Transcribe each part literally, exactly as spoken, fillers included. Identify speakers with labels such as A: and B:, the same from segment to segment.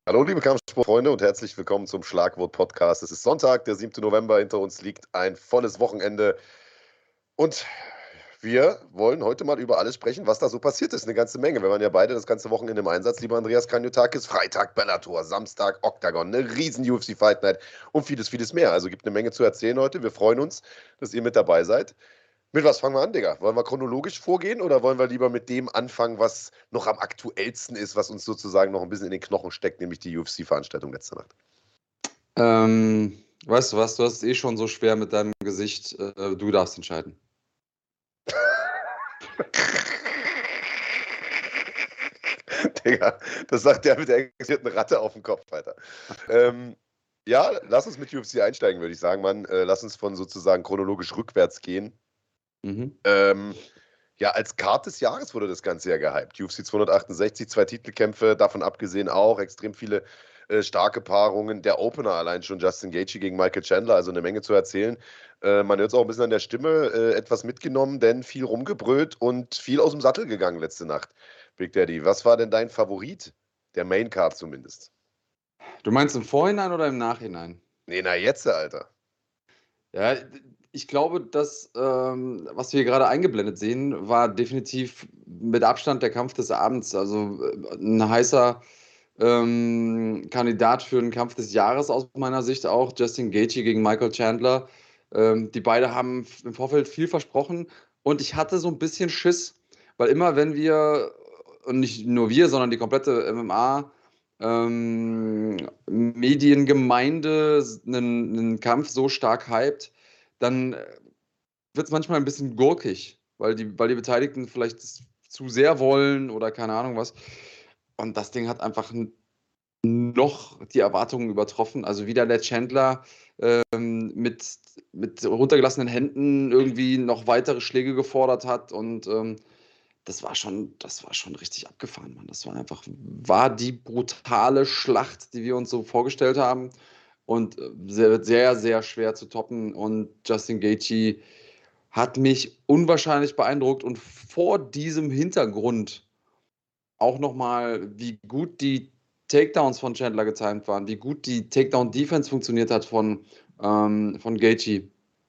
A: Hallo, liebe Kampfsportfreunde und herzlich willkommen zum Schlagwort-Podcast. Es ist Sonntag, der siebte November. Hinter uns liegt ein volles Wochenende. Und wir wollen heute mal über alles sprechen, was da so passiert ist. Eine ganze Menge. Wir waren ja beide das ganze Wochenende im Einsatz, lieber Andreas Kanyotakis. Freitag Bellator, Samstag Octagon, eine riesen U F C Fight Night und vieles, vieles mehr. Also gibt eine Menge zu erzählen heute. Wir freuen uns, dass ihr mit dabei seid. Mit was fangen wir an, Digga? Wollen wir chronologisch vorgehen oder wollen wir lieber mit dem anfangen, was noch am aktuellsten ist, was uns sozusagen noch ein bisschen in den Knochen steckt, nämlich die U F C-Veranstaltung letzte Nacht?
B: Ähm, weißt du was, du hast es eh schon so schwer mit deinem Gesicht. Äh, du darfst entscheiden.
A: Digga, das sagt der mit der existierten Ratte auf dem Kopf, Alter. Ähm, ja, lass uns mit U F C einsteigen, würde ich sagen, Mann. Äh, lass uns von sozusagen chronologisch rückwärts gehen.
B: Mhm.
A: Ähm, ja, als Card des Jahres wurde das Ganze ja gehypt. U F C zweihundertachtundsechzig, zwei Titelkämpfe, davon abgesehen auch extrem viele äh, starke Paarungen. Der Opener allein schon, Justin Gaethje gegen Michael Chandler, also eine Menge zu erzählen. Äh, man hört es auch ein bisschen an der Stimme, äh, etwas mitgenommen, denn viel rumgebrüllt und viel aus dem Sattel gegangen letzte Nacht. Big Daddy, was war denn dein Favorit? Der Main Card zumindest.
B: Du meinst im Vorhinein oder im Nachhinein?
A: Nee, na jetzt, Alter.
B: Ja, ich glaube, das, ähm, was wir gerade eingeblendet sehen, war definitiv mit Abstand der Kampf des Abends. Also äh, ein heißer ähm, Kandidat für den Kampf des Jahres aus meiner Sicht auch. Justin Gaethje gegen Michael Chandler. Ähm, die beiden haben im Vorfeld viel versprochen und ich hatte so ein bisschen Schiss, weil immer wenn wir, und nicht nur wir, sondern die komplette M M A ähm, Mediengemeinde einen, einen Kampf so stark hypt, dann wird es manchmal ein bisschen gurkig, weil die, weil die Beteiligten vielleicht das zu sehr wollen oder keine Ahnung was. Und das Ding hat einfach noch die Erwartungen übertroffen. Also wieder der Chandler ähm, mit, mit runtergelassenen Händen irgendwie noch weitere Schläge gefordert hat und ähm, das war schon, das war schon richtig abgefahren, Mann. Das war einfach, war die brutale Schlacht, die wir uns so vorgestellt haben und äh, sehr, sehr, sehr schwer zu toppen. Und Justin Gaethje hat mich unwahrscheinlich beeindruckt und vor diesem Hintergrund auch nochmal, wie gut die Takedowns von Chandler getimed waren, wie gut die Takedown-Defense funktioniert hat von, ähm, von Gaethje,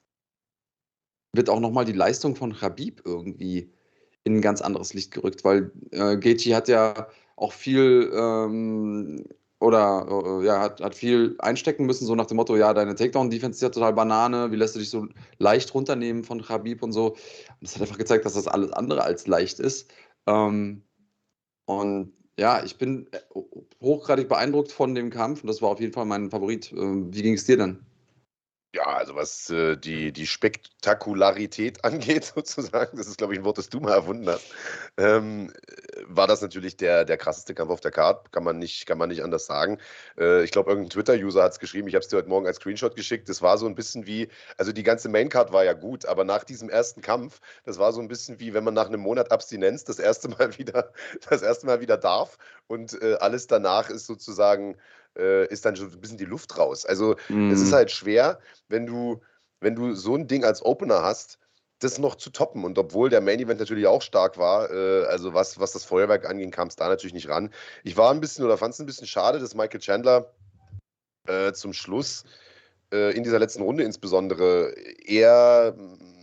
B: wird auch nochmal die Leistung von Khabib irgendwie in ein ganz anderes Licht gerückt, weil äh, Gaethje hat ja auch viel ähm, oder äh, ja, hat, hat viel einstecken müssen, so nach dem Motto, ja, deine Takedown-Defense ist ja total Banane, wie lässt du dich so leicht runternehmen von Khabib und so. Und das hat einfach gezeigt, dass das alles andere als leicht ist. Ähm, und ja, ich bin äh, hochgradig beeindruckt von dem Kampf und das war auf jeden Fall mein Favorit. Ähm, wie ging es dir denn?
A: Ja, also was äh, die, die Spektakularität angeht, sozusagen, das ist, glaube ich, ein Wort, das du mal erfunden hast, ähm, äh, war das natürlich der, der krasseste Kampf auf der Card, kann man nicht, kann man nicht anders sagen. Äh, ich glaube, irgendein Twitter-User hat es geschrieben, ich habe es dir heute Morgen als Screenshot geschickt, das war so ein bisschen wie, also die ganze Maincard war ja gut, aber nach diesem ersten Kampf, das war so ein bisschen wie, wenn man nach einem Monat Abstinenz das erste Mal wieder, das erste Mal wieder darf und äh, alles danach ist sozusagen, äh, ist dann schon ein bisschen die Luft raus. Also es ist
B: Mm,
A: halt schwer, wenn du, wenn du so ein Ding als Opener hast, das noch zu toppen. Und obwohl der Main Event natürlich auch stark war, äh, also was, was das Feuerwerk anging, kam es da natürlich nicht ran. Ich war ein bisschen oder fand es ein bisschen schade, dass Michael Chandler äh, zum Schluss äh, in dieser letzten Runde insbesondere eher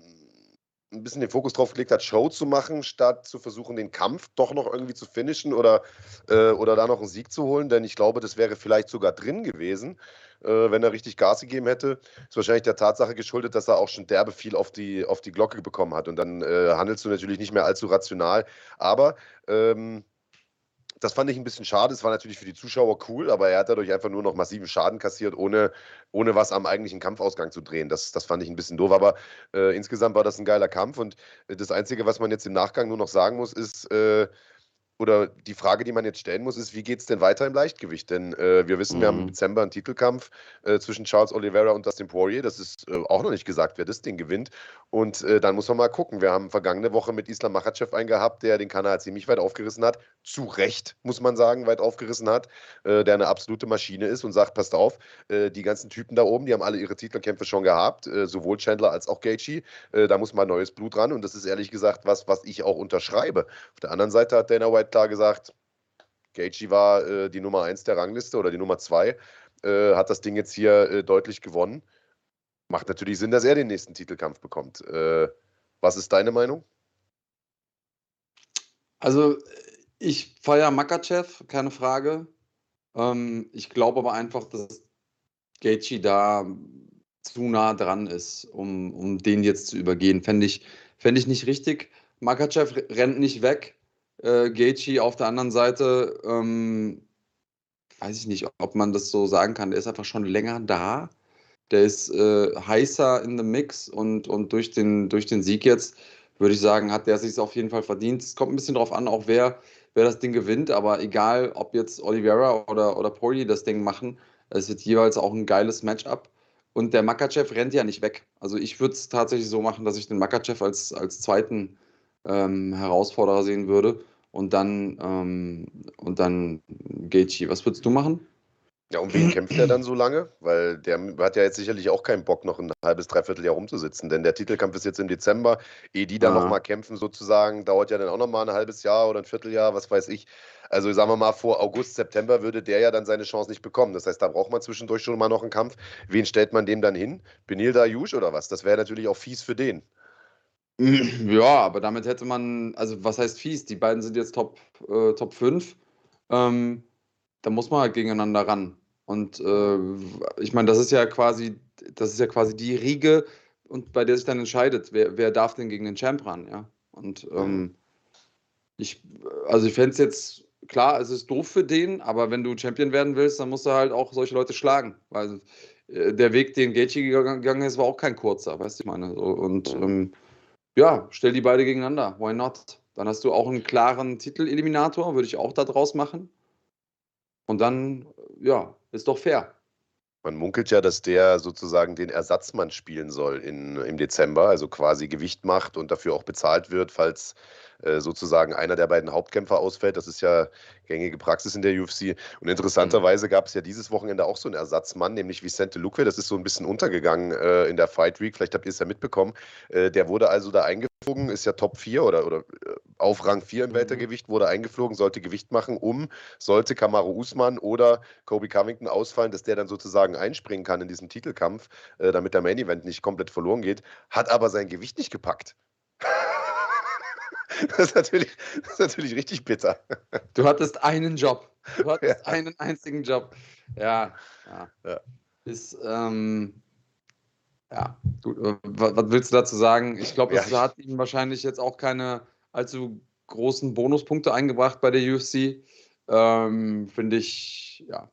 A: ein bisschen den Fokus drauf gelegt hat, Show zu machen, statt zu versuchen, den Kampf doch noch irgendwie zu finishen oder, äh, oder da noch einen Sieg zu holen. Denn ich glaube, das wäre vielleicht sogar drin gewesen, äh, wenn er richtig Gas gegeben hätte. Ist wahrscheinlich der Tatsache geschuldet, dass er auch schon derbe viel auf die, auf die Glocke bekommen hat. Und dann äh, handelst du natürlich nicht mehr allzu rational. Aber ähm, das fand ich ein bisschen schade. Es war natürlich für die Zuschauer cool, aber er hat dadurch einfach nur noch massiven Schaden kassiert, ohne, ohne was am eigentlichen Kampfausgang zu drehen. Das, das fand ich ein bisschen doof, aber äh, insgesamt war das ein geiler Kampf und äh, das Einzige, was man jetzt im Nachgang nur noch sagen muss, ist, äh, oder die Frage, die man jetzt stellen muss, ist, wie geht es denn weiter im Leichtgewicht? Denn äh, wir wissen, wir haben im
B: mm.
A: Dezember einen Titelkampf äh, zwischen Charles Oliveira und Dustin Poirier. Das ist äh, auch noch nicht gesagt, wer das Ding gewinnt. Und äh, dann muss man mal gucken. Wir haben vergangene Woche mit Islam Makhachev einen gehabt, der den Kanal ziemlich weit aufgerissen hat. Zu Recht, muss man sagen, weit aufgerissen hat. Äh, der eine absolute Maschine ist und sagt, passt auf, äh, die ganzen Typen da oben, die haben alle ihre Titelkämpfe schon gehabt, äh, sowohl Chandler als auch Gaethje. Äh, da muss mal neues Blut ran und das ist ehrlich gesagt was, was ich auch unterschreibe. Auf der anderen Seite hat Dana White klar gesagt, Gaethje war äh, die Nummer eins der Rangliste oder die Nummer zwei, äh, hat das Ding jetzt hier äh, deutlich gewonnen. Macht natürlich Sinn, dass er den nächsten Titelkampf bekommt. Äh, was ist deine Meinung?
B: Also, ich feiere Makhachev, keine Frage. Ähm, ich glaube aber einfach, dass Gaethje da zu nah dran ist, um, um den jetzt zu übergehen. Fände ich, fänd ich nicht richtig. Makhachev rennt nicht weg. Äh, Gaethje auf der anderen Seite, ähm, weiß ich nicht, ob man das so sagen kann. Der ist einfach schon länger da. Der ist äh, heißer in the Mix und, und durch den, durch den Sieg jetzt, würde ich sagen, hat der sich auf jeden Fall verdient. Es kommt ein bisschen drauf an, auch wer, wer das Ding gewinnt, aber egal, ob jetzt Oliveira oder, oder Poirier das Ding machen, es wird jeweils auch ein geiles Matchup. Und der Makhachev rennt ja nicht weg. Also ich würde es tatsächlich so machen, dass ich den Makhachev als, als zweiten ähm, Herausforderer sehen würde und dann, ähm, und dann Gaethje. Was würdest du machen?
A: Ja, um wen kämpft er dann so lange? Weil der hat ja jetzt sicherlich auch keinen Bock, noch ein halbes, dreiviertel Jahr rumzusitzen. Denn der Titelkampf ist jetzt im Dezember. Ehe die dann
B: Ah.
A: nochmal kämpfen, sozusagen, dauert ja dann auch nochmal ein halbes Jahr oder ein Vierteljahr, was weiß ich. Also sagen wir mal, vor August, September würde der ja dann seine Chance nicht bekommen. Das heißt, da braucht man zwischendurch schon mal noch einen Kampf. Wen stellt man dem dann hin? Benil Dariush oder was? Das wäre natürlich auch fies für den.
B: Ja, aber damit hätte man, also was heißt fies? Die beiden sind jetzt Top, äh, Top fünf. Ähm, Da muss man halt gegeneinander ran. Und äh, ich meine, das ist ja quasi, das ist ja quasi die Riege, und bei der sich dann entscheidet, wer, wer darf denn gegen den Champ ran, ja. Und
A: Mhm.
B: ähm, ich, also ich fände es jetzt, klar, es ist doof für den, aber wenn du Champion werden willst, dann musst du halt auch solche Leute schlagen. Weil äh, der Weg, den Gaethje gegangen ist, war auch kein kurzer, weißt du, ich meine. So, und
A: Mhm.
B: ähm, ja, stell die beide gegeneinander. Why not? Dann hast du auch einen klaren Titeleliminator, würde ich auch da draus machen. Und dann, ja, ist doch fair.
A: Man munkelt ja, dass der sozusagen den Ersatzmann spielen soll in, im Dezember, also quasi Gewicht macht und dafür auch bezahlt wird, falls äh, sozusagen einer der beiden Hauptkämpfer ausfällt. Das ist ja gängige Praxis in der U F C. Und
B: Mhm.
A: interessanterweise gab es ja dieses Wochenende auch so einen Ersatzmann, nämlich Vicente Luque. Das ist so ein bisschen untergegangen äh, in der Fight Week. Vielleicht habt ihr es ja mitbekommen. Äh, der wurde also da eingeflogen, ist ja Top vier oder, oder äh, auf Rang vier im
B: Mhm.
A: Weltergewicht, wurde eingeflogen, sollte Gewicht machen, um, sollte Kamaru Usman oder Kobe Covington ausfallen, dass der dann sozusagen einspringen kann in diesem Titelkampf, äh, damit der Main Event nicht komplett verloren geht, hat aber sein Gewicht nicht gepackt. Das ist natürlich, das ist natürlich richtig bitter.
B: Du hattest einen Job. Du hattest
A: Ja,
B: einen einzigen Job. Ja, ja.
A: ja.
B: Ist, ähm, ja. Du, äh, wa- was willst du dazu sagen? Ich glaube,
A: Ja,
B: es
A: ich,
B: hat ihm wahrscheinlich jetzt auch keine allzu großen Bonuspunkte eingebracht bei der U F C. Ähm, finde ich, ja.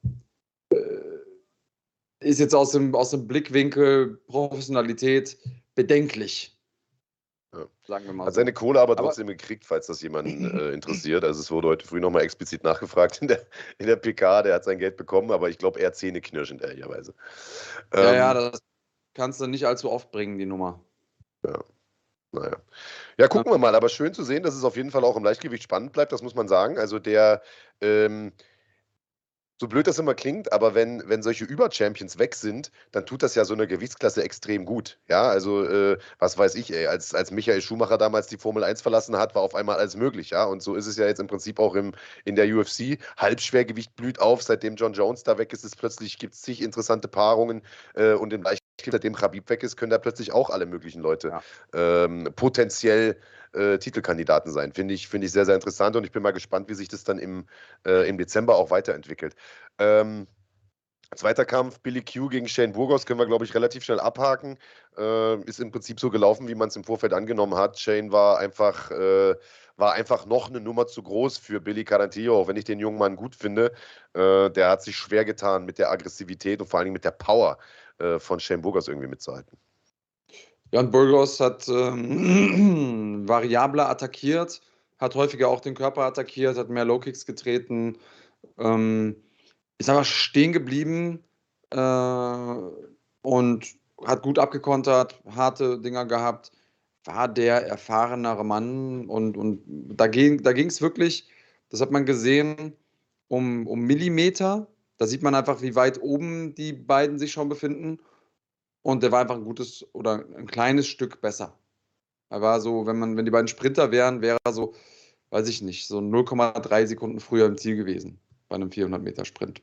B: Ist jetzt aus dem, aus dem Blickwinkel Professionalität bedenklich,
A: ja.
B: sagen wir mal
A: Hat seine
B: so.
A: Kohle aber
B: Aber
A: trotzdem gekriegt, falls das jemanden äh, interessiert. Also es wurde heute früh nochmal explizit nachgefragt in der, in der P K. Der hat sein Geld bekommen, aber ich glaube eher zähneknirschend, ehrlicherweise.
B: ja, ja,
A: Ähm,
B: das kannst du nicht allzu oft bringen, die Nummer.
A: ja, naja. Ja,
B: Ähm,
A: gucken wir mal. Aber schön zu sehen, dass es auf jeden Fall auch im Leichtgewicht spannend bleibt, das muss man sagen. Also der, ähm, so blöd das immer klingt, aber wenn, wenn solche Über-Champions weg sind, dann tut das ja so eine Gewichtsklasse extrem gut. Ja, also, äh, was weiß ich, ey, als, als Michael Schumacher damals die Formel eins verlassen hat, war auf einmal alles möglich, ja. Und so ist es ja jetzt im Prinzip auch im, in der U F C. Halbschwergewicht blüht auf, seitdem John Jones da weg ist, ist plötzlich gibt es zig interessante Paarungen äh, und im Leichtgewicht, seitdem Khabib weg ist, können da plötzlich auch alle möglichen Leute
B: ja.
A: ähm, potenziell äh, Titelkandidaten sein. Finde ich, finde ich sehr, sehr interessant und ich bin mal gespannt, wie sich das dann im, äh, im Dezember auch weiterentwickelt. Ähm, Zweiter Kampf, Billy Q gegen Shane Burgos, können wir, glaube ich, relativ schnell abhaken. Äh, ist im Prinzip so gelaufen, wie man es im Vorfeld angenommen hat. Shane war einfach, äh, war einfach noch eine Nummer zu groß für Billy Carantillo, auch wenn ich den jungen Mann gut finde. Äh, der hat sich schwer getan mit der Aggressivität und vor allen Dingen mit der Power äh, von Shane Burgos irgendwie mitzuhalten.
B: Jan Burgos hat ähm, variabler attackiert, hat häufiger auch den Körper attackiert, hat mehr Low-Kicks getreten, ähm, ist aber stehen geblieben äh, und hat gut abgekontert, harte Dinger gehabt, war der erfahrenere Mann und, und da ging da es wirklich, das hat man gesehen, um, um Millimeter. Da sieht man einfach, wie weit oben die beiden sich schon befinden. Und der war einfach ein gutes oder ein kleines Stück besser. Er war so, wenn man, wenn die beiden Sprinter wären, wäre er so weiß ich nicht, so null Komma drei Sekunden früher im Ziel gewesen bei einem vierhundert Meter Sprint.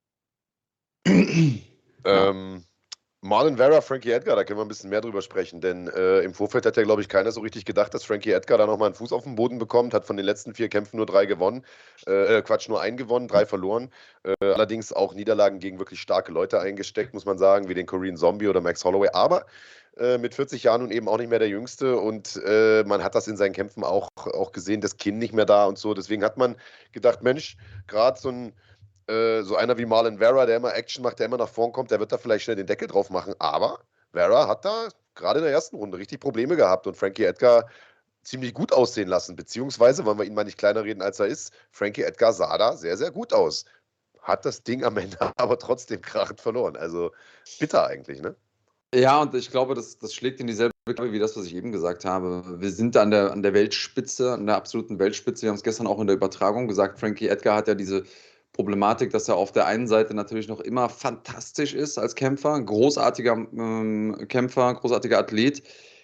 B: Ja.
A: Ähm, Marlon Vera, Frankie Edgar, da können wir ein bisschen mehr drüber sprechen, denn äh, im Vorfeld hat ja, glaube ich, keiner so richtig gedacht, dass Frankie Edgar da nochmal einen Fuß auf den Boden bekommt, hat von den letzten vier Kämpfen nur drei gewonnen, äh, Quatsch, nur einen gewonnen, drei verloren, äh, allerdings auch Niederlagen gegen wirklich starke Leute eingesteckt, muss man sagen, wie den Korean Zombie oder Max Holloway, aber äh, mit vierzig Jahren und eben auch nicht mehr der Jüngste und äh, man hat das in seinen Kämpfen auch, auch gesehen, das Kinn nicht mehr da und so, deswegen hat man gedacht, Mensch, gerade so ein so einer wie Marlon Vera, der immer Action macht, der immer nach vorn kommt, der wird da vielleicht schnell den Deckel drauf machen. Aber Vera hat da gerade in der ersten Runde richtig Probleme gehabt und Frankie Edgar ziemlich gut aussehen lassen. Beziehungsweise, wollen wir ihn mal nicht kleiner reden, als er ist, Frankie Edgar sah da sehr, sehr gut aus. Hat das Ding am Ende aber trotzdem krachend verloren. Also bitter eigentlich, ne?
B: Ja, und ich glaube, das, das schlägt in dieselbe Kerbe wie das, was ich eben gesagt habe. Wir sind an der, an der Weltspitze, an der absoluten Weltspitze. Wir haben es gestern auch in der Übertragung gesagt. Frankie Edgar hat ja diese Problematik, dass er auf der einen Seite natürlich noch immer fantastisch ist als Kämpfer, großartiger ähm, Kämpfer, großartiger Athlet,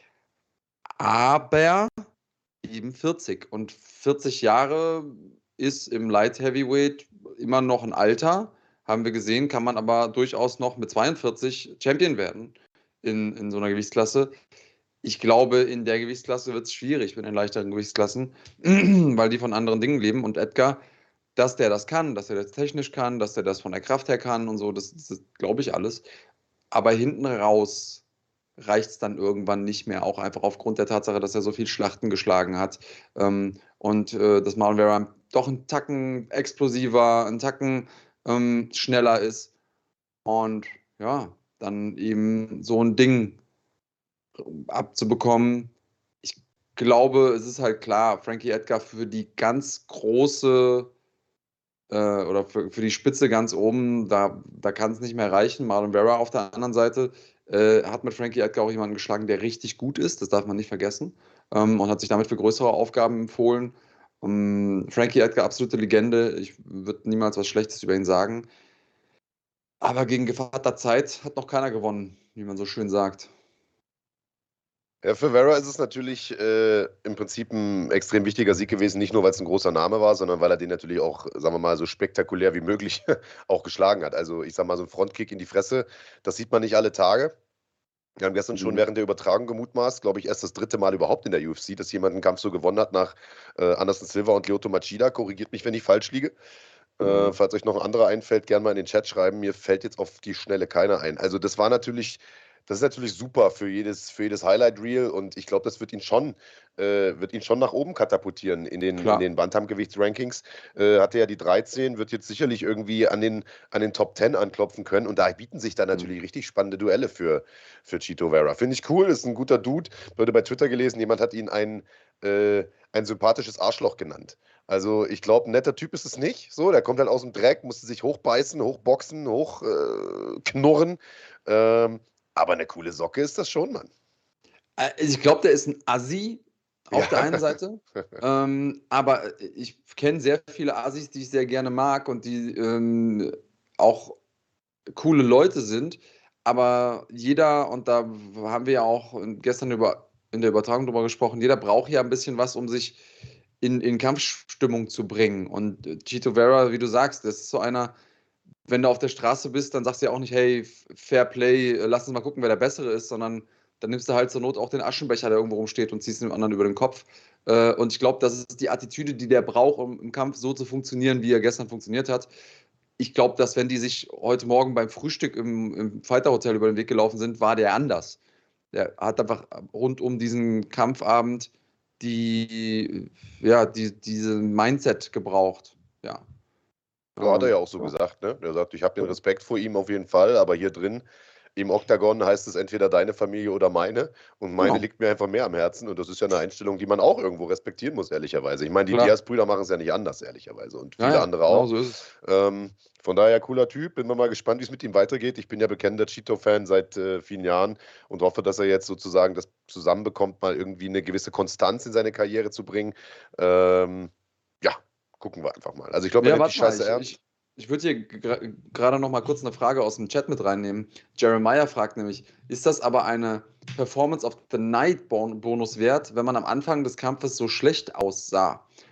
B: aber eben vierzig. Und vierzig Jahre ist im Light Heavyweight immer noch ein Alter. Haben wir gesehen, kann man aber durchaus noch mit zweiundvierzig Champion werden in, in so einer Gewichtsklasse. Ich glaube, in der Gewichtsklasse wird es schwierig mit den leichteren Gewichtsklassen, weil die von anderen Dingen leben. Und Edgar, dass der das kann, dass er das technisch kann, dass er das von der Kraft her kann und so, das, das glaube ich alles. Aber hinten raus reicht es dann irgendwann nicht mehr, auch einfach aufgrund der Tatsache, dass er so viel Schlachten geschlagen hat. Ähm, und äh, dass Marlon Vera doch ein Tacken explosiver, ein Tacken ähm, schneller ist. Und ja, dann eben so ein Ding abzubekommen. Ich glaube, es ist halt klar, Frankie Edgar für die ganz große äh, oder für, für die Spitze ganz oben, da, da kann es nicht mehr reichen. Marlon Vera auf der anderen Seite äh, hat mit Frankie Edgar auch jemanden geschlagen, der richtig gut ist, das darf man nicht vergessen, ähm, und hat sich damit für größere Aufgaben empfohlen. Um, Frankie Edgar, absolute Legende, ich würde niemals was Schlechtes über ihn sagen. Aber gegen Gefahr der Zeit hat noch keiner gewonnen, wie man so schön sagt.
A: Ja, für Vera ist es natürlich äh, im Prinzip ein extrem wichtiger Sieg gewesen, nicht nur, weil es ein großer Name war, sondern weil er den natürlich auch, sagen wir mal, so spektakulär wie möglich auch geschlagen hat. Also ich sag mal, so ein Frontkick in die Fresse, das sieht man nicht alle Tage. Wir haben gestern schon
B: Mhm.
A: während der Übertragung gemutmaßt, glaube ich, erst das dritte Mal überhaupt in der U F C, dass jemand einen Kampf so gewonnen hat nach äh, Anderson Silva und Lyoto Machida. Korrigiert mich, wenn ich falsch liege. Äh,
B: Mhm.
A: falls euch noch ein anderer einfällt, gerne mal in den Chat schreiben. Mir fällt jetzt auf die Schnelle keiner ein. Also das war natürlich, das ist natürlich super für jedes, für jedes Highlight-Reel und ich glaube, das wird ihn schon, äh, wird ihn schon nach oben katapultieren in den, in
B: Klar.
A: den Bantamgewichts-Rankings. Äh, hatte ja die dreizehn, wird jetzt sicherlich irgendwie an den, an den Top zehn anklopfen können und da bieten sich dann
B: Mhm.
A: natürlich richtig spannende Duelle für, für Chito Vera. Finde ich cool, ist ein guter Dude. Wurde bei Twitter gelesen, jemand hat ihn ein, äh, ein sympathisches Arschloch genannt. Also ich glaube, ein netter Typ ist es nicht. So, der kommt halt aus dem Dreck, musste sich hochbeißen, hochboxen, hochknurren. Äh, knurren. ähm, aber eine coole Socke ist das schon, Mann.
B: Äh, Ich glaube, der ist ein Assi auf der
A: Ja.
B: einen Seite, ähm, aber äh, ich kenne sehr viele Assis, die ich sehr gerne mag und die ähm, auch coole Leute sind. Aber jeder, und da haben wir ja auch gestern über, in der Übertragung drüber gesprochen, jeder braucht ja ein bisschen was, um sich in, in Kampfstimmung zu bringen. Und äh, Chito Vera, wie du sagst, das ist so einer, wenn du auf der Straße bist, dann sagst du ja auch nicht, hey, Fair Play, äh, lass uns mal gucken, wer der Bessere ist, sondern dann nimmst du halt zur Not auch den Aschenbecher, der irgendwo rumsteht und ziehst dem anderen über den Kopf. Äh, und ich glaube, das ist die Attitüde, die der braucht, um im Kampf so zu funktionieren, wie er gestern funktioniert hat. Ich glaube, dass wenn die sich heute Morgen beim Frühstück im, im Fighter Hotel über den Weg gelaufen sind, war der anders. Der hat einfach rund um diesen Kampfabend die, ja, die, diesen Mindset gebraucht. Ja.
A: Ja, hat er ja
B: Ähm,
A: auch so
B: ja.
A: gesagt, ne? Er sagt, ich habe den Respekt vor ihm auf jeden Fall, aber hier drin im Oktagon heißt es entweder deine Familie oder meine. Und meine
B: Genau.
A: liegt mir einfach mehr am Herzen. Und das ist ja eine Einstellung, die man auch irgendwo respektieren muss, ehrlicherweise. Ich meine, die
B: Klar.
A: Diaz-Brüder machen es ja nicht anders, ehrlicherweise. Und
B: Ja,
A: viele
B: ja,
A: andere
B: genau
A: auch.
B: so ist es.
A: Ähm, von daher cooler Typ. Bin mal gespannt, wie es mit ihm weitergeht. Ich bin ja bekennender Cheeto-Fan seit äh, vielen Jahren und hoffe, dass er jetzt sozusagen das zusammenbekommt, mal irgendwie eine gewisse Konstanz in seine Karriere zu bringen. Ähm, ja, gucken wir einfach mal. Also ich glaube, er
B: Ja,
A: nimmt die
B: warte mal,
A: Scheiße
B: ich, ich,
A: ernst.
B: ich würde hier gra- gerade noch mal kurz eine Frage aus dem Chat mit reinnehmen. Jeremiah fragt nämlich, ist das aber eine Performance of the Night Bon- Bonus wert, wenn man am Anfang des Kampfes so schlecht aussah?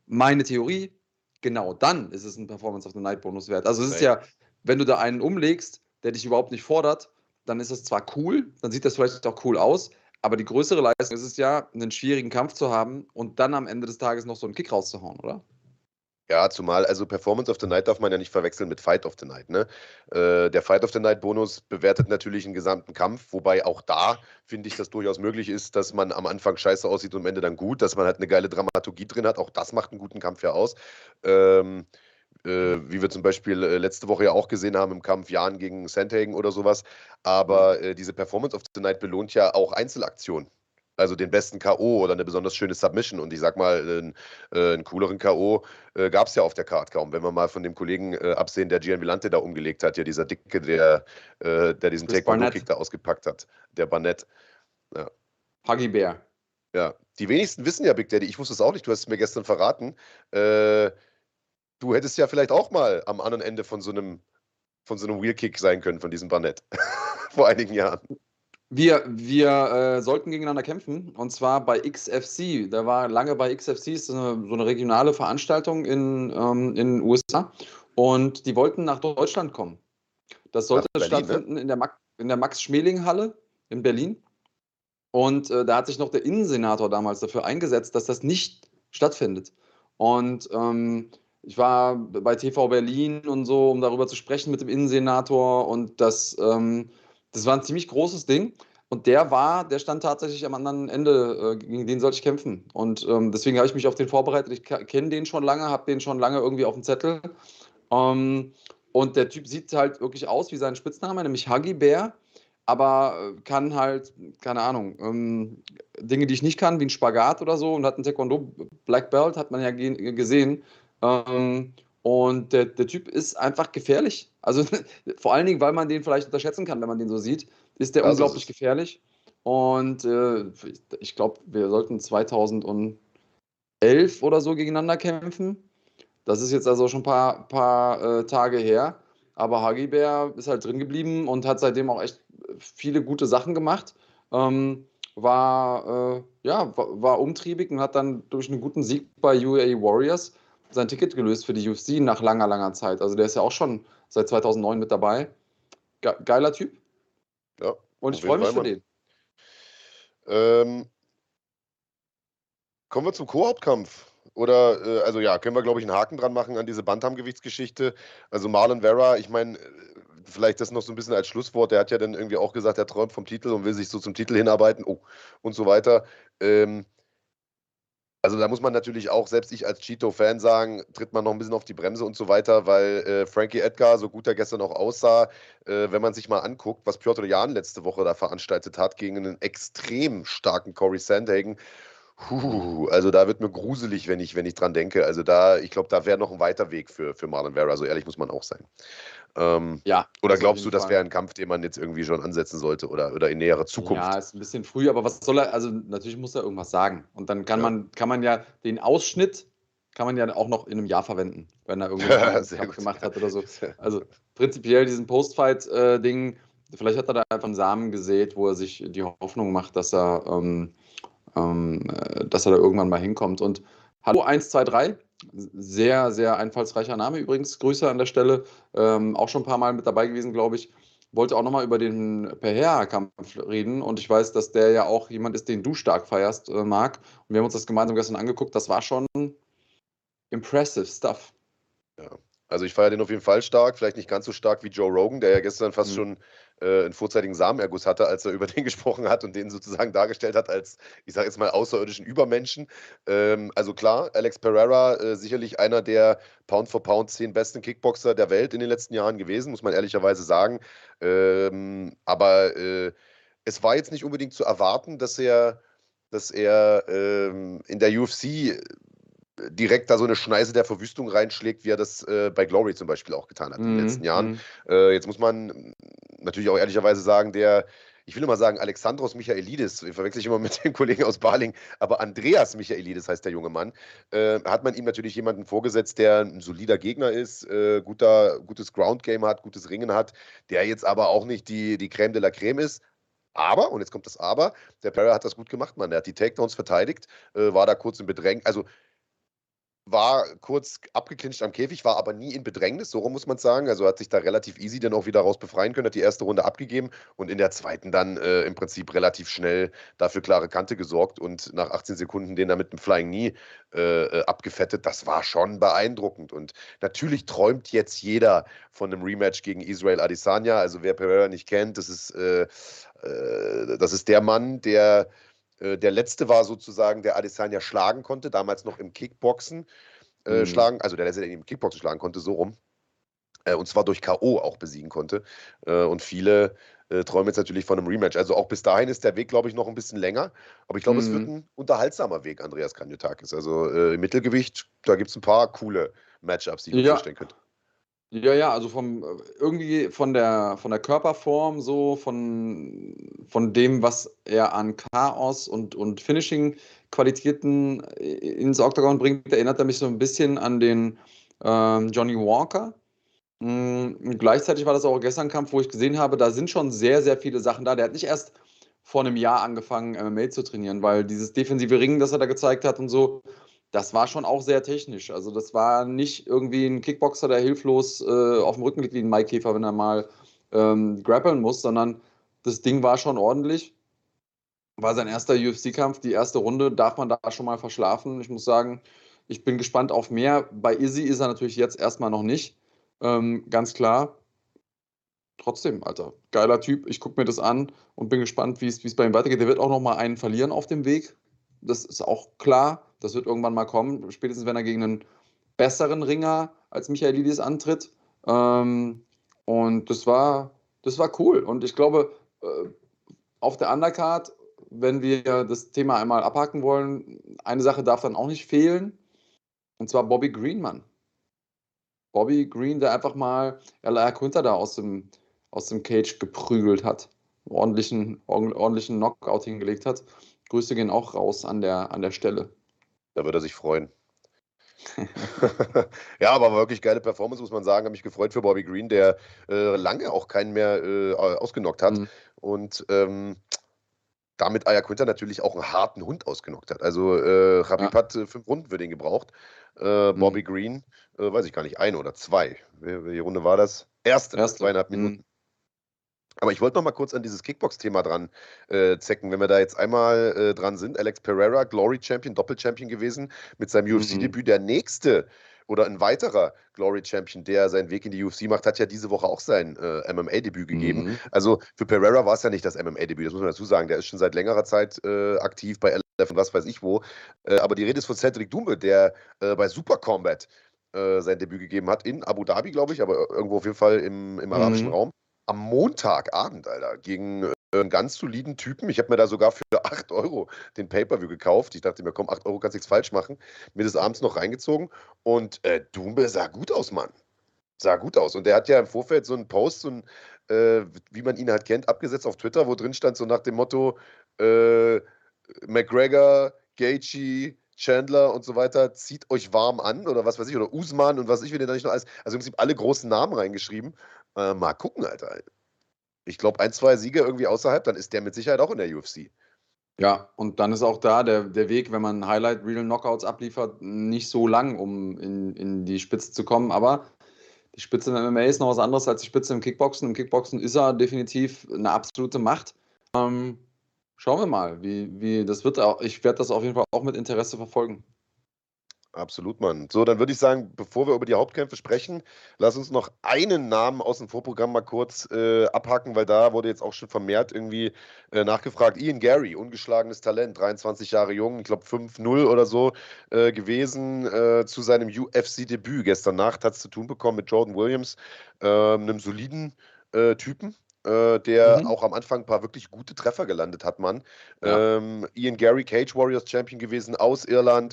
B: meine Theorie, genau dann ist es ein Performance of the Night Bonus wert. Also es ist
A: Safe.
B: ja, wenn du da einen umlegst, der dich überhaupt nicht fordert, dann ist das zwar cool, dann sieht das vielleicht auch cool aus, aber die größere Leistung ist es ja, einen schwierigen Kampf zu haben und dann am Ende des Tages noch so einen Kick rauszuhauen, oder?
A: Ja, zumal, also Performance of the Night darf man ja nicht verwechseln mit Fight of the Night, ne? Äh, der Fight of the Night Bonus bewertet natürlich einen gesamten Kampf, wobei auch da finde ich, dass durchaus möglich ist, dass man am Anfang scheiße aussieht und am Ende dann gut, dass man halt eine geile Dramaturgie drin hat. Auch das macht einen guten Kampf ja aus. Ähm, äh, wie wir zum Beispiel äh, letzte Woche ja auch gesehen haben im Kampf Jan gegen Sandhagen oder sowas. Aber äh, diese Performance of the Night belohnt ja auch Einzelaktionen. Also den besten K O oder eine besonders schöne Submission. Und ich sag mal, einen, äh, einen cooleren K O äh, gab es ja auf der Card kaum. Wenn wir mal von dem Kollegen äh, absehen, der Gian Villante da umgelegt hat, ja, dieser Dicke, der, äh, der diesen
B: Chris
A: Taekwondo-Kick
B: Barnett,
A: da ausgepackt hat, der Barnett. Ja.
B: Huggy Bear.
A: Ja. Die wenigsten wissen ja, Big Daddy, ich wusste es auch nicht, du hast es mir gestern verraten. Äh, du hättest ja vielleicht auch mal am anderen Ende von so einem, von so einem Wheelkick sein können, von diesem Barnett. Vor einigen Jahren.
B: Wir, wir äh, sollten gegeneinander kämpfen und zwar bei X F C. Da war lange bei X F C, ist so eine, so eine regionale Veranstaltung in, ähm, in den U S A und die wollten nach Deutschland kommen. Das
A: Nach
B: sollte
A: Berlin, ne?
B: stattfinden in der, Max, in der Max-Schmeling-Halle in Berlin. Und äh, da hat sich noch der Innensenator damals dafür eingesetzt, dass das nicht stattfindet. Und ähm, ich war bei T V Berlin und so, um darüber zu sprechen mit dem Innensenator. Und das, ähm, das war ein ziemlich großes Ding. Und der war, der stand tatsächlich am anderen Ende, äh, gegen den sollte ich kämpfen. Und ähm, deswegen habe ich mich auf den vorbereitet. Ich kenne den schon lange, habe den schon lange irgendwie auf dem Zettel. Ähm, und der Typ sieht halt wirklich aus wie sein Spitzname, nämlich Huggy Bear, aber äh, kann halt, keine Ahnung, ähm, Dinge, die ich nicht kann, wie ein Spagat oder so, und hat ein Taekwondo Black Belt, hat man ja ge gesehen. Ähm, und der, der Typ ist einfach gefährlich. Also vor allen Dingen, weil man den vielleicht unterschätzen kann, wenn man den so sieht, ist der
A: Das ist
B: unglaublich
A: es.
B: gefährlich. Und äh, ich glaube, wir sollten zweitausendelf oder so gegeneinander kämpfen. Das ist jetzt also schon ein paar, paar äh, Tage her. Aber Huggy Bear ist halt drin geblieben und hat seitdem auch echt viele gute Sachen gemacht. Ähm, war, äh, ja, war, war umtriebig und hat dann durch einen guten Sieg bei U A E Warriors sein Ticket gelöst für die U F C nach langer, langer Zeit. Also der ist ja auch schon seit zweitausendneun mit dabei. Ge geiler Typ
A: Ja,
B: und ich
A: auf jeden
B: freue mich
A: Fall,
B: für
A: Mann.
B: den.
A: Ähm, kommen wir zum Koop-Kampf. Oder, äh, also ja, können wir, glaube ich, einen Haken dran machen an diese Bantamgewichtsgeschichte. Also Marlon Vera, ich meine, äh, vielleicht das noch so ein bisschen als Schlusswort. Der hat ja dann irgendwie auch gesagt, er träumt vom Titel und will sich so zum Titel hinarbeiten. Oh, und so weiter. Ähm, also da muss man natürlich auch, selbst ich als Cheeto-Fan sagen, tritt man noch ein bisschen auf die Bremse und so weiter, weil äh, Frankie Edgar, so gut er gestern auch aussah, äh, wenn man sich mal anguckt, was Piotr Jan letzte Woche da veranstaltet hat gegen einen extrem starken Corey Sandhagen. Puh, also da wird mir gruselig, wenn ich, wenn ich dran denke. Also da, ich glaube, da wäre noch ein weiter Weg für, für Marlon Vera, so ehrlich muss man auch sein. Ähm,
B: Ja,
A: oder
B: das auf
A: glaubst du,
B: jeden
A: das
B: Fall.
A: wäre ein Kampf, den man jetzt irgendwie schon ansetzen sollte oder, oder in näherer
B: Ja,
A: Zukunft?
B: ist ein bisschen früh, aber was soll er, also natürlich muss er irgendwas sagen. Und dann kann
A: Ja.
B: man, kann man ja den Ausschnitt, kann man ja auch noch in einem Jahr verwenden, wenn er irgendwie einen anderen
A: Sehr
B: Kampf
A: gut.
B: gemacht hat oder so.
A: Ja.
B: Also prinzipiell diesen Post-Fight-Ding, vielleicht hat er da einfach einen Samen gesät, wo er sich die Hoffnung macht, dass er, ähm, ähm, äh, dass er da irgendwann mal hinkommt. Und Hallo eins zwei drei, sehr, sehr einfallsreicher Name übrigens. Grüße an der Stelle. Ähm, auch schon ein paar Mal mit dabei gewesen, glaube ich. Wollte auch nochmal über den Pereira-Kampf reden und ich weiß, dass der ja auch jemand ist, den du stark feierst, äh, Marc. Und wir haben uns das gemeinsam gestern angeguckt. Das war schon impressive stuff.
A: Ja. Also ich feiere den auf jeden Fall stark, vielleicht nicht ganz so stark wie Joe Rogan, der ja gestern fast
B: Mhm.
A: schon äh, einen vorzeitigen Samenerguss hatte, als er über den gesprochen hat und den sozusagen dargestellt hat als, ich sage jetzt mal, außerirdischen Übermenschen. Ähm, also klar, Alex Pereira, äh, sicherlich einer der Pound for Pound zehn besten Kickboxer der Welt in den letzten Jahren gewesen, muss man ehrlicherweise sagen. Ähm, aber äh, es war jetzt nicht unbedingt zu erwarten, dass er, dass er ähm, in der U F C direkt da so eine Schneise der Verwüstung reinschlägt, wie er das äh, bei Glory zum Beispiel auch getan hat in den letzten
B: Mhm.
A: Jahren.
B: Mhm.
A: Äh, jetzt muss man natürlich auch ehrlicherweise sagen, der, ich will immer sagen, Alexandros Michaelidis, ich verwechsel ich immer mit dem Kollegen aus Baling, aber Andreas Michaelidis heißt der junge Mann, äh, hat man ihm natürlich jemanden vorgesetzt, der ein solider Gegner ist, äh, guter, gutes Ground-Game hat, gutes Ringen hat, der jetzt aber auch nicht die, die Crème de la Crème ist. Aber, und jetzt kommt das Aber, der Perry hat das gut gemacht, Mann. Der hat die Takedowns verteidigt, äh, war da kurz im Bedrängen. Also war kurz abgeklincht am Käfig, war aber nie in Bedrängnis, so rum muss man sagen. Also hat sich da relativ easy dann auch wieder raus befreien können, hat die erste Runde abgegeben und in der zweiten dann äh, im Prinzip relativ schnell dafür klare Kante gesorgt und nach achtzehn Sekunden den da mit dem Flying Knee äh, äh, abgefettet. Das war schon beeindruckend. Und natürlich träumt jetzt jeder von einem Rematch gegen Israel Adesanya. Also wer Pereira nicht kennt, das ist, äh, äh, das ist der Mann, der der letzte war sozusagen, der Adesanya schlagen konnte, damals noch im Kickboxen äh,
B: Mhm.
A: schlagen, also der letzte, der ihn im Kickboxen schlagen konnte, so rum. Äh, und zwar durch K O auch besiegen konnte. Äh, und viele äh, träumen jetzt natürlich von einem Rematch. Also auch bis dahin ist der Weg, glaube ich, noch ein bisschen länger. Aber ich glaube, es wird
B: Mhm.
A: ein unterhaltsamer Weg, Andreas Kanyotakis. Also äh, im Mittelgewicht, da gibt es ein paar coole Matchups, die ich mir
B: Ja,
A: vorstellen könnte.
B: ja, ja, also vom äh, irgendwie von der von der Körperform so, von von dem, was er an Chaos und und Finishing-Qualitäten i ins Oktagon bringt, erinnert er mich so ein bisschen an den, ähm, Johnny Walker. Hm, und gleichzeitig war das auch gestern 'n Kampf, wo ich gesehen habe, da sind schon sehr, sehr viele Sachen da. Der hat nicht erst vor einem Jahr angefangen, M M A zu trainieren, weil dieses defensive Ringen, das er da gezeigt hat und so, das war schon auch sehr technisch. Also, das war nicht irgendwie ein Kickboxer, der hilflos, äh, auf dem Rücken liegt wie ein Maikäfer, wenn er mal, ähm, grappeln muss, sondern das Ding war schon ordentlich. War sein erster U F C-Kampf, die erste Runde darf man da schon mal verschlafen. Ich muss sagen, ich bin gespannt auf mehr. Bei Izzy ist er natürlich jetzt erstmal noch nicht, ähm, ganz klar. Trotzdem, Alter, geiler Typ. Ich gucke mir das an und bin gespannt, wie es wie es bei ihm weitergeht. Der wird auch noch mal einen verlieren auf dem Weg. Das ist auch klar. Das wird irgendwann mal kommen, spätestens wenn er gegen einen besseren Ringer als Michailidis antritt. Ähm, und das war das war cool. Und ich glaube, äh, auf der Undercard, wenn wir das Thema einmal abhaken wollen, eine Sache darf dann auch nicht fehlen, und zwar Bobby Green, Mann. Bobby Green, der einfach mal Al Quinter da aus dem, aus dem Cage geprügelt hat, ordentlichen, ordentlichen Knockout hingelegt hat. Grüße gehen auch raus an der, an der Stelle.
A: Da wird er sich freuen. Ja, aber wirklich geile Performance, muss man sagen. Habe mich gefreut für Bobby Green, der äh, lange auch keinen mehr äh, ausgenockt hat.
B: Mhm.
A: Und ähm, damit Ayacuinta natürlich auch einen harten Hund ausgenockt hat. Also äh, Khabib
B: Ja.
A: hat äh, fünf Runden für den gebraucht. Äh,
B: Mhm.
A: Bobby Green, äh, weiß ich gar nicht, eine oder zwei. Welche Runde war das? Erste,
B: Erste.
A: zweieinhalb
B: Mhm.
A: Minuten. Aber ich wollte noch mal kurz an dieses Kickbox-Thema dran äh, zecken, wenn wir da jetzt einmal äh, dran sind. Alex Pereira, Glory-Champion, Doppel-Champion gewesen mit seinem U F
B: Mhm.
A: C-Debüt. Der nächste oder ein weiterer Glory-Champion, der seinen Weg in die U F C macht, hat ja diese Woche auch sein äh, M M A-Debüt gegeben.
B: Mhm.
A: Also für Pereira war es ja nicht das M M A-Debüt, das muss man dazu sagen. Der ist schon seit längerer Zeit äh, aktiv bei L F und was weiß ich wo. Äh, aber die Rede ist von Cedric Doumbé, der äh, bei Super Combat äh, sein Debüt gegeben hat, in Abu Dhabi, glaube ich, aber irgendwo auf jeden Fall im, im arabischen
B: Mhm.
A: Raum. Am Montagabend, Alter, gegen äh, einen ganz soliden Typen. Ich habe mir da sogar für acht Euro den Pay-Per-View gekauft. Ich dachte mir, komm, acht Euro kannst nichts falsch machen. Mir das abends noch reingezogen und äh, Doumbé sah gut aus, Mann. Sah gut aus. Und der hat ja im Vorfeld so einen Post, so ein, äh, wie man ihn halt kennt, abgesetzt auf Twitter, wo drin stand, so nach dem Motto: äh, McGregor, Gaethje, Chandler und so weiter, zieht euch warm an oder was weiß ich, oder Usman und was weiß ich, wenn ihr da nicht noch alles, also im Prinzip alle großen Namen reingeschrieben. Äh, mal gucken, Alter. Ich glaube, ein, zwei Siege irgendwie außerhalb, dann ist der mit Sicherheit auch in der U F C.
B: Ja, und dann ist auch da der, der Weg, wenn man Highlight-Reel-Knockouts abliefert, nicht so lang, um in, in die Spitze zu kommen. Aber die Spitze im M M A ist noch was anderes als die Spitze im Kickboxen. Im Kickboxen ist er definitiv eine absolute Macht. Ähm, schauen wir mal, wie, wie das wird. Auch, ich werde das auf jeden Fall auch mit Interesse verfolgen.
A: Absolut, Mann. So, dann würde ich sagen, bevor wir über die Hauptkämpfe sprechen, lass uns noch einen Namen aus dem Vorprogramm mal kurz äh, abhaken, weil da wurde jetzt auch schon vermehrt irgendwie äh, nachgefragt. Ian Gary, ungeschlagenes Talent, dreiundzwanzig Jahre jung, ich glaube fünf null oder so äh, gewesen äh, zu seinem U F C-Debüt. Gestern Nacht hat es zu tun bekommen mit Jordan Williams, äh, einem soliden äh, Typen. Äh, der
B: Mhm.
A: auch am Anfang ein paar wirklich gute Treffer gelandet hat, Mann.
B: Ja.
A: Ähm, Ian Gary, Cage Warriors Champion gewesen aus Irland.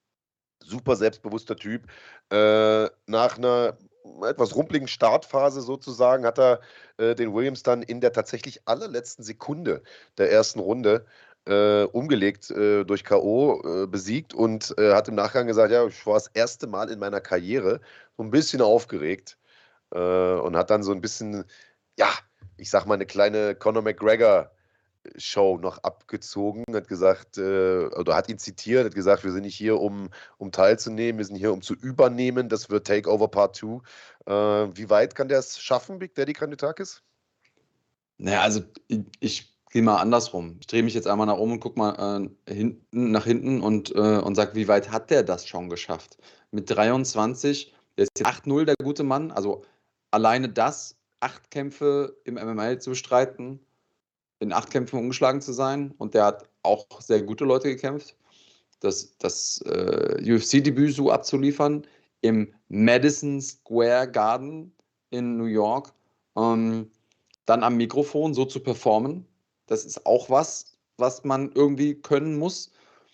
A: Super selbstbewusster Typ. Äh, nach einer etwas rumpeligen Startphase sozusagen hat er äh, den Williams dann in der tatsächlich allerletzten Sekunde der ersten Runde äh, umgelegt, äh, durch K O äh, besiegt und äh, hat im Nachgang gesagt, ja, ich war das erste Mal in meiner Karriere so ein bisschen aufgeregt äh, und hat dann so ein bisschen, ja, ich sag mal, eine kleine Conor McGregor Show noch abgezogen, hat gesagt, äh, oder hat ihn zitiert, hat gesagt, wir sind nicht hier, um, um teilzunehmen, wir sind hier, um zu übernehmen. Das wird Takeover Part zwei. Äh, wie weit kann der es schaffen, Big Daddy Kanyotakis?
B: Naja, also ich, ich gehe mal andersrum. Ich drehe mich jetzt einmal nach oben und gucke mal äh, hinten, nach hinten und, äh, und sage, wie weit hat der das schon geschafft? Mit dreiundzwanzig, der ist jetzt acht null, der gute Mann. Also alleine das, acht Kämpfe im M M A zu bestreiten, in acht Kämpfen ungeschlagen zu sein. Und der hat auch sehr gute Leute gekämpft. Das, das äh, U F C-Debüt so abzuliefern im Madison Square Garden in New York. Ähm, dann am Mikrofon so zu performen, das ist auch was, was man irgendwie können muss.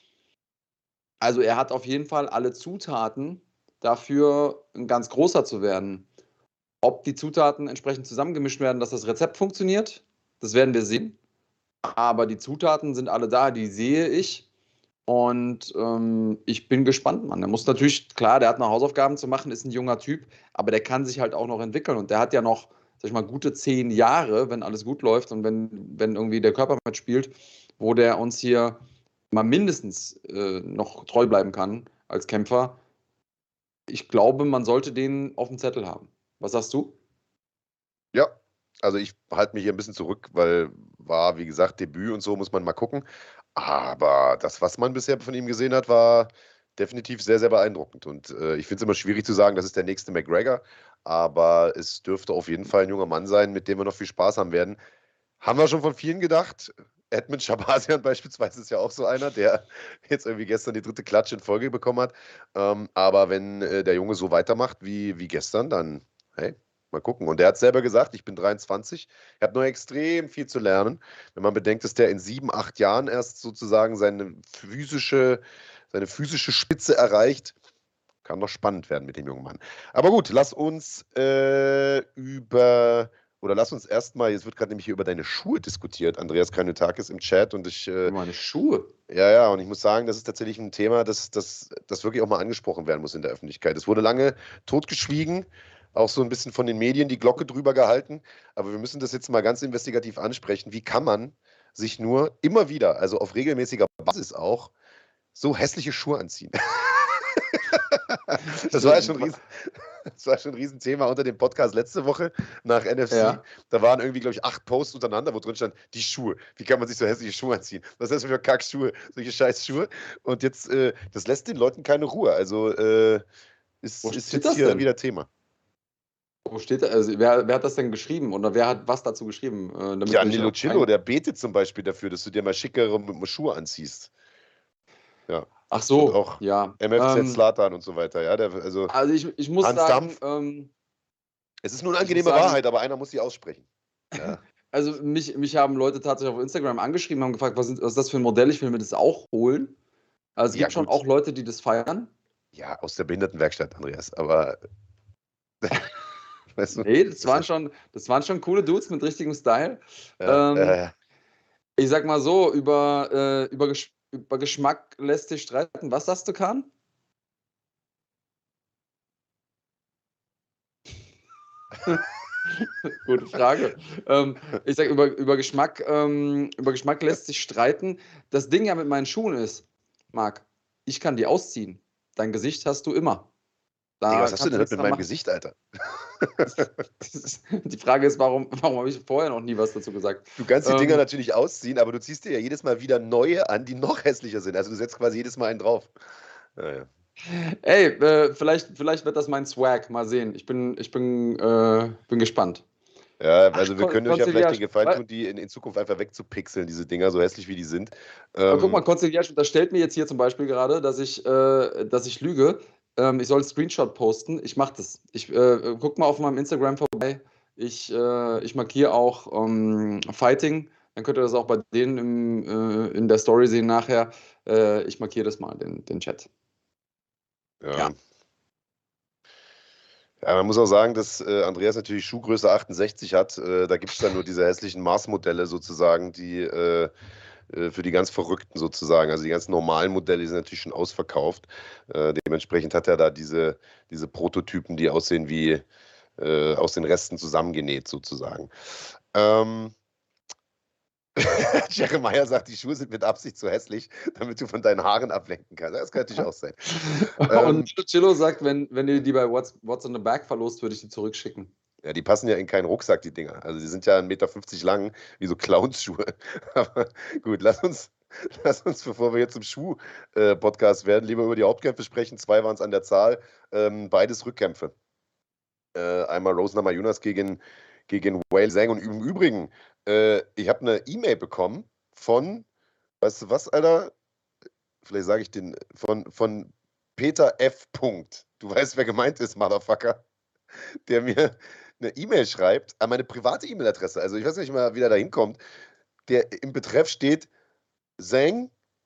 B: Also er hat auf jeden Fall alle Zutaten dafür, ein ganz großer zu werden. Ob die Zutaten entsprechend zusammengemischt werden, dass das Rezept funktioniert, das werden wir sehen. Aber die Zutaten sind alle da, die sehe ich. Und ähm, ich bin gespannt, Mann. Der muss natürlich, klar, der hat noch Hausaufgaben zu machen, ist ein junger Typ, aber der kann sich halt auch noch entwickeln. Und der hat ja noch, sag ich mal, gute zehn Jahre, wenn alles gut läuft und wenn, wenn irgendwie der Körper mitspielt, wo der uns hier mal mindestens äh, noch treu bleiben kann als Kämpfer. Ich glaube, man sollte den auf dem Zettel haben. Was sagst du?
A: Ja, also ich halte mich hier ein bisschen zurück, weil war, wie gesagt, Debüt und so, muss man mal gucken. Aber das, was man bisher von ihm gesehen hat, war definitiv sehr, sehr beeindruckend. Und äh, ich finde es immer schwierig zu sagen, das ist der nächste McGregor. Aber es dürfte auf jeden Fall ein junger Mann sein, mit dem wir noch viel Spaß haben werden. Haben wir schon von vielen gedacht. Edmund Shabazian beispielsweise ist ja auch so einer, der jetzt irgendwie gestern die dritte Klatsche in Folge bekommen hat. Ähm, aber wenn äh, der Junge so weitermacht wie, wie gestern, dann, hey, mal gucken. Und der hat selber gesagt, ich bin dreiundzwanzig, ich habe noch extrem viel zu lernen. Wenn man bedenkt, dass der in sieben, acht Jahren erst sozusagen seine physische, seine physische Spitze erreicht, kann noch spannend werden mit dem jungen Mann. Aber gut, lass uns äh, über, oder lass uns erstmal, jetzt wird gerade nämlich hier über deine Schuhe diskutiert, Andreas Kanyotakis im Chat und ich, äh,
B: Über meine Schuhe.
A: ja, ja, und ich muss sagen, das ist tatsächlich ein Thema, das, das, das wirklich auch mal angesprochen werden muss in der Öffentlichkeit. Es wurde lange totgeschwiegen, auch so ein bisschen von den Medien die Glocke drüber gehalten, aber wir müssen das jetzt mal ganz investigativ ansprechen. Wie kann man sich nur immer wieder, also auf regelmäßiger Basis auch, so hässliche Schuhe anziehen? Das war ja schon ein Riesen, das war schon ein Riesenthema unter dem Podcast letzte Woche nach N F C.
B: Ja.
A: Da waren irgendwie, glaube ich, acht Posts untereinander, wo drin stand, die Schuhe. Wie kann man sich so hässliche Schuhe anziehen? Was ist das für Kackschuhe? Solche scheiß Schuhe. Und jetzt, äh, das lässt den Leuten keine Ruhe. Also äh, ist,
B: Wo
A: ist
B: steht
A: jetzt
B: das
A: hier
B: denn?
A: wieder Thema.
B: Wo steht da, also wer, wer hat das denn geschrieben oder wer hat was dazu geschrieben? Äh, damit
A: Ja,
B: wir nicht
A: Nilo
B: auf
A: Chillo,
B: ein...
A: der betet zum Beispiel dafür, dass du dir mal schickere Schuhe anziehst. Ja.
B: Ach
A: Und
B: so,
A: auch
B: ja.
A: M F Z
B: Ähm,
A: Zlatan und so weiter. Ja, der, also
B: also ich, ich muss
A: Hans
B: sagen,
A: Dampf.
B: ähm,
A: Es ist nur eine
B: ich muss
A: angenehme
B: sagen,
A: Wahrheit, aber einer muss sie aussprechen. Ja.
B: also mich, mich haben Leute tatsächlich auf Instagram angeschrieben, haben gefragt, was, sind, was ist das für ein Modell? Ich will mir das auch holen. Also es
A: Ja,
B: gibt schon
A: gut.
B: auch Leute, die das feiern.
A: Ja, aus der Behindertenwerkstatt, Andreas. Aber weißt du,
B: Nee, das
A: das
B: waren
A: ist,
B: schon, das waren schon coole Dudes mit richtigem Style.
A: ja,
B: Ähm,
A: äh,
B: ich sag mal so, über, äh, über, Gesch über Geschmack lässt sich streiten. Was sagst du, Kahn? Gute Frage. Ähm, ich sage, über, über, Geschmack, ähm, über Geschmack lässt sich streiten. Das Ding ja mit meinen Schuhen ist, Marc, ich kann die ausziehen. Dein Gesicht hast du immer.
A: Digga,
B: Da
A: was hast du
B: kannst
A: denn
B: du
A: heute
B: nichts
A: mit
B: dran
A: meinem
B: machen.
A: Gesicht, Alter?
B: Die Frage ist, warum, warum habe ich vorher noch nie was dazu gesagt?
A: Du kannst die Dinger
B: Ähm,
A: natürlich ausziehen, aber du ziehst dir ja jedes Mal wieder neue an, die noch hässlicher sind. Also du setzt quasi jedes Mal einen drauf. Naja.
B: ey, äh, vielleicht, vielleicht wird das mein Swag. Mal sehen. Ich bin, ich bin, äh, bin gespannt.
A: Ja,
B: Ach,
A: also wir
B: Kon
A: können euch ja vielleicht den
B: Conciliation.
A: Gefallen
B: Weil,
A: tun, die in, in Zukunft einfach wegzupixeln, diese Dinger, so hässlich wie die sind.
B: aber guck mal,
A: Ähm,
B: Conciliation, das stellt mir jetzt hier zum Beispiel gerade, dass ich, äh, dass ich lüge. Ähm, ich soll einen Screenshot posten. Ich mache das. Ich äh, guck mal auf meinem Instagram vorbei. Ich, äh, ich markiere auch ähm, Fighting. Dann könnt ihr das auch bei denen im, äh, in der Story sehen nachher. Äh, ich markiere das mal, den, den Chat.
A: ja.
B: Ja.
A: Ja, man muss auch sagen, dass äh, Andreas natürlich Schuhgröße achtundsechzig hat. Äh, da gibt es dann nur diese hässlichen Maßmodelle sozusagen, die äh, äh, für die ganz Verrückten sozusagen. Also die ganzen normalen Modelle die sind natürlich schon ausverkauft. Äh, dementsprechend hat er da diese, diese Prototypen, die aussehen wie äh, aus den Resten zusammengenäht sozusagen. Ähm, Jeremiah sagt, die Schuhe sind mit Absicht zu hässlich, damit du von deinen Haaren ablenken kannst. Das kann natürlich auch sein.
B: Und
A: Ähm,
B: Chillo sagt, wenn, wenn ihr die bei What's, What's on the Bag verlost, würde ich die zurückschicken.
A: ja, die passen ja in keinen Rucksack, die Dinger. Also die sind ja eins Meter fünfzig lang, wie so Clownsschuhe. Aber gut, lass uns, lass uns, bevor wir jetzt zum Schuh-Podcast werden, lieber über die Hauptkämpfe sprechen. Zwei waren es an der Zahl. Ähm, beides Rückkämpfe. Äh, einmal Rose Namajunas gegen, gegen Whale Zhang. Und im Übrigen, äh, ich habe eine E-Mail bekommen von, weißt du was, Alter? Vielleicht sage ich den, von, von Peter F. Punkt. Du weißt, wer gemeint ist, Motherfucker. Der mir eine E-Mail schreibt an meine private E-Mail-Adresse. Also ich weiß nicht mal, wie der da hinkommt. Der im Betreff steht Zhang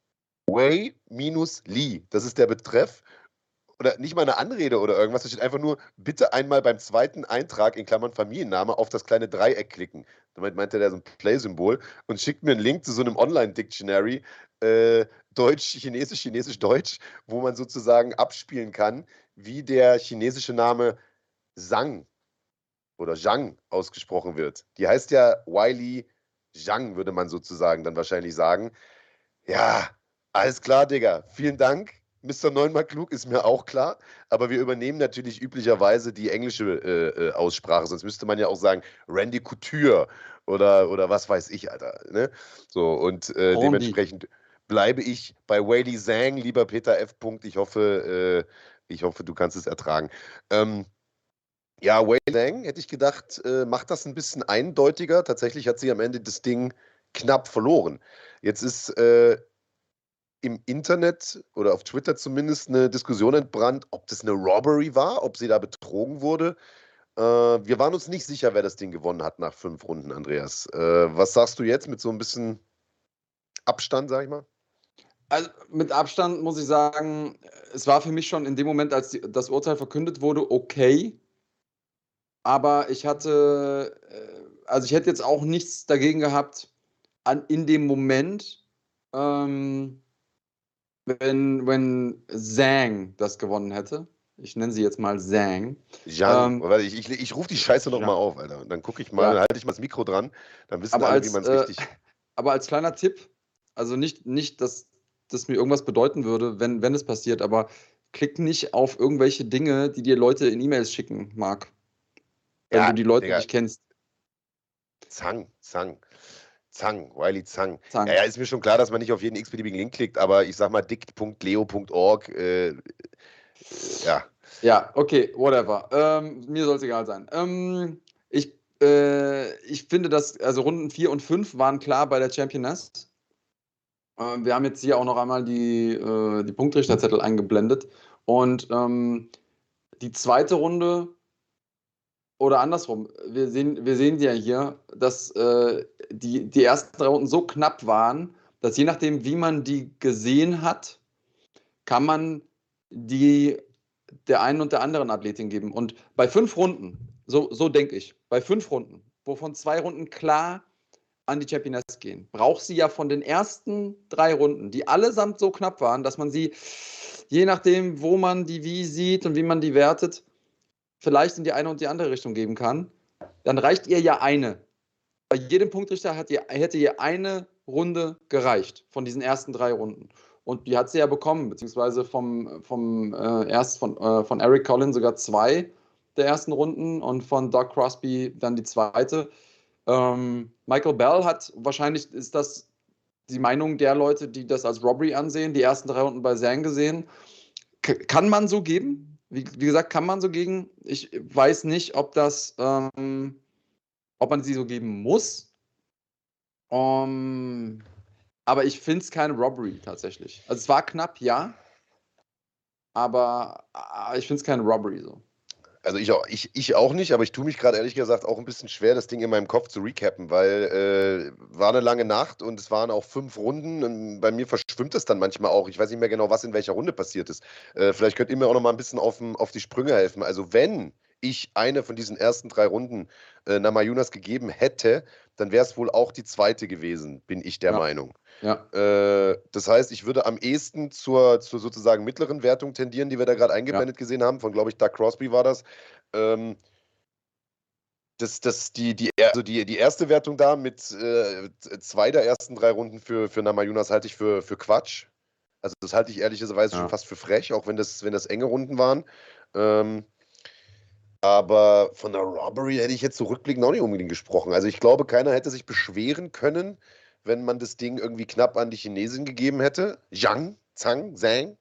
A: Wei minus Li. Das ist der Betreff. Oder nicht mal eine Anrede oder irgendwas. Da steht einfach nur, bitte einmal beim zweiten Eintrag in Klammern Familienname auf das kleine Dreieck klicken. Damit meinte der so ein Play-Symbol und schickt mir einen Link zu so einem Online-Dictionary, äh, Deutsch, Chinesisch, Chinesisch, Deutsch, wo man sozusagen abspielen kann, wie der chinesische Name Zhang oder Zhang ausgesprochen wird. Die heißt ja Wiley Zhang, würde man sozusagen dann wahrscheinlich sagen. Ja, alles klar, Digga. Vielen Dank. Mister Neunmal klug ist mir auch klar, aber wir übernehmen natürlich üblicherweise die englische äh, äh, Aussprache, sonst müsste man ja auch sagen Randy Couture oder, oder was weiß ich, Alter. Ne? So, und äh,
B: Randy.
A: dementsprechend bleibe ich bei Wiley Zhang, lieber Peter F. Punkt. Ich hoffe, äh, ich hoffe, du kannst es ertragen. Ähm, ja, Wei Lang, hätte ich gedacht, äh, macht das ein bisschen eindeutiger. Tatsächlich hat sie am Ende das Ding knapp verloren. Jetzt ist äh, im Internet oder auf Twitter zumindest eine Diskussion entbrannt, ob das eine Robbery war, ob sie da betrogen wurde. Äh, wir waren uns nicht sicher, wer das Ding gewonnen hat nach fünf Runden, Andreas. Äh, was sagst du jetzt mit so ein bisschen Abstand, sag ich mal?
B: Also mit Abstand muss ich sagen, es war für mich schon in dem Moment, als die, das Urteil verkündet wurde, okay. Aber ich hatte, äh, also ich hätte jetzt auch nichts dagegen gehabt, an, in dem Moment, ähm, wenn, wenn Zhang das gewonnen hätte. Ich nenne sie jetzt mal Zhang.
A: Zhang,
B: Ähm,
A: warte, ich, ich, ich rufe die Scheiße nochmal
B: Zhang.
A: auf, Alter. Und dann gucke ich mal, dann
B: Ja,
A: halte ich mal das Mikro dran, dann wissen
B: aber
A: alle, wie
B: als,
A: man es
B: äh,
A: richtig.
B: aber als kleiner Tipp, also nicht, nicht dass das mir irgendwas bedeuten würde, wenn, wenn es passiert, aber klick nicht auf irgendwelche Dinge, die dir Leute in E-Mails schicken, Marc, wenn du
A: Ja,
B: die Leute
A: Digga,
B: nicht kennst.
A: Zhang, Zhang. Zhang, Wiley Zhang. Ja,
B: Zhang.
A: ja, ist mir schon klar, dass man nicht auf jeden x-beliebigen Link klickt, aber ich sag mal dict punkt leo punkt org, äh, äh, ja.
B: Ja, okay, whatever. Ähm, mir soll es egal sein. Ähm, ich, äh, ich finde, dass also Runden vier und fünf waren klar bei der Championess. Ähm, wir haben jetzt hier auch noch einmal die, äh, die Punktrichterzettel eingeblendet. Und ähm, die zweite Runde oder andersrum, wir sehen, wir sehen ja hier, dass äh, die, die ersten drei Runden so knapp waren, dass je nachdem, wie man die gesehen hat, kann man die der einen und der anderen Athletin geben. Und bei fünf Runden, so, so denke ich, bei fünf Runden, wovon zwei Runden klar an die Championess gehen, braucht sie ja von den ersten drei Runden, die allesamt so knapp waren, dass man sie, je nachdem, wo man die wie sieht und wie man die wertet, vielleicht in die eine und die andere Richtung geben kann, dann reicht ihr ja eine. Bei jedem Punktrichter hat ihr, hätte ihr eine Runde gereicht von diesen ersten drei Runden. Und die hat sie ja bekommen, beziehungsweise vom, vom äh, erst von, äh, von Eric Collins sogar zwei der ersten Runden und von Doug Crosby dann die zweite. Ähm, Michael Bell hat, wahrscheinlich ist das die Meinung der Leute, die das als Robbery ansehen, die ersten drei Runden bei Zhang gesehen. K kann man so geben? Wie, wie, gesagt, kann man so geben. Ich weiß nicht, ob das, ähm, ob man sie so geben muss. Um, aber ich finde es keine Robbery tatsächlich. Also es war knapp, ja, aber äh, ich finde es keine Robbery so.
A: Also ich auch, ich, ich auch nicht, aber ich tue mich gerade ehrlich gesagt auch ein bisschen schwer, das Ding in meinem Kopf zu recappen, weil äh, war eine lange Nacht und es waren auch fünf Runden. Und bei mir verschwimmt es dann manchmal auch. Ich weiß nicht mehr genau, was in welcher Runde passiert ist. Äh, vielleicht könnt ihr mir auch noch mal ein bisschen auf, auf die Sprünge helfen. Also wenn ich eine von diesen ersten drei Runden äh, Namajunas gegeben hätte, dann wäre es wohl auch die zweite gewesen, bin ich der
B: Ja,
A: Meinung.
B: ja,
A: Äh, das heißt, ich würde am ehesten zur, zur sozusagen mittleren Wertung tendieren, die wir da gerade
B: ja.
A: eingeblendet gesehen haben. Von, glaube ich, Doug Crosby war das. Ähm, Das, das, die, die, also die, die erste Wertung da mit äh, zwei der ersten drei Runden für, für Namajunas halte ich für, für Quatsch. Also das halte ich ehrlicherweise schon
B: Ja.
A: fast für frech, auch wenn das, wenn das enge Runden waren. Ähm, aber von der Robbery hätte ich jetzt so rückblickend auch nicht unbedingt gesprochen. Also ich glaube, keiner hätte sich beschweren können, wenn man das Ding irgendwie knapp an die Chinesin gegeben hätte. Zhang, Zhang, Zhang.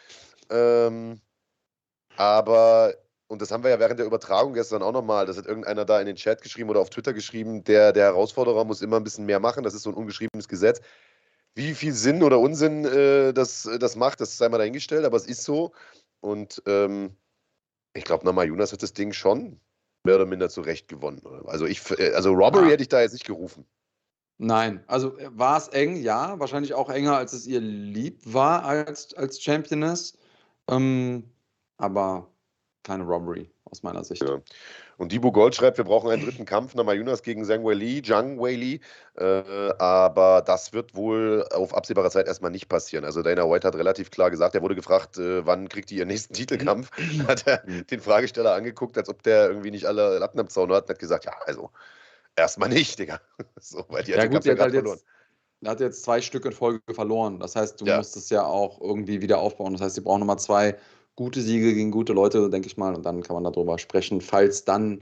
A: Ähm, aber, und das haben wir ja während der Übertragung gestern auch nochmal, das hat irgendeiner da in den Chat geschrieben oder auf Twitter geschrieben, der, der Herausforderer muss immer ein bisschen mehr machen, das ist so ein ungeschriebenes Gesetz. Wie viel Sinn oder Unsinn äh, das, das macht, das sei mal dahingestellt, aber es ist so. Und ähm, ich glaube, Namajunas hat das Ding schon mehr oder minder zurecht gewonnen. Also, ich, äh, also Robbery
B: Ja.
A: hätte ich da jetzt nicht gerufen.
B: Nein, also äh, war es eng, ja, wahrscheinlich auch enger, als es ihr lieb war als, als Championess. Ähm, aber keine Robbery aus meiner Sicht.
A: Ja. Und Dibu Gold schreibt, wir brauchen einen dritten Kampf, Namajunas gegen Zhang Weili, Zhang Weili. Äh, aber das wird wohl auf absehbare Zeit erstmal nicht passieren. Also Dana White hat relativ klar gesagt, er wurde gefragt, äh, wann kriegt die ihren nächsten Titelkampf. Hat er den Fragesteller angeguckt, als ob der irgendwie nicht alle Latten am Zaun hat und hat gesagt, ja, also erstmal nicht, Digga. So, weil die hat
B: Ja
A: den
B: gut,
A: Kampf
B: sie
A: ja
B: hat
A: gerade
B: halt
A: verloren.
B: jetzt, hat jetzt zwei Stück in Folge verloren. Das heißt, du
A: Ja.
B: musst es ja auch irgendwie wieder aufbauen. Das heißt, sie brauchen nochmal zwei gute Siege gegen gute Leute, denke ich mal. Und dann kann man darüber sprechen, falls dann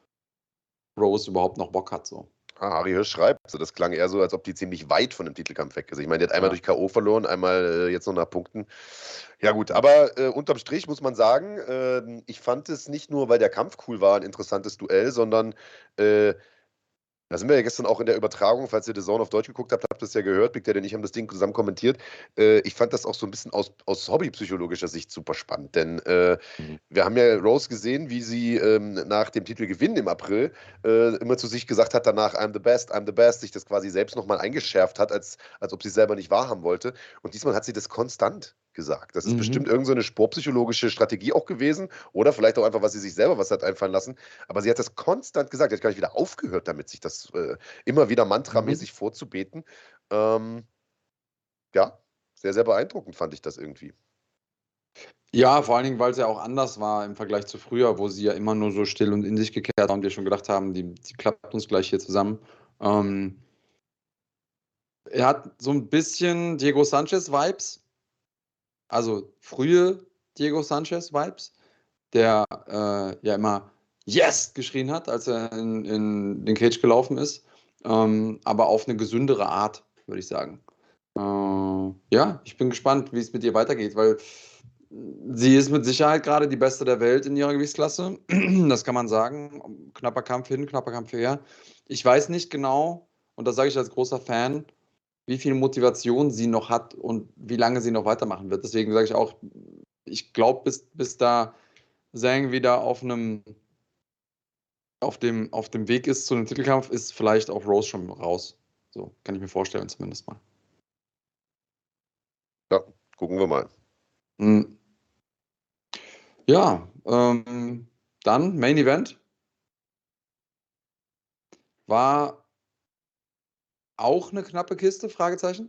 B: Rose überhaupt noch Bock hat. So.
A: Ah, Harry Hirsch schreibt, also das klang eher so, als ob die ziemlich weit von dem Titelkampf weg ist. Ich meine, die hat einmal
B: Ja.
A: durch K O verloren, einmal äh, jetzt noch nach Punkten. Ja gut, aber äh, unterm Strich muss man sagen, äh, ich fand es nicht nur, weil der Kampf cool war, ein interessantes Duell, sondern äh, da sind wir ja gestern auch in der Übertragung, falls ihr The Zone auf Deutsch geguckt habt, habt ihr das ja gehört. Big Daddy und ich haben das Ding zusammen kommentiert. Äh, ich fand das auch so ein bisschen aus, aus hobbypsychologischer Sicht super spannend, denn äh,
B: Mhm.
A: wir haben ja Rose gesehen, wie sie ähm, nach dem Titelgewinn im April äh, immer zu sich gesagt hat, danach I'm the best, I'm the best, sich das quasi selbst nochmal eingeschärft hat, als, als ob sie es selber nicht wahrhaben wollte. Und diesmal hat sie das konstant gesagt. Das ist bestimmt
B: Mhm.
A: irgend so eine sportpsychologische Strategie auch gewesen oder vielleicht auch einfach, was sie sich selber was hat einfallen lassen. Aber sie hat das konstant gesagt. Sie hat gar nicht wieder aufgehört damit, sich das äh, immer wieder
B: Mhm.
A: mantramäßig vorzubeten. Ähm, ja, sehr, sehr beeindruckend fand ich das irgendwie.
B: Ja, vor allen Dingen, weil es ja auch anders war im Vergleich zu früher, wo sie ja immer nur so still und in sich gekehrt haben und wir schon gedacht haben, die, die klappt uns gleich hier zusammen. Ähm, er hat so ein bisschen Diego Sanchez-Vibes, also frühe Diego Sanchez-Vibes, der äh, ja immer Yes geschrien hat, als er in, in den Cage gelaufen ist, ähm, aber auf eine gesündere Art, würde ich sagen. Äh, ja, ich bin gespannt, wie es mit ihr weitergeht, weil sie ist mit Sicherheit gerade die Beste der Welt in ihrer Gewichtsklasse. Das kann man sagen. Knapper Kampf hin, knapper Kampf her. Ich weiß nicht genau, und das sage ich als großer Fan, wie viel Motivation sie noch hat und wie lange sie noch weitermachen wird. Deswegen sage ich auch, ich glaube, bis, bis da Zhang wieder auf einem auf dem, auf dem Weg ist zu einem Titelkampf, ist vielleicht auch Rose schon raus. So, kann ich mir vorstellen, zumindest mal.
A: Ja, gucken wir mal.
B: Mhm. Ja, ähm, dann Main Event. War auch eine knappe Kiste? Fragezeichen.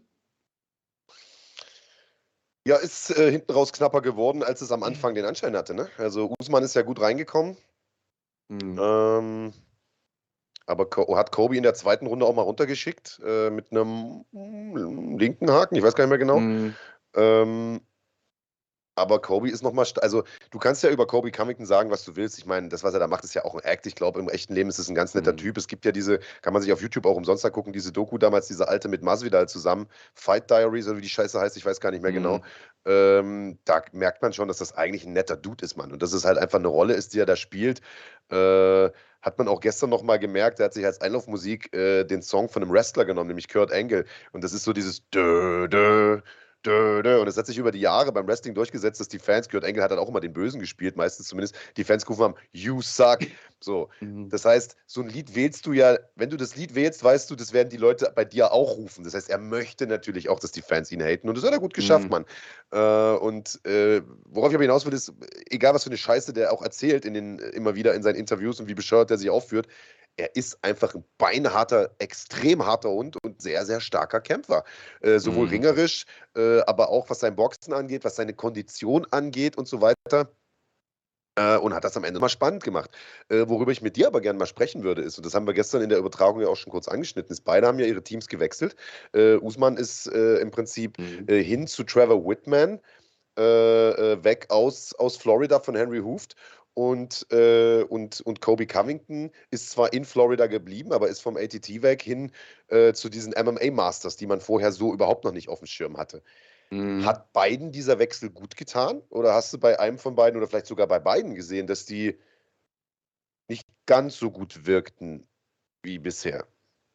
A: Ja, ist äh, hinten raus knapper geworden, als es am Anfang den Anschein hatte. Ne? Also Usman ist ja gut reingekommen.
B: Mhm.
A: Ähm, aber Ko hat Kobe in der zweiten Runde auch mal runtergeschickt äh, mit einem mm, linken Haken, ich weiß gar nicht mehr genau.
B: Mhm.
A: Ähm, Aber Kobe ist nochmal, also du kannst ja über Kobe Covington sagen, was du willst. Ich meine, das, was er da macht, ist ja auch ein Act. Ich glaube, im echten Leben ist es ein ganz netter
B: Mhm.
A: Typ. Es gibt ja diese, kann man sich auf YouTube auch umsonst angucken, diese Doku damals, diese alte mit Masvidal zusammen, Fight Diaries oder wie die Scheiße heißt, ich weiß gar nicht mehr genau.
B: Mhm.
A: Ähm, da merkt man schon, dass das eigentlich ein netter Dude ist, Mann. Und dass es halt einfach eine Rolle ist, die er da spielt. Äh, hat man auch gestern nochmal gemerkt, er hat sich als Einlaufmusik äh, den Song von einem Wrestler genommen, nämlich Kurt Angle. Und das ist so dieses Dö, Dö, Dö, dö. Und es hat sich über die Jahre beim Wrestling durchgesetzt, dass die Fans, Kurt Angle hat dann auch immer den Bösen gespielt, meistens zumindest, die Fans gerufen haben, you suck. So.
B: Mhm.
A: Das heißt, so ein Lied wählst du ja, wenn du das Lied wählst, weißt du, das werden die Leute bei dir auch rufen. Das heißt, er möchte natürlich auch, dass die Fans ihn haten. Und das hat er gut geschafft,
B: Mhm.
A: Mann. Äh, und äh, worauf ich aber hinaus will, ist, egal was für eine Scheiße der auch erzählt, in den, immer wieder in seinen Interviews und wie bescheuert er sich aufführt, er ist einfach ein beinharter, extrem harter Hund und sehr, sehr starker Kämpfer. Äh, sowohl
B: Mhm.
A: ringerisch, äh, aber auch was sein Boxen angeht, was seine Kondition angeht und so weiter. Äh, und hat das am Ende mal spannend gemacht. Äh, worüber ich mit dir aber gerne mal sprechen würde, ist, und das haben wir gestern in der Übertragung ja auch schon kurz angeschnitten, ist, beide haben ja ihre Teams gewechselt. Äh, Usman ist äh, im Prinzip
B: Mhm.
A: äh, hin zu Trevor Whitman, äh, äh, weg aus, aus Florida von Henry Hooft. Und, äh, und, und Kobe Covington ist zwar in Florida geblieben, aber ist vom A T T weg hin äh, zu diesen M M A Masters, die man vorher so überhaupt noch nicht auf dem Schirm hatte.
B: Mhm.
A: Hat beiden dieser Wechsel gut getan? Oder hast du bei einem von beiden oder vielleicht sogar bei beiden gesehen, dass die nicht ganz so gut wirkten wie bisher?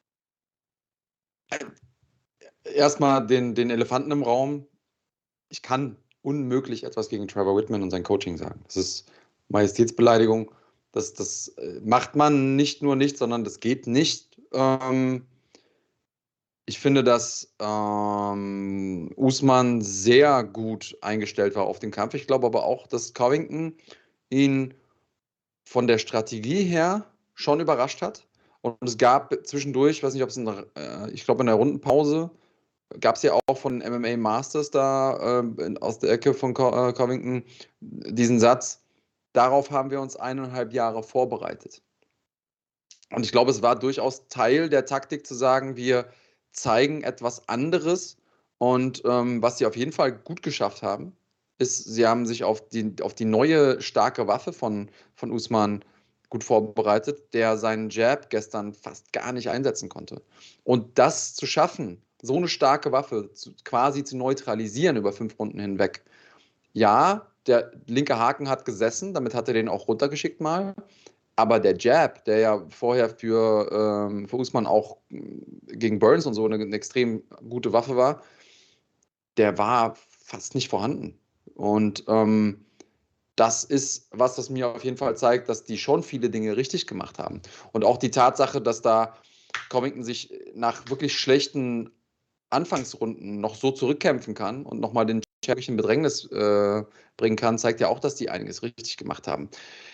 B: Erstmal den, den Elefanten im Raum. Ich kann unmöglich etwas gegen Trevor Whitman und sein Coaching sagen. Das ist Majestätsbeleidigung. Das, das äh, macht man nicht nur nicht, sondern das geht nicht. Ähm, ich finde, dass ähm, Usman sehr gut eingestellt war auf den Kampf. Ich glaube aber auch, dass Covington ihn von der Strategie her schon überrascht hat. Und es gab zwischendurch, ich weiß nicht, ob es in der, äh, ich glaube in der Rundenpause, gab es ja auch von M M A Masters da äh, aus der Ecke von Co äh, Covington diesen Satz, darauf haben wir uns eineinhalb Jahre vorbereitet. Und ich glaube, es war durchaus Teil der Taktik zu sagen, wir zeigen etwas anderes. Und ähm, was sie auf jeden Fall gut geschafft haben, ist, sie haben sich auf die, auf die neue starke Waffe von, von Usman gut vorbereitet, der seinen Jab gestern fast gar nicht einsetzen konnte. Und das zu schaffen, so eine starke Waffe zu, quasi zu neutralisieren über fünf Runden hinweg. Ja, der linke Haken hat gesessen, damit hat er den auch runtergeschickt mal. Aber der Jab, der ja vorher für, ähm, für Usman auch gegen Burns und so eine, eine extrem gute Waffe war, der war fast nicht vorhanden. Und ähm, das ist was, das mir auf jeden Fall zeigt, dass die schon viele Dinge richtig gemacht haben. Und auch die Tatsache, dass da Covington sich nach wirklich schlechten Anfangsrunden noch so zurückkämpfen kann und nochmal den Champion in Bedrängnis äh, bringen kann, zeigt ja auch, dass die einiges richtig gemacht haben.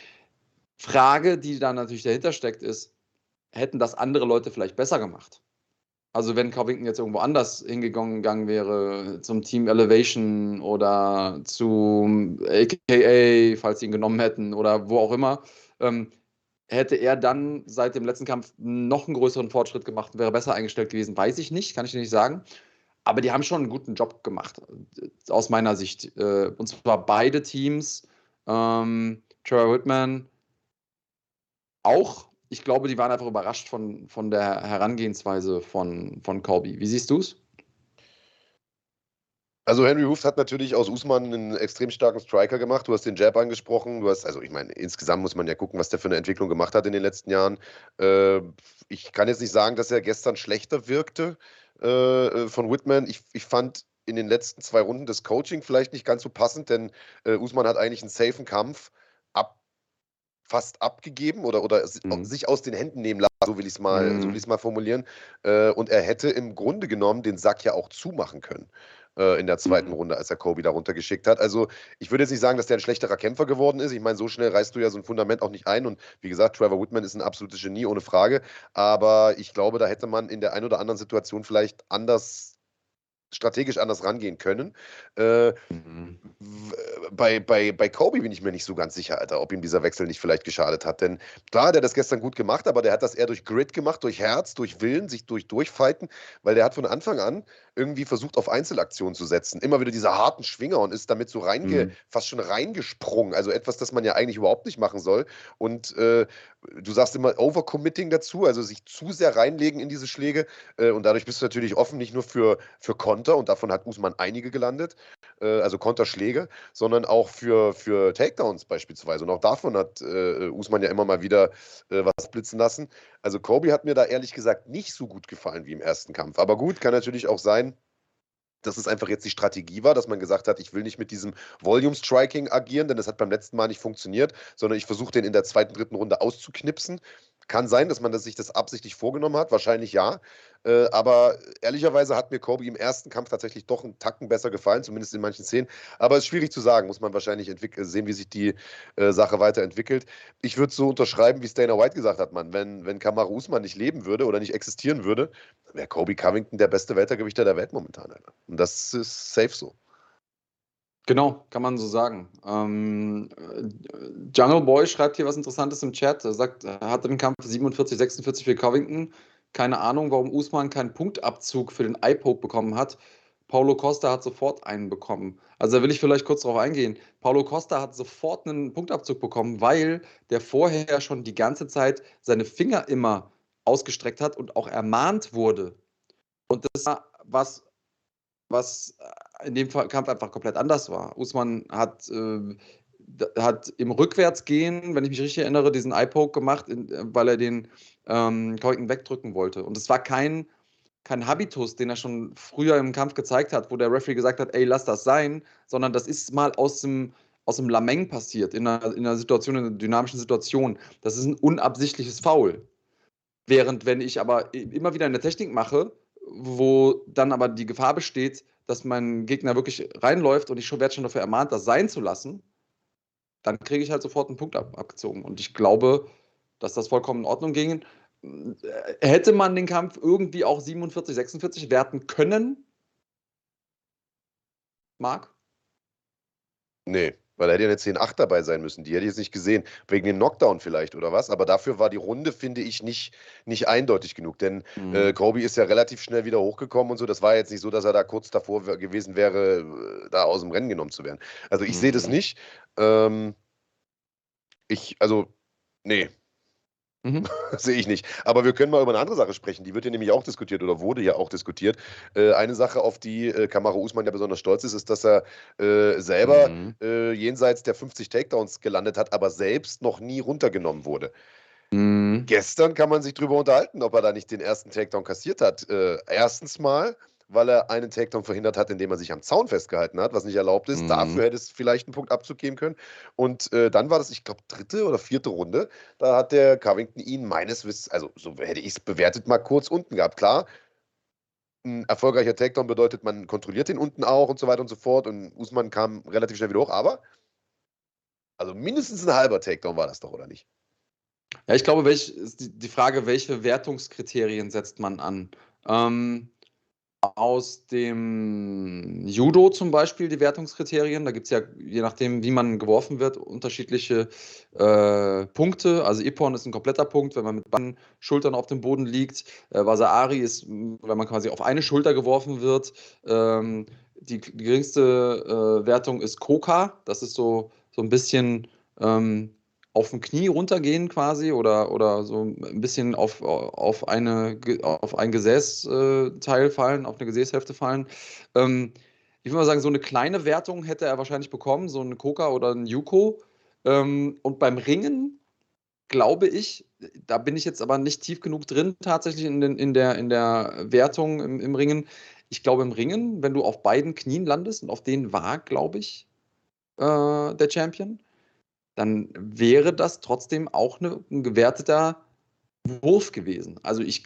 B: Frage, die da natürlich dahinter steckt, ist, hätten das andere Leute vielleicht besser gemacht? Also wenn Covington jetzt irgendwo anders hingegangen wäre, zum Team Elevation oder zum A K A, falls sie ihn genommen hätten oder wo auch immer, ähm, hätte er dann seit dem letzten Kampf noch einen größeren Fortschritt gemacht und wäre besser eingestellt gewesen, weiß ich nicht, kann ich dir nicht sagen. Aber die haben schon einen guten Job gemacht, aus meiner Sicht. Und zwar beide Teams, ähm, Trevor Whitman auch. Ich glaube, die waren einfach überrascht von, von der Herangehensweise von, von Colby. Wie siehst du es?
A: Also Henry Hooft hat natürlich aus Usman einen extrem starken Striker gemacht. Du hast den Jab angesprochen. Du hast, also ich meine, insgesamt muss man ja gucken, was der für eine Entwicklung gemacht hat in den letzten Jahren. Äh, ich kann jetzt nicht sagen, dass er gestern schlechter wirkte äh, von Whitman. Ich, ich fand in den letzten zwei Runden das Coaching vielleicht nicht ganz so passend, denn äh, Usman hat eigentlich einen safen Kampf ab, fast abgegeben oder, oder si-
B: Mhm.
A: sich aus den Händen nehmen lassen, so will ich es mal, so will
B: Mhm.
A: ich's mal formulieren. Äh, und er hätte im Grunde genommen den Sack ja auch zumachen können äh, in der zweiten
B: Mhm.
A: Runde, als er Kobe da runtergeschickt hat. Also ich würde jetzt nicht sagen, dass der ein schlechterer Kämpfer geworden ist. Ich meine, so schnell reißt du ja so ein Fundament auch nicht ein. Und wie gesagt, Trevor Whitman ist ein absolutes Genie, ohne Frage. Aber ich glaube, da hätte man in der einen oder anderen Situation vielleicht anders strategisch anders rangehen können. Äh,
B: Mhm.
A: bei, bei, bei Kobe bin ich mir nicht so ganz sicher, Alter, ob ihm dieser Wechsel nicht vielleicht geschadet hat. Denn klar, der hat das gestern gut gemacht, aber der hat das eher durch Grit gemacht, durch Herz, durch Willen, sich durch Durchfighten, weil der hat von Anfang an irgendwie versucht, auf Einzelaktionen zu setzen. Immer wieder diese harten Schwinger und ist damit so reinge,
B: Mhm.
A: fast schon reingesprungen. Also etwas, das man ja eigentlich überhaupt nicht machen soll. Und äh, du sagst immer Overcommitting dazu, also sich zu sehr reinlegen in diese Schläge. Äh, und dadurch bist du natürlich offen, nicht nur für, für Konter, und davon hat Usman einige gelandet, äh, also Konterschläge, sondern auch für, für Takedowns beispielsweise. Und auch davon hat äh, Usman ja immer mal wieder äh, was blitzen lassen. Also Kobe hat mir da ehrlich gesagt nicht so gut gefallen wie im ersten Kampf. Aber gut, kann natürlich auch sein, dass es einfach jetzt die Strategie war, dass man gesagt hat, ich will nicht mit diesem Volume-Striking agieren, denn das hat beim letzten Mal nicht funktioniert, sondern ich versuche den in der zweiten, dritten Runde auszuknipsen. Kann sein, dass man das, sich das absichtlich vorgenommen hat, wahrscheinlich ja. Äh, aber ehrlicherweise hat mir Kobe im ersten Kampf tatsächlich doch einen Tacken besser gefallen, zumindest in manchen Szenen. Aber es ist schwierig zu sagen, muss man wahrscheinlich sehen, wie sich die äh, Sache weiterentwickelt. Ich würde es so unterschreiben, wie es Dana White gesagt hat, Mann. Wenn, wenn Kamaru Usman nicht leben würde oder nicht existieren würde, wäre Kobe Covington der beste Weltergewichter der Welt momentan, Alter. Und das ist safe so.
B: Genau, kann man so sagen. Ähm, Jungle Boy schreibt hier was Interessantes im Chat. Er sagt, er hatte den Kampf siebenundvierzig sechsundvierzig für Covington. Keine Ahnung, warum Usman keinen Punktabzug für den Eye-Poke bekommen hat. Paulo Costa hat sofort einen bekommen. Also da will ich vielleicht kurz darauf eingehen. Paulo Costa hat sofort einen Punktabzug bekommen, weil der vorher schon die ganze Zeit seine Finger immer ausgestreckt hat und auch ermahnt wurde. Und das war was, was in dem Kampf einfach komplett anders war. Usman hat, äh, hat im Rückwärtsgehen, wenn ich mich richtig erinnere, diesen Eye-Poke gemacht, in, weil er den ähm, Covington wegdrücken wollte. Und es war kein, kein Habitus, den er schon früher im Kampf gezeigt hat, wo der Referee gesagt hat, ey, lass das sein, sondern das ist mal aus dem, aus dem Lameng passiert, in einer, in einer Situation, in einer dynamischen Situation. Das ist ein unabsichtliches Foul. Während, wenn ich aber immer wieder eine Technik mache, wo dann aber die Gefahr besteht, dass mein Gegner wirklich reinläuft und ich schon, werde schon dafür ermahnt, das sein zu lassen, dann kriege ich halt sofort einen Punkt ab, abgezogen. Und ich glaube, dass das vollkommen in Ordnung ging. Hätte man den Kampf irgendwie auch siebenundvierzig sechsundvierzig werten können? Marc?
A: Nee, weil da hätte ja eine zehn acht dabei sein müssen. Die hätte ich jetzt nicht gesehen. Wegen dem Knockdown vielleicht oder was. Aber dafür war die Runde, finde ich, nicht, nicht eindeutig genug. Denn äh,
B: Mhm.
A: Colby ist ja relativ schnell wieder hochgekommen und so. Das war jetzt nicht so, dass er da kurz davor wär- gewesen wäre, äh, da aus dem Rennen genommen zu werden. Also ich sehe das
B: Mhm.
A: nicht. Ähm, ich, also, nee,
B: Mhm.
A: sehe ich nicht. Aber wir können mal über eine andere Sache sprechen. Die wird ja nämlich auch diskutiert oder wurde ja auch diskutiert. Äh, eine Sache, auf die äh, Kamaru Usman ja besonders stolz ist, ist, dass er äh, selber
B: Mhm.
A: äh, jenseits der fünfzig Takedowns gelandet hat, aber selbst noch nie runtergenommen wurde.
B: Mhm.
A: Gestern kann man sich drüber unterhalten, ob er da nicht den ersten Takedown kassiert hat. Äh, erstens mal, weil er einen Takedown verhindert hat, indem er sich am Zaun festgehalten hat, was nicht erlaubt ist.
B: Mhm.
A: Dafür hätte es vielleicht einen Punkt Abzug geben können. Und äh, dann war das, ich glaube, dritte oder vierte Runde. Da hat der Covington ihn meines Wissens, also so hätte ich es bewertet, mal kurz unten gehabt. Klar, ein erfolgreicher Takedown bedeutet, man kontrolliert den unten auch und so weiter und so fort. Und Usman kam relativ schnell wieder hoch. Aber, also mindestens ein halber Takedown war das doch, oder nicht?
B: Ja, ich glaube, welch, ist die, die Frage, welche Wertungskriterien setzt man an? Ähm, aus dem Judo zum Beispiel die Wertungskriterien. Da gibt es ja, je nachdem, wie man geworfen wird, unterschiedliche äh, Punkte. Also Ippon ist ein kompletter Punkt, wenn man mit beiden Schultern auf dem Boden liegt. Äh, Waza-Ari ist, wenn man quasi auf eine Schulter geworfen wird. Ähm, die, die geringste äh, Wertung ist Koka. Das ist so, so ein bisschen ähm, auf dem Knie runtergehen quasi oder, oder so ein bisschen auf, auf, eine, auf ein Gesäßteil fallen, auf eine Gesäßhälfte fallen. Ähm, ich würde mal sagen, so eine kleine Wertung hätte er wahrscheinlich bekommen, so ein Koka oder ein Yuko. Ähm, und beim Ringen glaube ich, da bin ich jetzt aber nicht tief genug drin tatsächlich in, den, in, der, in der Wertung im, im Ringen. Ich glaube, im Ringen, wenn du auf beiden Knien landest, und auf denen war, glaube ich, äh, der Champion, dann wäre das trotzdem auch eine, ein gewerteter Wurf gewesen. Also ich,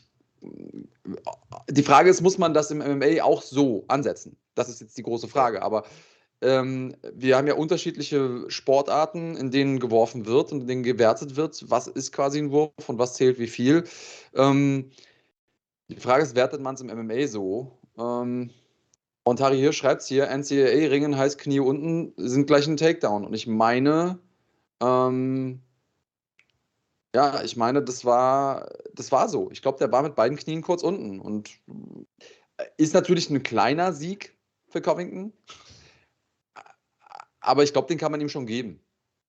B: die Frage ist, muss man das im M M A auch so ansetzen? Das ist jetzt die große
A: Ja.
B: Frage. Aber ähm, wir haben ja unterschiedliche Sportarten, in denen geworfen wird und in denen gewertet wird. Was ist quasi ein Wurf und was zählt wie viel? Ähm, die Frage ist, wertet man es im M M A so? Ähm, und Harry hier schreibt es hier, N C A A-Ringen heißt Knie unten sind gleich ein Takedown. Und ich meine, ähm, ja, ich meine, das war, das war so. Ich glaube, der war mit beiden Knien kurz unten und äh, ist natürlich ein kleiner Sieg für Covington, aber ich glaube, den kann man ihm schon geben.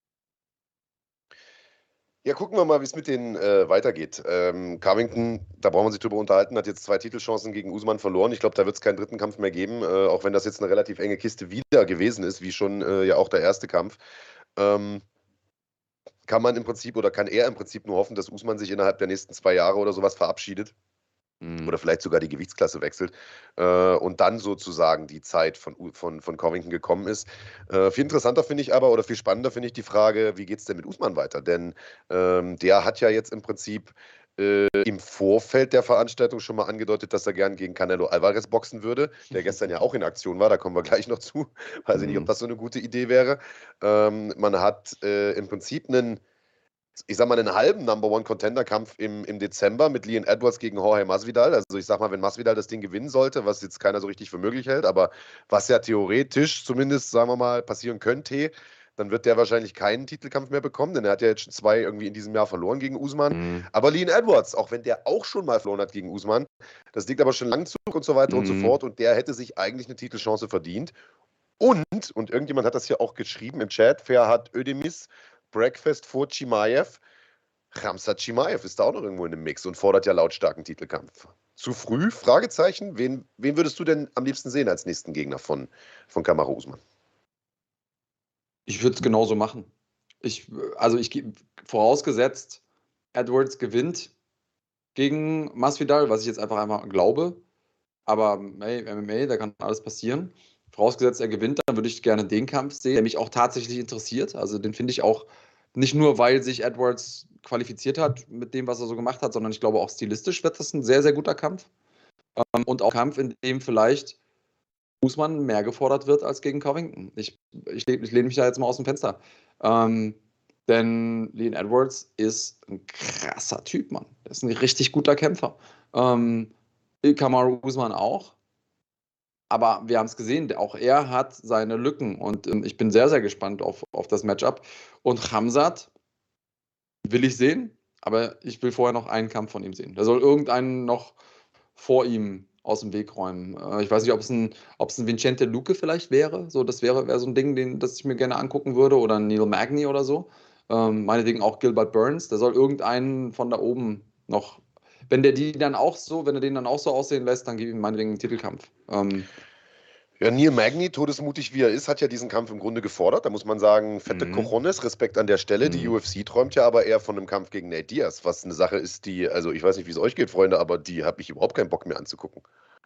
A: Ja, gucken wir mal, wie es mit denen äh, weitergeht. Ähm, Covington, da brauchen wir sich drüber unterhalten, hat jetzt zwei Titelchancen gegen Usman verloren. Ich glaube, da wird es keinen dritten Kampf mehr geben, äh, auch wenn das jetzt eine relativ enge Kiste wieder gewesen ist, wie schon äh, ja auch der erste Kampf. Ähm, kann man im Prinzip oder kann er im Prinzip nur hoffen, dass Usman sich innerhalb der nächsten zwei Jahre oder sowas verabschiedet
B: Mhm.
A: oder vielleicht sogar die Gewichtsklasse wechselt äh, und dann sozusagen die Zeit von, von, von Covington gekommen ist. Äh, viel interessanter finde ich aber oder viel spannender finde ich die Frage, wie geht es denn mit Usman weiter? Denn ähm, der hat ja jetzt im Prinzip äh, im Vorfeld der Veranstaltung schon mal angedeutet, dass er gern gegen Canelo Alvarez boxen würde, der gestern ja auch in Aktion war, da kommen wir gleich noch zu. Weiß ich nicht, ob
B: Mhm.
A: das so eine gute Idee wäre. Ähm, man hat äh, im Prinzip einen ich sag mal, einen halben Number-One-Contender-Kampf im, im Dezember mit Leon Edwards gegen Jorge Masvidal. Also ich sag mal, wenn Masvidal das Ding gewinnen sollte, was jetzt keiner so richtig für möglich hält, aber was ja theoretisch zumindest, sagen wir mal, passieren könnte, dann wird der wahrscheinlich keinen Titelkampf mehr bekommen, denn er hat ja jetzt schon zwei irgendwie in diesem Jahr verloren gegen Usman.
B: Mhm.
A: Aber Leon Edwards, auch wenn der auch schon mal verloren hat gegen Usman, das liegt aber schon lang zurück und so weiter und so
B: Mhm.
A: fort, und der hätte sich eigentlich eine Titelchance verdient. Und, und irgendjemand hat das hier auch geschrieben im Chat, Ferhat Ödemis, Breakfast vor Chimaev. Khamzat Chimaev ist da auch noch irgendwo in dem Mix und fordert ja lautstarken Titelkampf. Zu früh? Fragezeichen. Wen, wen würdest du denn am liebsten sehen als nächsten Gegner von, von Kamaru Usman?
B: Ich würde es genauso machen. Ich, also ich gebe vorausgesetzt, Edwards gewinnt gegen Masvidal, was ich jetzt einfach einfach glaube. Aber hey, M M A, da kann alles passieren. Vorausgesetzt, er gewinnt, dann würde ich gerne den Kampf sehen, der mich auch tatsächlich interessiert. Also den finde ich auch nicht nur, weil sich Edwards qualifiziert hat mit dem, was er so gemacht hat, sondern ich glaube auch stilistisch wird das ein sehr, sehr guter Kampf. Ähm, und auch ein Kampf, in dem vielleicht Usman mehr gefordert wird als gegen Covington. Ich, ich, ich lehne mich da jetzt mal aus dem Fenster. Ähm, denn Leon Edwards ist ein krasser Typ, Mann. Der ist ein richtig guter Kämpfer. Ähm, Kamaru Usman auch. Aber wir haben es gesehen, auch er hat seine Lücken. Und ähm, ich bin sehr, sehr gespannt auf, auf das Matchup. Und Khamzat will ich sehen, aber ich will vorher noch einen Kampf von ihm sehen. Da soll irgendeinen noch vor ihm aus dem Weg räumen. Äh, ich weiß nicht, ob es ein, ob es ein Vicente Luque vielleicht wäre. So, das wäre, wäre so ein Ding, den, das ich mir gerne angucken würde. Oder ein Neil Magny oder so. Ähm, meinetwegen auch Gilbert Burns. Da soll irgendeinen von da oben noch. Wenn der die dann auch so, wenn er den dann auch so aussehen lässt, dann gib ihm meinetwegen einen Titelkampf. Ähm,
A: Ja, Neil Magny, todesmutig wie er ist, hat ja diesen Kampf im Grunde gefordert. Da muss man sagen, fette
B: mhm.
A: Cojones, Respekt an der Stelle. Die
B: Mhm.
A: U F C träumt ja aber eher von einem Kampf gegen Nate Diaz, was eine Sache ist, die, also ich weiß nicht, wie es euch geht, Freunde, aber die habe ich überhaupt keinen Bock mehr anzugucken.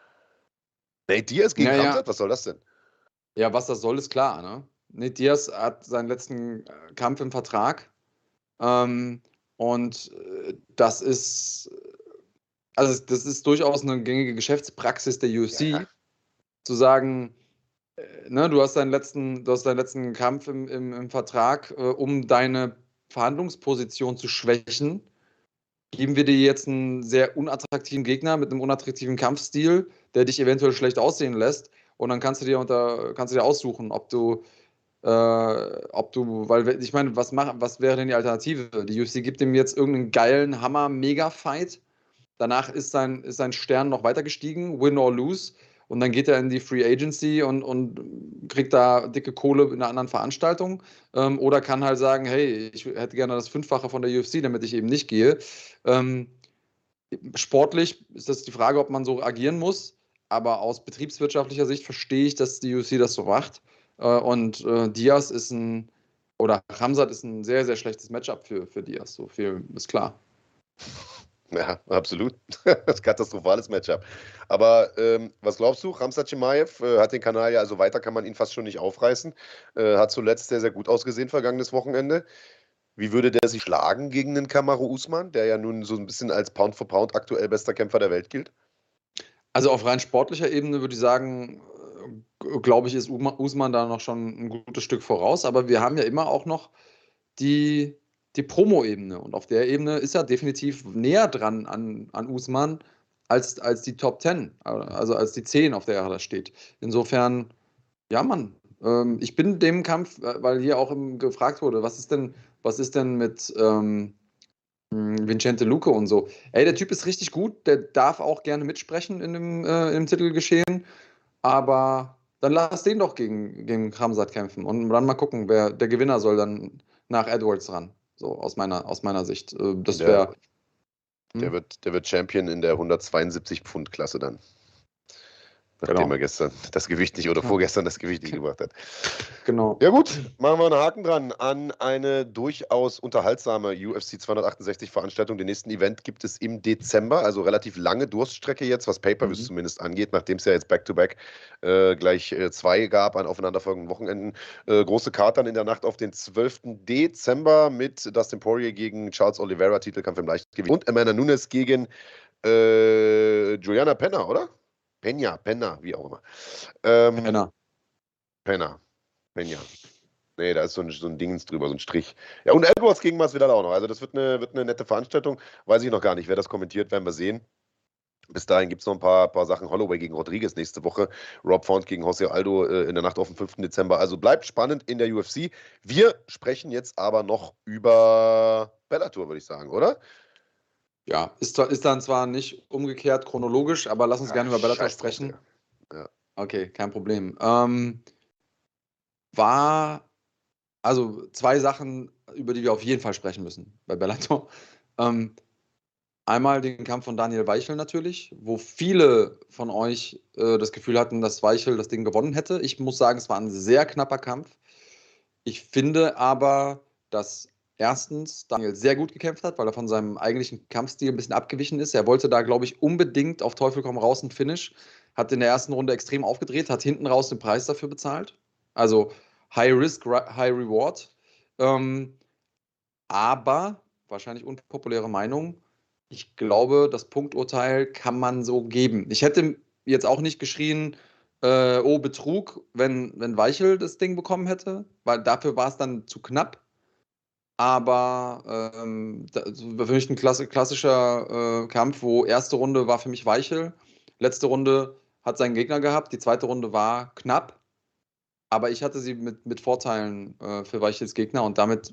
A: Nate Diaz gegen
B: Ja, ja.
A: Khamzat, was soll das denn?
B: Ja, was das soll, ist klar, ne? Nate Diaz hat seinen letzten äh, Kampf im Vertrag. Ähm, und äh, das ist, also das ist durchaus eine gängige Geschäftspraxis der U F C,
A: Ja.
B: zu sagen, äh, ne, du hast deinen letzten, du hast deinen letzten Kampf im, im, im Vertrag, äh, um deine Verhandlungsposition zu schwächen. Geben wir dir jetzt einen sehr unattraktiven Gegner mit einem unattraktiven Kampfstil, der dich eventuell schlecht aussehen lässt. Und dann kannst du dir unter, kannst du dir aussuchen, ob du, äh, ob du, weil ich meine, was mach, was wäre denn die Alternative? Die U F C gibt ihm jetzt irgendeinen geilen Hammer-Mega-Fight. Danach ist sein, ist sein Stern noch weiter gestiegen, win or lose. Und dann geht er in die Free Agency und, und kriegt da dicke Kohle in einer anderen Veranstaltung. Ähm, oder kann halt sagen, hey, ich hätte gerne das Fünffache von der U F C, damit ich eben nicht gehe. Ähm, sportlich ist das die Frage, ob man so agieren muss. Aber aus betriebswirtschaftlicher Sicht verstehe ich, dass die U F C das so macht. Äh, und äh, Diaz ist ein, oder Khamzat ist ein sehr, sehr schlechtes Matchup für, für Diaz. So viel ist klar.
A: Ja, absolut. Das ist ein katastrophales Matchup. Aber ähm, was glaubst du? Khamzat Chimaev äh, hat den Kanal ja, also weiter kann man ihn fast schon nicht aufreißen. Äh, hat zuletzt sehr, sehr gut ausgesehen vergangenes Wochenende. Wie würde der sich schlagen gegen den Kamaru Usman, der ja nun so ein bisschen als Pound for Pound aktuell bester Kämpfer der Welt gilt?
B: Also auf rein sportlicher Ebene würde ich sagen, äh, glaube ich, ist Usman da noch schon ein gutes Stück voraus. Aber wir haben ja immer auch noch die, die Promo-Ebene. Und auf der Ebene ist er definitiv näher dran an, an Usman als, als die Top zehn, also als die zehn, auf der er da steht. Insofern, ja, Mann. Ähm, ich bin dem Kampf, äh, weil hier auch im, gefragt wurde, was ist denn, was ist denn mit ähm, Vicente Luque und so. Ey, der Typ ist richtig gut, der darf auch gerne mitsprechen in dem, äh, im Titelgeschehen, aber dann lass den doch gegen, gegen Khamzat kämpfen und dann mal gucken, wer der Gewinner soll dann nach Edwards ran. So aus meiner, aus meiner Sicht. Äh, das
A: Der,
B: wäre.
A: der,
B: Hm?
A: wird, der wird Champion in der hundertzweiundsiebzig Pfund Klasse dann. Nachdem er
B: Genau.
A: gestern das Gewicht nicht oder
B: Ja.
A: vorgestern das Gewicht nicht gebracht hat.
B: Genau.
A: Ja gut, machen wir einen Haken dran an eine durchaus unterhaltsame U F C zweihundertachtundsechzig Veranstaltung. Den nächsten Event gibt es im Dezember, also relativ lange Durststrecke jetzt, was Pay-Per-Views
B: Mhm.
A: zumindest angeht, nachdem es ja jetzt Back-to-Back äh, gleich äh, zwei gab an aufeinanderfolgenden Wochenenden. Äh, große Karte dann in der Nacht auf den zwölften Dezember mit Dustin Poirier gegen Charles Oliveira, Titelkampf im Leichtgewicht, und Amanda Nunes gegen äh, Juliana Penna, oder? Peña, Penna, wie auch immer. Ähm,
B: Penner.
A: Penna, Penna. Nee, da ist so ein, so ein Dingens drüber, so ein Strich. Ja, und Edwards gegen Masvidal auch noch. Also das wird eine, wird eine nette Veranstaltung. Weiß ich noch gar nicht, wer das kommentiert, werden wir sehen. Bis dahin gibt es noch ein paar, paar Sachen. Holloway gegen Rodriguez nächste Woche. Rob Font gegen Jose Aldo äh, in der Nacht auf den fünften Dezember. Also bleibt spannend in der U F C. Wir sprechen jetzt aber noch über Bellator, würde ich sagen, oder?
B: Ja, ist, zwar- ist dann zwar nicht umgekehrt chronologisch, aber lass uns gerne
A: Ach,
B: über Bellator
A: scheiß drauf,
B: sprechen.
A: Digga. Ja.
B: Okay, kein Problem. Ähm, war, also zwei Sachen, über die wir auf jeden Fall sprechen müssen bei Bellator. Ähm, einmal den Kampf von Daniel Weichel natürlich, wo viele von euch äh, das Gefühl hatten, dass Weichel das Ding gewonnen hätte. Ich muss sagen, es war ein sehr knapper Kampf. Ich finde aber, dass erstens Daniel sehr gut gekämpft hat, weil er von seinem eigentlichen Kampfstil ein bisschen abgewichen ist. Er wollte da, glaube ich, unbedingt auf Teufel komm raus einen Finish. Hat in der ersten Runde extrem aufgedreht, hat hinten raus den Preis dafür bezahlt. Also High Risk, High Reward. Ähm, aber, wahrscheinlich unpopuläre Meinung, ich glaube, das Punkturteil kann man so geben. Ich hätte jetzt auch nicht geschrien, äh, oh, Betrug, wenn, wenn Weichel das Ding bekommen hätte, weil dafür war es dann zu knapp. Aber ähm, da, so für mich ein klasse, klassischer äh, Kampf, wo erste Runde war für mich Weichel, letzte Runde hat seinen Gegner gehabt, die zweite Runde war knapp, aber ich hatte sie mit, mit Vorteilen äh, für Weichels Gegner und damit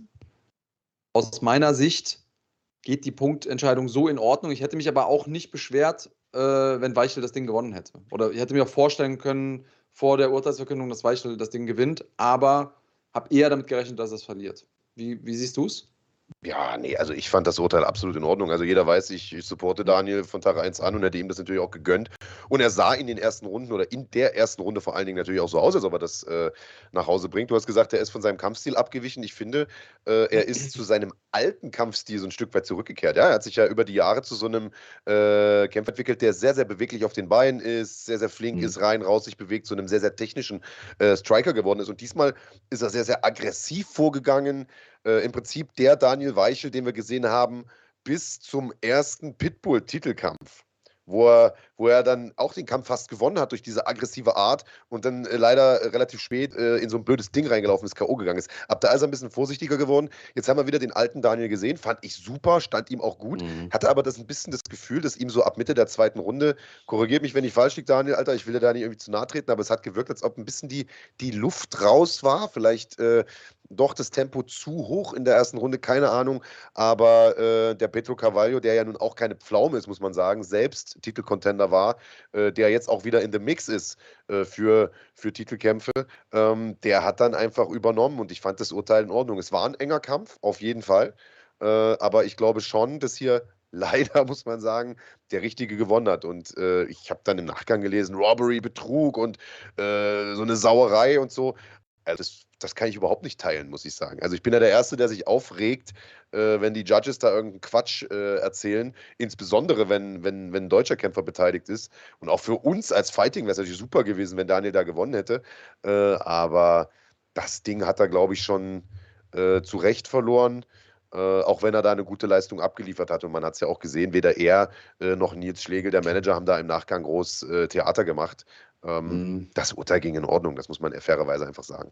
B: aus meiner Sicht geht die Punktentscheidung so in Ordnung. Ich hätte mich aber auch nicht beschwert, äh, wenn Weichel das Ding gewonnen hätte. Oder ich hätte mir auch vorstellen können, vor der Urteilsverkündung, dass Weichel das Ding gewinnt, aber habe eher damit gerechnet, dass er es verliert. Wie, wie siehst du es?
A: Ja, nee, also ich fand das Urteil absolut in Ordnung. Also jeder weiß, ich, ich supporte Daniel von Tag eins an und hätte ihm das natürlich auch gegönnt. Und er sah in den ersten Runden oder in der ersten Runde vor allen Dingen natürlich auch so aus, als ob er das äh, nach Hause bringt. Du hast gesagt, er ist von seinem Kampfstil abgewichen. Ich finde, äh, er ist zu seinem alten Kampfstil so ein Stück weit zurückgekehrt. Ja, er hat sich ja über die Jahre zu so einem äh, Kämpfer entwickelt, der sehr, sehr beweglich auf den Beinen ist, sehr, sehr flink
B: Mhm.
A: ist, rein, raus sich bewegt, zu einem sehr, sehr technischen äh, Striker geworden ist. Und diesmal ist er sehr, sehr aggressiv vorgegangen. Äh, Im Prinzip der Daniel Weichel, den wir gesehen haben, bis zum ersten Pitbull-Titelkampf, wo er, wo er dann auch den Kampf fast gewonnen hat durch diese aggressive Art und dann äh, leider äh, relativ spät äh, in so ein blödes Ding reingelaufen ist, K O gegangen ist. Ab da ist er ein bisschen vorsichtiger geworden. Jetzt haben wir wieder den alten Daniel gesehen, fand ich super, stand ihm auch gut,
B: Mhm.
A: hatte aber das ein bisschen das Gefühl, dass ihm so ab Mitte der zweiten Runde, korrigiert mich, wenn ich falsch liege, Daniel, Alter, ich will dir da nicht irgendwie zu nahe treten, aber es hat gewirkt, als ob ein bisschen die, die Luft raus war, vielleicht äh, doch das Tempo zu hoch in der ersten Runde, keine Ahnung. Aber äh, der Pedro Carvalho, der ja nun auch keine Pflaume ist, muss man sagen, selbst Titelcontender war, äh, der jetzt auch wieder in the Mix ist äh, für, für Titelkämpfe, ähm, der hat dann einfach übernommen und ich fand das Urteil in Ordnung. Es war ein enger Kampf, auf jeden Fall. Äh, aber ich glaube schon, dass hier leider, muss man sagen, der Richtige gewonnen hat. Und äh, ich habe dann im Nachgang gelesen, Robbery, Betrug und äh, so eine Sauerei und so. Also das, das kann ich überhaupt nicht teilen, muss ich sagen. Also ich bin ja der Erste, der sich aufregt, äh, wenn die Judges da irgendeinen Quatsch äh, erzählen, insbesondere wenn, wenn, wenn ein deutscher Kämpfer beteiligt ist. Und auch für uns als Fighting wäre es natürlich super gewesen, wenn Daniel da gewonnen hätte. Äh, aber das Ding hat er, glaube ich, schon äh, zu Recht verloren. Äh, auch wenn er da eine gute Leistung abgeliefert hat. Und man hat es ja auch gesehen, weder er äh, noch Nils Schlegel, der Manager, haben da im Nachgang groß äh, Theater gemacht. Ähm,
B: Mhm.
A: das Urteil ging in Ordnung, das muss man fairerweise einfach sagen.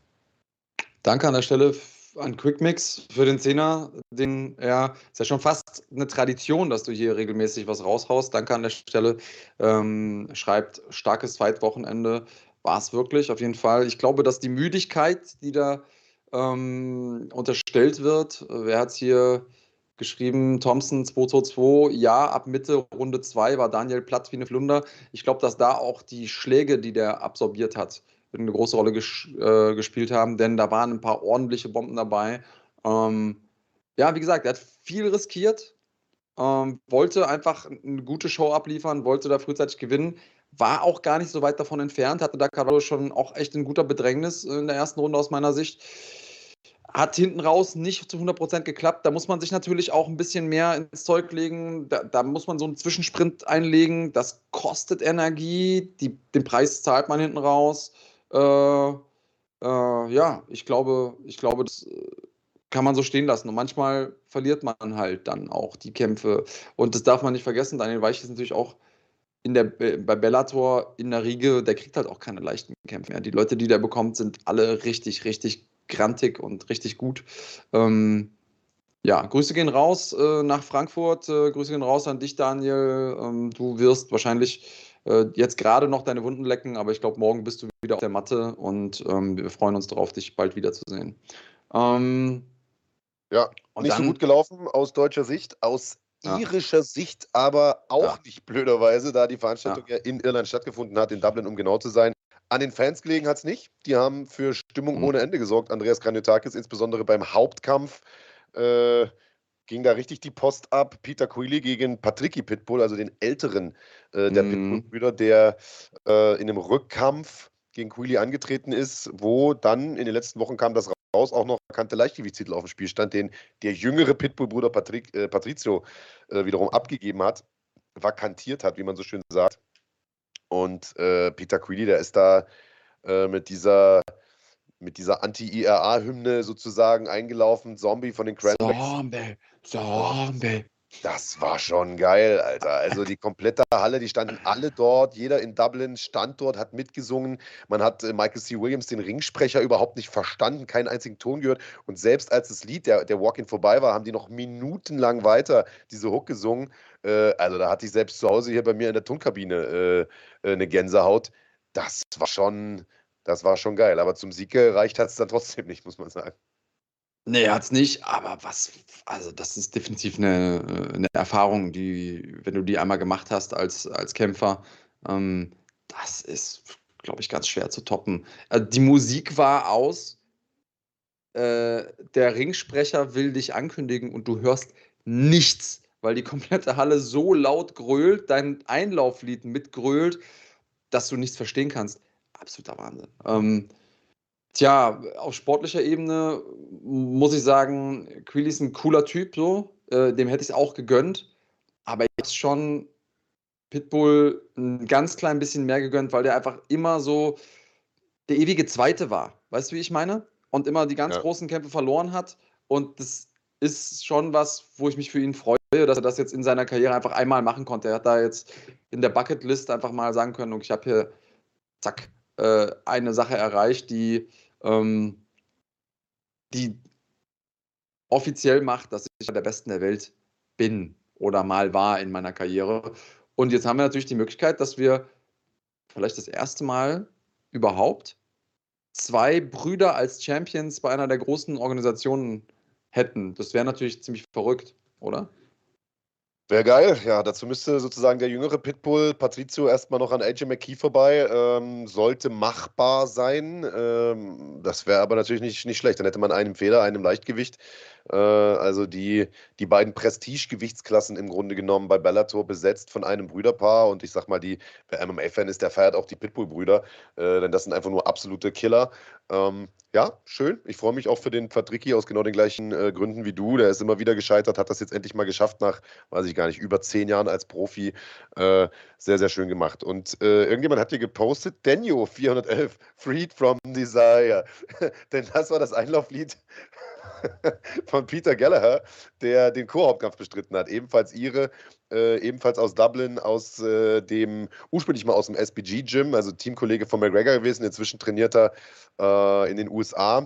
B: Danke an der Stelle f- an Quickmix für den Zehner. Den, ja, ist ja schon fast eine Tradition, dass du hier regelmäßig was raushaust. Danke an der Stelle. Ähm, schreibt starkes Fight-Wochenende. War es wirklich, auf jeden Fall. Ich glaube, dass die Müdigkeit, die da ähm, unterstellt wird, äh, wer hat es hier geschrieben? Thompson zwei zwei zwei, ja, ab Mitte Runde zwei war Daniel platt wie eine Flunder. Ich glaube, dass da auch die Schläge, die der absorbiert hat, eine große Rolle ges äh, gespielt haben, denn da waren ein paar ordentliche Bomben dabei. Ähm, ja, wie gesagt, er hat viel riskiert, ähm, wollte einfach eine gute Show abliefern, wollte da frühzeitig gewinnen, war auch gar nicht so weit davon entfernt, hatte da Carvalho schon auch echt in guter Bedrängnis in der ersten Runde aus meiner Sicht. Hat hinten raus nicht zu hundert Prozent geklappt. Da muss man sich natürlich auch ein bisschen mehr ins Zeug legen. Da, da muss man so einen Zwischensprint einlegen. Das kostet Energie. Die, den Preis zahlt man hinten raus. Äh, äh, ja, ich glaube, ich glaube, das kann man so stehen lassen. Und manchmal verliert man halt dann auch die Kämpfe. Und das darf man nicht vergessen. Daniel Weichel ist natürlich auch in der, bei Bellator in der Riege, der kriegt halt auch keine leichten Kämpfe mehr. Die Leute, die der bekommt, sind alle richtig, richtig grantig und richtig gut. Ähm, ja, Grüße gehen raus äh, nach Frankfurt. Äh, Grüße gehen raus an dich, Daniel. Ähm, du wirst wahrscheinlich äh, jetzt gerade noch deine Wunden lecken, aber ich glaube, morgen bist du wieder auf der Matte und ähm, wir freuen uns darauf, dich bald wiederzusehen. Ähm,
A: Ja,
B: und
A: nicht so gut
B: dann,
A: gelaufen aus deutscher Sicht, aus
B: ja,
A: irischer Sicht aber auch
B: ja,
A: nicht blöderweise, da die Veranstaltung
B: ja.
A: ja in Irland stattgefunden hat, in Dublin, um genau zu sein. An den Fans gelegen hat es nicht. Die haben für Stimmung
B: Hm.
A: ohne Ende gesorgt. Andreas Kranjotakis, insbesondere beim Hauptkampf, äh, ging da richtig die Post ab. Peter Queally gegen Patricky Pitbull, also den älteren äh, der
B: Mhm.
A: Pitbull-Brüder, der äh, in einem Rückkampf gegen Queally angetreten ist, wo dann in den letzten Wochen kam das raus, auch noch markante Leichtgewichtstitel auf dem Spiel stand, den der jüngere Pitbull-Bruder Patrick, äh, Patrizio äh, wiederum abgegeben hat, vakantiert hat, wie man so schön sagt. Und äh, Peter Queally, der ist da äh, mit dieser mit dieser Anti-I R A-Hymne sozusagen eingelaufen, Zombie von den Cranberries.
B: Zombie,
A: Und
B: Zombie.
A: das war schon geil, Alter. Also die komplette Halle, die standen alle dort, jeder in Dublin stand dort, hat mitgesungen. Man hat äh, Michael C. Williams, den Ringsprecher, überhaupt nicht verstanden, keinen einzigen Ton gehört. Und selbst als das Lied, der, der Walk-In vorbei war, haben die noch minutenlang weiter diese Hook gesungen. Äh, also da hatte ich selbst zu Hause hier bei mir in der Tonkabine äh, äh, eine Gänsehaut. Das war schon, das war schon geil. Aber zum Sieg gereicht hat es dann trotzdem nicht, muss man sagen.
B: Nee, hat's nicht, aber was also, das ist definitiv eine äh, 'ne Erfahrung, die wenn du die einmal gemacht hast als als Kämpfer, ähm, das ist, glaube ich, ganz schwer zu toppen. Äh, die Musik war aus, äh, der Ringsprecher will dich ankündigen und du hörst nichts, weil die komplette Halle so laut grölt, dein Einlauflied mitgrölt, dass du nichts verstehen kannst. Absoluter Wahnsinn. Ähm, tja, auf sportlicher Ebene muss ich sagen, Queally ist 'n cooler Typ so, äh, dem hätte ich's auch gegönnt, aber jetzt schon Pitbull 'n ganz klein bisschen mehr gegönnt, weil der einfach immer so der ewige Zweite war. Weißt du, wie ich meine? Und immer die ganz
A: Ja.
B: großen Kämpfe verloren hat und das ist schon was, wo ich mich für ihn freue, dass er das jetzt in seiner Karriere einfach einmal machen konnte. Er hat da jetzt in der Bucketlist einfach mal sagen können: „Und ich habe hier, zack, äh, eine Sache erreicht, die, ähm die offiziell macht, dass ich einer der Besten der Welt bin oder mal war in meiner Karriere.“ Und jetzt haben wir natürlich die Möglichkeit, dass wir vielleicht das erste Mal überhaupt zwei Brüder als Champions bei einer der großen Organisationen hätten. Das wäre natürlich ziemlich verrückt, oder?
A: Wäre geil, ja. Dazu müsste sozusagen der jüngere Pitbull Patrizio erstmal noch an A J McKee vorbei. Ähm, sollte machbar sein. Ähm, das wäre aber natürlich nicht, nicht schlecht. Dann hätte man einen im Feder, einen im Leichtgewicht. Äh, also die, die beiden Prestige-Gewichtsklassen im Grunde genommen bei Bellator besetzt von einem Brüderpaar. Und ich sag mal, die, wer M M A-Fan ist, der feiert auch die Pitbull-Brüder. Äh, denn das sind einfach nur absolute Killer. Ähm, ja, schön. Ich freue mich auch für den Patricky aus genau den gleichen äh, Gründen wie du. Der ist immer wieder gescheitert, hat das jetzt endlich mal geschafft nach, weiß ich gar nicht, über zehn Jahren als Profi. Äh, sehr, sehr schön gemacht. Und äh, irgendjemand hat hier gepostet, Denio vierhundertelf, Freed from Desire. Denn das war das Einlauflied von Peter Gallagher, der den Co-Hauptkampf bestritten hat. Ebenfalls ihre, äh, ebenfalls aus Dublin, aus äh, dem, ursprünglich mal aus dem S B G-Gym, also Teamkollege von McGregor gewesen, inzwischen trainiert er äh, in den U S A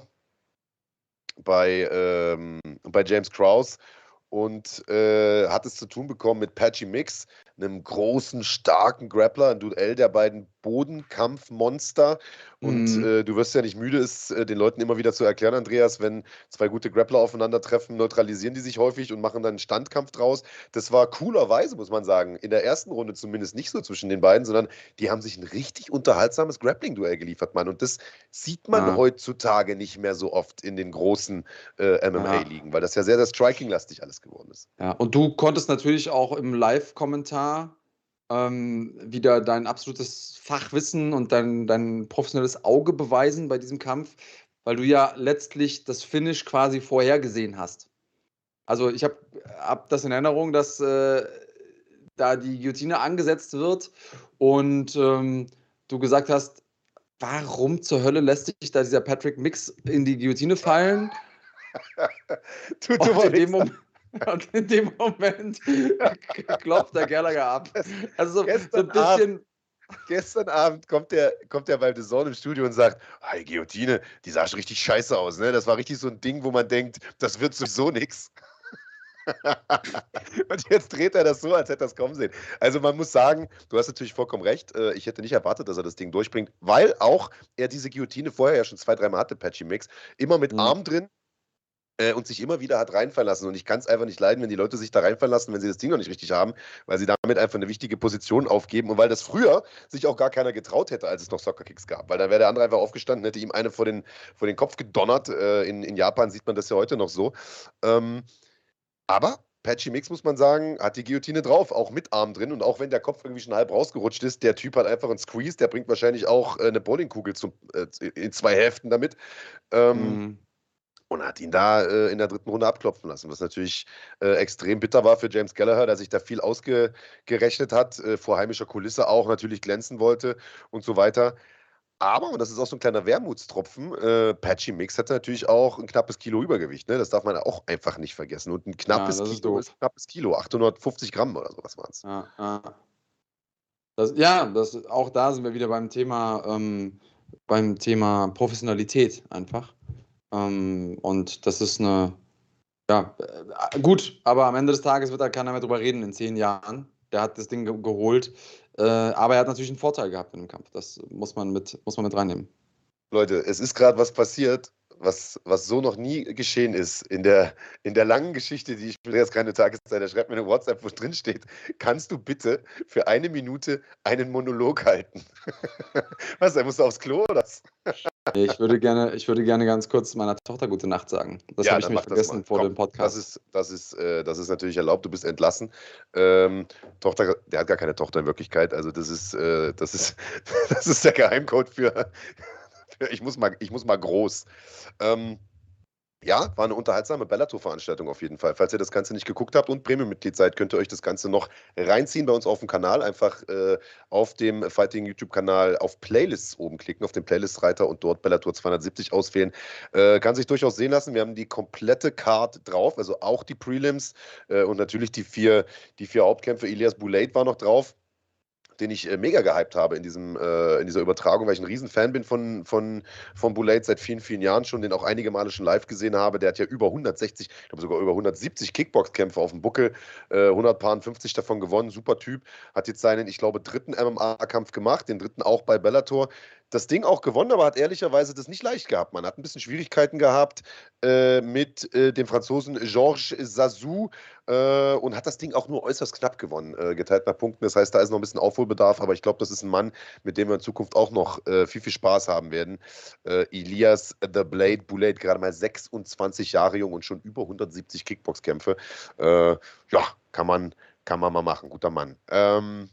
A: bei, ähm, bei James Krause und äh, hat es zu tun bekommen mit Patchy Mix, einem großen, starken Grappler, ein Duell der beiden Bodenkampfmonster. Und
B: Mhm.
A: äh, du wirst ja nicht müde, es äh, den Leuten immer wieder zu erklären, Andreas, wenn zwei gute Grappler aufeinandertreffen, neutralisieren die sich häufig und machen dann einen Standkampf draus. Das war coolerweise, muss man sagen, in der ersten Runde zumindest nicht so zwischen den beiden, sondern die haben sich ein richtig unterhaltsames Grappling-Duell geliefert, Mann. Und das sieht man
B: Ja,
A: heutzutage nicht mehr so oft in den großen äh,
B: ja,
A: M M A-Ligen, weil das ja sehr, sehr striking-lastig alles geworden ist.
B: ja. Und du konntest natürlich auch im Live-Kommentar, ähm, wieder dein absolutes Fachwissen und dein dein professionelles Auge beweisen bei diesem Kampf, weil du ja letztlich das Finish quasi vorhergesehen hast. Also, ich habe habe das in Erinnerung, dass, äh, da die Guillotine angesetzt wird und, ähm, du gesagt hast: „Warum zur Hölle lässt sich da dieser Patrick Mix in die Guillotine fallen?“
A: Du
B: Und
A: dummer
B: in dem
A: Wichser.
B: Moment und in dem Moment k klopft der Gallagher ab.
A: Gest
B: Also, so so
A: gestern
B: 'n
A: Abend
B: bisschen
A: Gestern Abend kommt der, kommt der bei The Zone im Studio und sagt, hey, Guillotine, die sah schon richtig scheiße aus, ne? Das war richtig so ein Ding, wo man denkt, das wird sowieso nix. Und jetzt dreht er das so, als hätte er es kommen sehen. Also man muss sagen, du hast natürlich vollkommen recht. äh, Ich hätte nicht erwartet, dass er das Ding durchbringt, weil auch er diese Guillotine vorher ja schon zwei, dreimal hatte, Patchy Mix. Immer mit
B: Mhm.
A: Arm drin, äh, und sich immer wieder hat reinfallen lassen. Und ich kann es einfach nicht leiden, wenn die Leute sich da reinfallen lassen, wenn sie das Ding noch nicht richtig haben, weil sie damit einfach eine wichtige Position aufgeben und weil das früher sich auch gar keiner getraut hätte, als es noch Soccer-Kicks gab. Weil dann wäre der andere einfach aufgestanden, hätte ihm eine vor den, vor den Kopf gedonnert. Äh, in, in Japan sieht man das ja heute noch so. Ähm, aber Patchy Mix, muss man sagen, hat die Guillotine drauf, auch mit Arm drin. Und auch wenn der Kopf irgendwie schon halb rausgerutscht ist, der Typ hat einfach einen Squeeze, der bringt wahrscheinlich auch äh, eine Bowlingkugel zum, äh, in zwei Hälften damit. Ähm,
B: Mhm.
A: und hat ihn da äh, in der dritten Runde abklopfen lassen, was natürlich äh, extrem bitter war für James Gallagher, der sich da viel ausgerechnet hat, äh, vor heimischer Kulisse auch natürlich glänzen wollte und so weiter. Aber, und das ist auch so ein kleiner Wermutstropfen, äh, Patchy Mix hatte natürlich auch ein knappes Kilo Übergewicht. Ne? Das darf man auch einfach nicht vergessen. Und ein
B: Ja,
A: knappes
B: das ist
A: Kilo ist
B: doof.
A: ein knappes Kilo, achthundertfünfzig Gramm oder sowas waren es.
B: Ja, ja. Das, ja, das, auch da sind wir wieder beim Thema, ähm, beim Thema Professionalität einfach. Ähm, und das ist eine, ja, äh, gut, aber am Ende des Tages wird da keiner mehr drüber reden in zehn Jahren. Der hat das Ding ge geholt, äh, aber er hat natürlich einen Vorteil gehabt in dem Kampf. Das muss man mit, muss man mit reinnehmen.
A: Leute, es ist gerade was passiert, was, was so noch nie geschehen ist. In der, in der langen Geschichte, die ich will jetzt keine Tageszeit, da schreibt mir eine WhatsApp, wo drin steht, kannst du bitte für eine Minute einen Monolog halten? Was, er musste aufs Klo oder was?
B: Ich würde gerne, ich würde gerne ganz kurz meiner Tochter gute Nacht sagen. Das
A: Ja,
B: habe ich
A: dann
B: nämlich
A: mach das mal.
B: vergessen vor
A: Komm,
B: dem
A: das
B: Podcast.
A: ist, das ist, äh, das ist natürlich erlaubt, du bist entlassen. Ähm, Tochter, der hat gar keine Tochter in Wirklichkeit. Also das ist, äh, das ist, das ist der Geheimcode für, für ich muss mal, ich muss mal groß. Ähm, Ja, war eine unterhaltsame Bellator-Veranstaltung auf jeden Fall. Falls ihr das Ganze nicht geguckt habt und Premium-Mitglied seid, könnt ihr euch das Ganze noch reinziehen bei uns auf dem Kanal. Einfach äh, auf dem Fighting-YouTube-Kanal auf Playlists oben klicken, auf den Playlist-Reiter und dort Bellator zweihundertsiebzig auswählen. Äh, kann sich durchaus sehen lassen. Wir haben die komplette Card drauf, also auch die Prelims äh, und natürlich die vier, die vier Hauptkämpfe. Elias Boulait war noch drauf, den ich äh, mega gehypt habe in, diesem, äh, in dieser Übertragung, weil ich ein Riesenfan bin von, von, von Boulait seit vielen, vielen Jahren schon, den auch einige Male schon live gesehen habe. Der hat ja über hundertsechzig, ich glaube sogar über hundertsiebzig Kickbox-Kämpfe auf dem Buckel, äh, hundertfünfzig davon gewonnen, super Typ. Hat jetzt seinen, ich glaube, dritten M M A-Kampf gemacht, den dritten auch bei Bellator. Das Ding auch gewonnen, aber hat ehrlicherweise das nicht leicht gehabt. Man hat ein bisschen Schwierigkeiten gehabt äh, mit äh, dem Franzosen Georges Zazou, äh, und hat das Ding auch nur äußerst knapp gewonnen, äh, geteilt nach Punkten. Das heißt, da ist noch ein bisschen Aufholbedarf, aber ich glaube, das ist ein Mann, mit dem wir in Zukunft auch noch äh, viel, viel Spaß haben werden. Äh, Elias The Blade Boulait, gerade mal sechsundzwanzig Jahre jung und schon über hundertsiebzig Kickboxkämpfe. Äh, ja, kann man, kann man mal machen. Guter Mann. Ähm,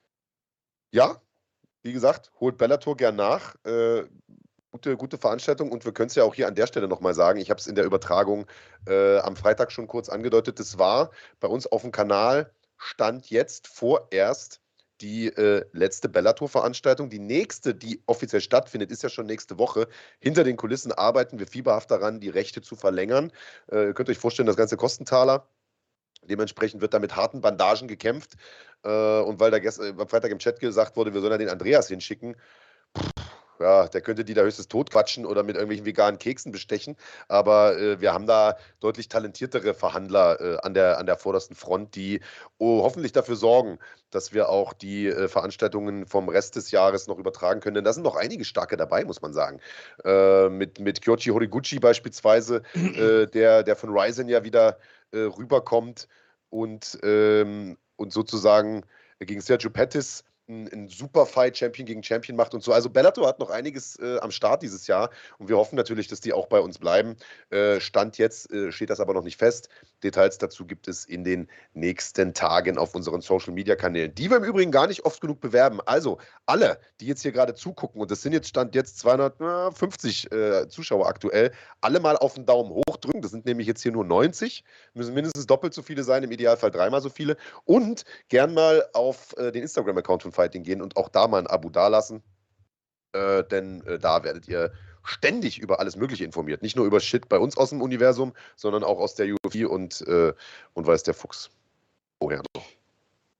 A: ja, wie gesagt, holt Bellator gern nach. Äh, Gute, gute Veranstaltung und wir können es ja auch hier an der Stelle nochmal sagen. Ich habe es in der Übertragung äh, am Freitag schon kurz angedeutet. Das war bei uns auf dem Kanal, stand jetzt vorerst die äh, letzte Bellator-Veranstaltung. Die nächste, die offiziell stattfindet, ist ja schon nächste Woche. Hinter den Kulissen arbeiten wir fieberhaft daran, die Rechte zu verlängern. Äh, ihr könnt euch vorstellen, das ganze Kostentaler. Dementsprechend wird da mit harten Bandagen gekämpft. Äh, und weil da gestern, am Freitag im Chat gesagt wurde, wir sollen da den Andreas hinschicken, ja, der könnte die da höchstens totquatschen oder mit irgendwelchen veganen Keksen bestechen. Aber äh, wir haben da deutlich talentiertere Verhandler äh, an der, an der vordersten Front, die oh, hoffentlich dafür sorgen, dass wir auch die äh, Veranstaltungen vom Rest des Jahres noch übertragen können. Denn da sind noch einige starke dabei, muss man sagen. Äh, mit, mit Kyoji Horiguchi beispielsweise, äh, der, der von Ryzen ja wieder äh, rüberkommt und, ähm, und sozusagen gegen Sergio Pettis ein, ein super Fight, Champion gegen Champion macht und so. Also Bellator hat noch einiges äh, am Start dieses Jahr und wir hoffen natürlich, dass die auch bei uns bleiben. Äh, Stand jetzt äh, steht das aber noch nicht fest. Details dazu gibt es in den nächsten Tagen auf unseren Social-Media-Kanälen, die wir im Übrigen gar nicht oft genug bewerben. Also alle, die jetzt hier gerade zugucken, und das sind jetzt Stand jetzt zweihundertfünfzig äh, Zuschauer aktuell, alle mal auf den Daumen hoch drücken. Das sind nämlich jetzt hier nur neunzig, müssen mindestens doppelt so viele sein, im Idealfall dreimal so viele. Und gern mal auf äh, den Instagram-Account von Fighting gehen und auch da mal ein Abo dalassen, äh, denn äh, da werdet ihr ständig über alles Mögliche informiert. Nicht nur über Shit bei uns aus dem Universum, sondern auch aus der U F C und, äh, und weiß der Fuchs. Woher noch.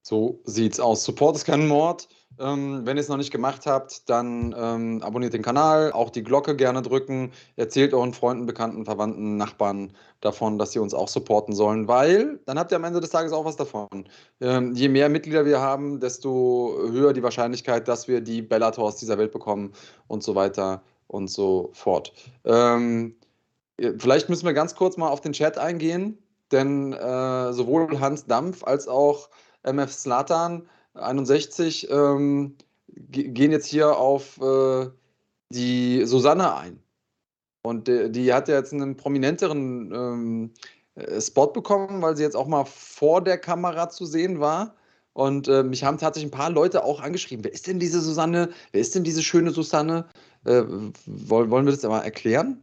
B: So sieht's aus. Support ist kein Mord. Ähm, wenn ihr es noch nicht gemacht habt, dann ähm, abonniert den Kanal, auch die Glocke gerne drücken. Erzählt euren Freunden, Bekannten, Verwandten, Nachbarn davon, dass sie uns auch supporten sollen, weil dann habt ihr am Ende des Tages auch was davon. Ähm, je mehr Mitglieder wir haben, desto höher die Wahrscheinlichkeit, dass wir die Bellators dieser Welt bekommen und so weiter und so fort. Ähm, Vielleicht müssen wir ganz kurz mal auf den Chat eingehen, denn äh, sowohl Hans Dampf als auch M F Slatan einundsechzig ähm, ge- gehen jetzt hier auf äh, die Susanne ein. Und äh, die hat ja jetzt einen prominenteren ähm, äh, Spot bekommen, weil sie jetzt auch mal vor der Kamera zu sehen war. Und äh, mich haben tatsächlich ein paar Leute auch angeschrieben. Wer ist denn diese Susanne? Wer ist denn diese schöne Susanne? Äh, wollen, wollen wir das mal erklären?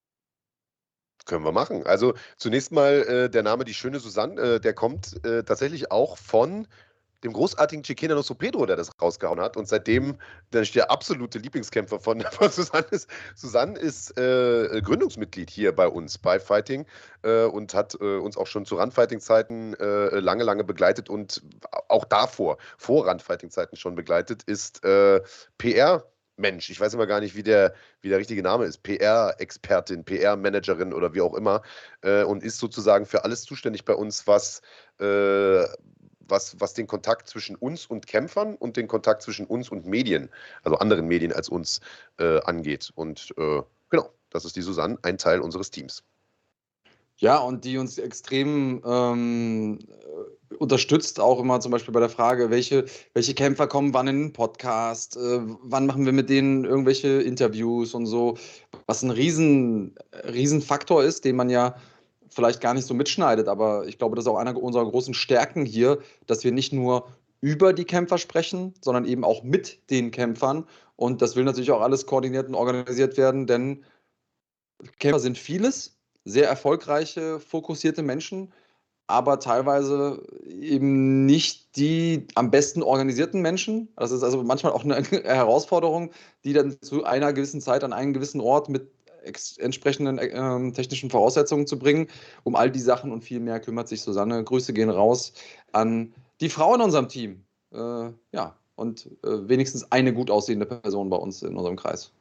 A: Können wir machen. Also zunächst mal äh, der Name Die schöne Susanne, äh, der kommt äh, tatsächlich auch von dem großartigen Chiquena Nosso Pedro, der das rausgehauen hat. Und seitdem der, der absolute Lieblingskämpfer von, von Susanne ist. Susanne ist äh, Gründungsmitglied hier bei uns bei Fighting äh, und hat äh, uns auch schon zu Run-Fighting-Zeiten äh, lange, lange begleitet und auch davor, vor Run-Fighting-Zeiten schon begleitet, ist äh, P R. Mensch, ich weiß immer gar nicht, wie der, wie der richtige Name ist. P R-Expertin, P R-Managerin oder wie auch immer. Äh, und ist sozusagen für alles zuständig bei uns, was äh, was, was den Kontakt zwischen uns und Kämpfern und den Kontakt zwischen uns und Medien, also anderen Medien als uns, äh, angeht. Und äh, genau, das ist die Susanne, ein Teil unseres Teams.
B: Ja, und die uns extrem ähm, äh, unterstützt, auch immer zum Beispiel bei der Frage, welche, welche Kämpfer kommen wann in den Podcast, äh, wann machen wir mit denen irgendwelche Interviews und so, was ein riesen, riesen Faktor ist, den man ja vielleicht gar nicht so mitschneidet, aber ich glaube, das ist auch einer unserer großen Stärken hier, dass wir nicht nur über die Kämpfer sprechen, sondern eben auch mit den Kämpfern, und das will natürlich auch alles koordiniert und organisiert werden, denn Kämpfer sind vieles, sehr erfolgreiche, fokussierte Menschen, aber teilweise eben nicht die am besten organisierten Menschen. Das ist also manchmal auch eine Herausforderung, die dann zu einer gewissen Zeit an einen gewissen Ort mit entsprechenden äh, technischen Voraussetzungen zu bringen. Um all die Sachen und viel mehr kümmert sich Susanne. Grüße gehen raus an die Frau in unserem Team. Äh, ja, und äh, wenigstens eine gut aussehende Person bei uns in unserem Kreis.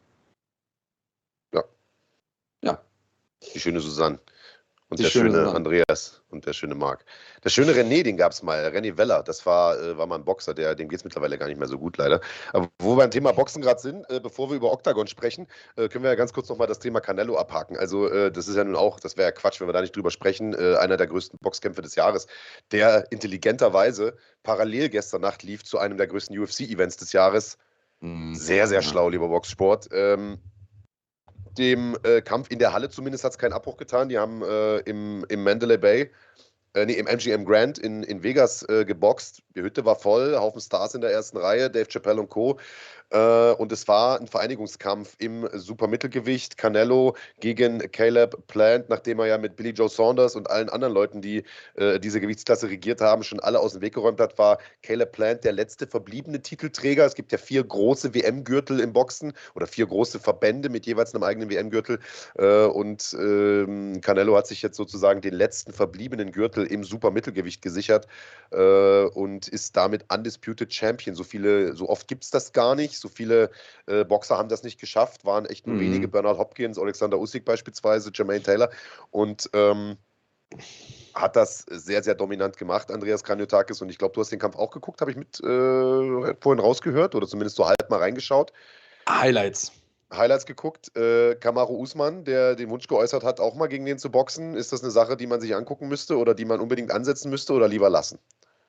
A: Ja,
B: Ja,
A: die schöne Susanne. Und
B: die
A: der
B: schöne
A: schöne
B: Susanne.
A: Andreas und der schöne Marc. Der schöne René, den gab es mal. René Weller, das war, äh, war mal ein Boxer, der, dem geht es mittlerweile gar nicht mehr so gut, leider. Aber wo wir beim Thema Boxen gerade sind, äh, bevor wir über Octagon sprechen, äh, können wir ja ganz kurz nochmal das Thema Canelo abhaken. Also, äh, das ist ja nun auch, das wäre ja Quatsch, wenn wir da nicht drüber sprechen, äh, einer der größten Boxkämpfe des Jahres, der intelligenterweise parallel gestern Nacht lief zu einem der größten U F C-Events des Jahres.
B: Mhm.
A: Sehr, sehr
B: Ja.
A: schlau, lieber Boxsport. Ähm, dem äh, Kampf in der Halle zumindest hat es keinen Abbruch getan. Die haben äh, im, im Mandalay Bay, äh, nee, im M G M Grand in, in Vegas äh, geboxt. Die Hütte war voll, Haufen Stars in der ersten Reihe, Dave Chappelle und Co. Äh, und es war ein Vereinigungskampf im Supermittelgewicht. Canelo gegen Caleb Plant, nachdem er ja mit Billy Joe Saunders und allen anderen Leuten, die äh, diese Gewichtsklasse regiert haben, schon alle aus dem Weg geräumt hat, war Caleb Plant der letzte verbliebene Titelträger. Es gibt ja vier große W M-Gürtel im Boxen oder vier große Verbände mit jeweils einem eigenen W M-Gürtel. Äh, und ähm, Canelo hat sich jetzt sozusagen den letzten verbliebenen Gürtel im Supermittelgewicht gesichert äh, und ist damit Undisputed Champion. So viele, so oft gibt es das gar nicht. So viele äh, Boxer haben das nicht geschafft, waren echt nur wenige.
B: Mhm.
A: Bernard Hopkins, Alexander Usyk beispielsweise, Jermaine Taylor. Und ähm, hat das sehr, sehr dominant gemacht, Andreas Kranjotakis. Und ich glaube, du hast den Kampf auch geguckt, habe ich mit äh, vorhin rausgehört oder zumindest so halb mal reingeschaut.
B: Highlights.
A: Highlights geguckt. Äh, Kamaru Usman, der den Wunsch geäußert hat, auch mal gegen den zu boxen. Ist das eine Sache, die man sich angucken müsste oder die man unbedingt ansetzen müsste oder lieber lassen?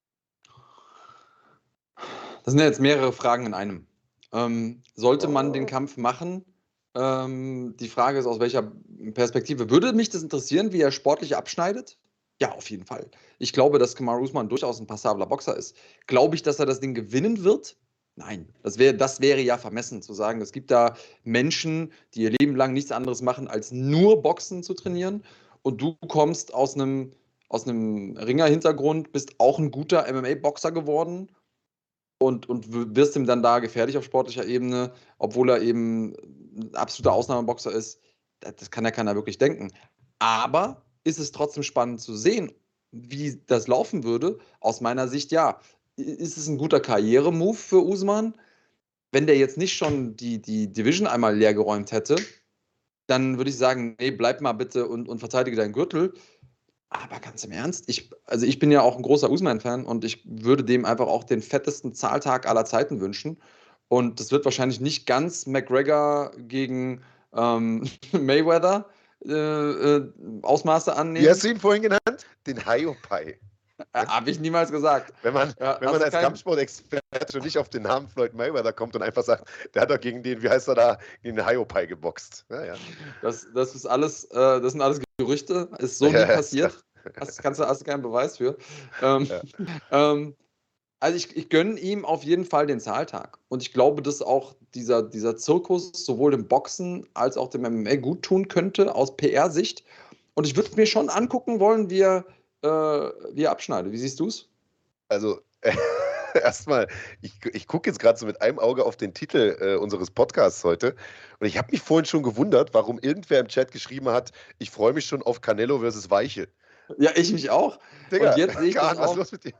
B: Das sind ja jetzt mehrere Fragen in einem. Ähm, sollte man den
A: Oh.
B: Kampf machen? Ähm, die Frage ist, aus welcher Perspektive. Würde mich das interessieren, wie er sportlich abschneidet? Ja, auf jeden Fall. Ich glaube, dass Kamaru Usman durchaus ein passabler Boxer ist. Glaube ich, dass er das Ding gewinnen wird? Nein. Das wäre, das wäre ja vermessen zu sagen. Es gibt da Menschen, die ihr Leben lang nichts anderes machen, als nur Boxen zu trainieren. Und du kommst aus einem, aus einem Ringer-Hintergrund, bist auch ein guter M M A-Boxer geworden und, und wirst ihm dann da gefährlich auf sportlicher Ebene, obwohl er eben ein absoluter Ausnahmeboxer ist. Das, das kann ja keiner wirklich denken. Aber ist es trotzdem spannend zu sehen, wie das laufen würde? Aus meiner Sicht ja. ist es ein guter Karrieremove für Usman. Wenn der jetzt nicht schon die, die Division einmal leer geräumt hätte, dann würde ich sagen, nee, bleib mal bitte und, und verteidige deinen Gürtel. Aber ganz im Ernst, ich, also ich bin ja auch ein großer Usman-Fan und ich würde dem einfach auch den fettesten Zahltag aller Zeiten wünschen. Und das wird wahrscheinlich nicht ganz McGregor gegen ähm, Mayweather äh, äh, Ausmaße
A: Wie
B: annehmen.
A: hast du ihn vorhin genannt? Den Hiopai.
B: Äh, Habe ich niemals gesagt.
A: Wenn man,
B: Ja,
A: wenn
B: hast
A: man
B: du
A: als
B: kein-
A: Kampfsportexperte schon nicht auf den Namen Floyd Mayweather kommt und einfach sagt, der hat doch gegen den, wie heißt er da, gegen den Hiopai geboxt. Ja, ja.
B: Das, das ist alles, äh, das sind alles Gerüchte, ist so nie
A: Ja, ist
B: passiert. Hast, kannst, du- hast du keinen Beweis für. Ähm,
A: Ja.
B: ähm, also ich, ich gönne ihm auf jeden Fall den Zahltag. Und ich glaube, dass auch dieser, dieser Zirkus sowohl dem Boxen als auch dem M M A gut tun könnte, aus P R-Sicht. Und ich würde mir schon angucken wollen, wie er, äh, wie er abschneidet. Wie siehst du es?
A: Also, erstmal, ich, ich gucke jetzt gerade so mit einem Auge auf den Titel äh, unseres Podcasts heute und ich habe mich vorhin schon gewundert, warum irgendwer im Chat geschrieben hat, ich freue mich schon auf Canelo versus Weiche.
B: Ja, ich mich auch.
A: Digga,
B: Und jetzt sehe ich das
A: Kahn, was ist
B: auch.
A: los mit dir?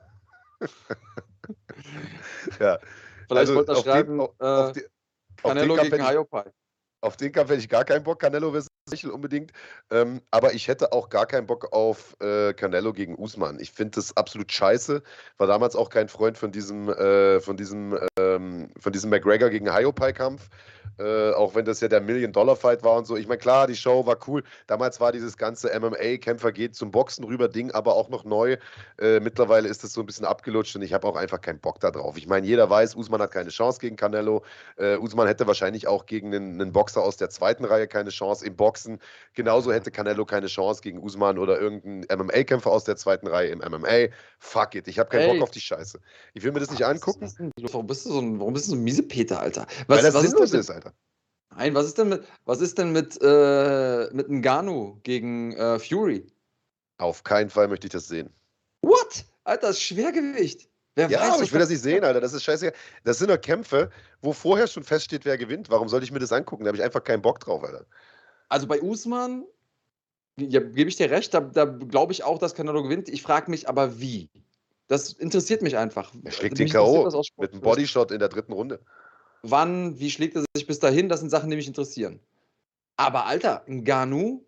A: Ja,
B: Vielleicht
A: also
B: wollte er
A: auf den,
B: schreiben,
A: auf,
B: äh,
A: auf den, auf den
B: Canelo
A: Kampf
B: gegen
A: hätte ich,
B: Hiopai.
A: auf den Kampf hätte ich gar keinen Bock, Canelo versus Michel unbedingt. Ähm, aber ich hätte auch gar keinen Bock auf äh, Canelo gegen Usman. Ich finde das absolut scheiße. War damals auch kein Freund von diesem, äh, von diesem, ähm, von diesem McGregor gegen Hiopai-Kampf. Äh, auch wenn das ja der Million-Dollar-Fight war und so. Ich meine, klar, die Show war cool. Damals war dieses ganze M M A-Kämpfer geht zum Boxen rüber Ding aber auch noch neu. Äh, mittlerweile ist das so ein bisschen abgelutscht und ich habe auch einfach keinen Bock da drauf. Ich meine, jeder weiß, Usman hat keine Chance gegen Canelo. Äh, Usman hätte wahrscheinlich auch gegen einen, einen Boxer aus der zweiten Reihe keine Chance im Boxen. Genauso hätte Canelo keine Chance gegen Usman oder irgendeinen M M A-Kämpfer aus der zweiten Reihe im M M A. Fuck it, ich habe keinen Bock
B: Ey,
A: auf die Scheiße. Ich will mir das nicht
B: was,
A: angucken,
B: was denn, warum bist du so ein, warum bist du so ein Miesepeter, Alter?
A: weil
B: Was,
A: das
B: was ist denn
A: sinnlos
B: mit,
A: ist, Alter.
B: nein, was ist denn mit, was ist denn mit, äh, mit Ngannou gegen äh, Fury?
A: Auf keinen Fall möchte ich das sehen.
B: What? Alter, das ist Schwergewicht. Wer
A: Ja,
B: weiß,
A: aber
B: was
A: ich will
B: da
A: das nicht sehen,
B: passiert.
A: Alter. Das ist scheiße. Das sind doch Kämpfe, wo vorher schon feststeht, wer gewinnt. Warum sollte ich mir das angucken? Da habe ich einfach keinen Bock drauf, Alter.
B: Also bei Usman, ja, gebe ich dir recht, da, da glaube ich auch, dass Canelo gewinnt. Ich frage mich aber, wie. Das interessiert mich einfach.
A: Er
B: Also
A: schlägt den
B: mich interessiert das
A: K O
B: aus
A: mit einem
B: Sportjournalismus.
A: Bodyshot in der dritten Runde.
B: Wann, wie schlägt er sich bis dahin? Das sind Sachen, die mich interessieren. Aber Alter, Ngannou,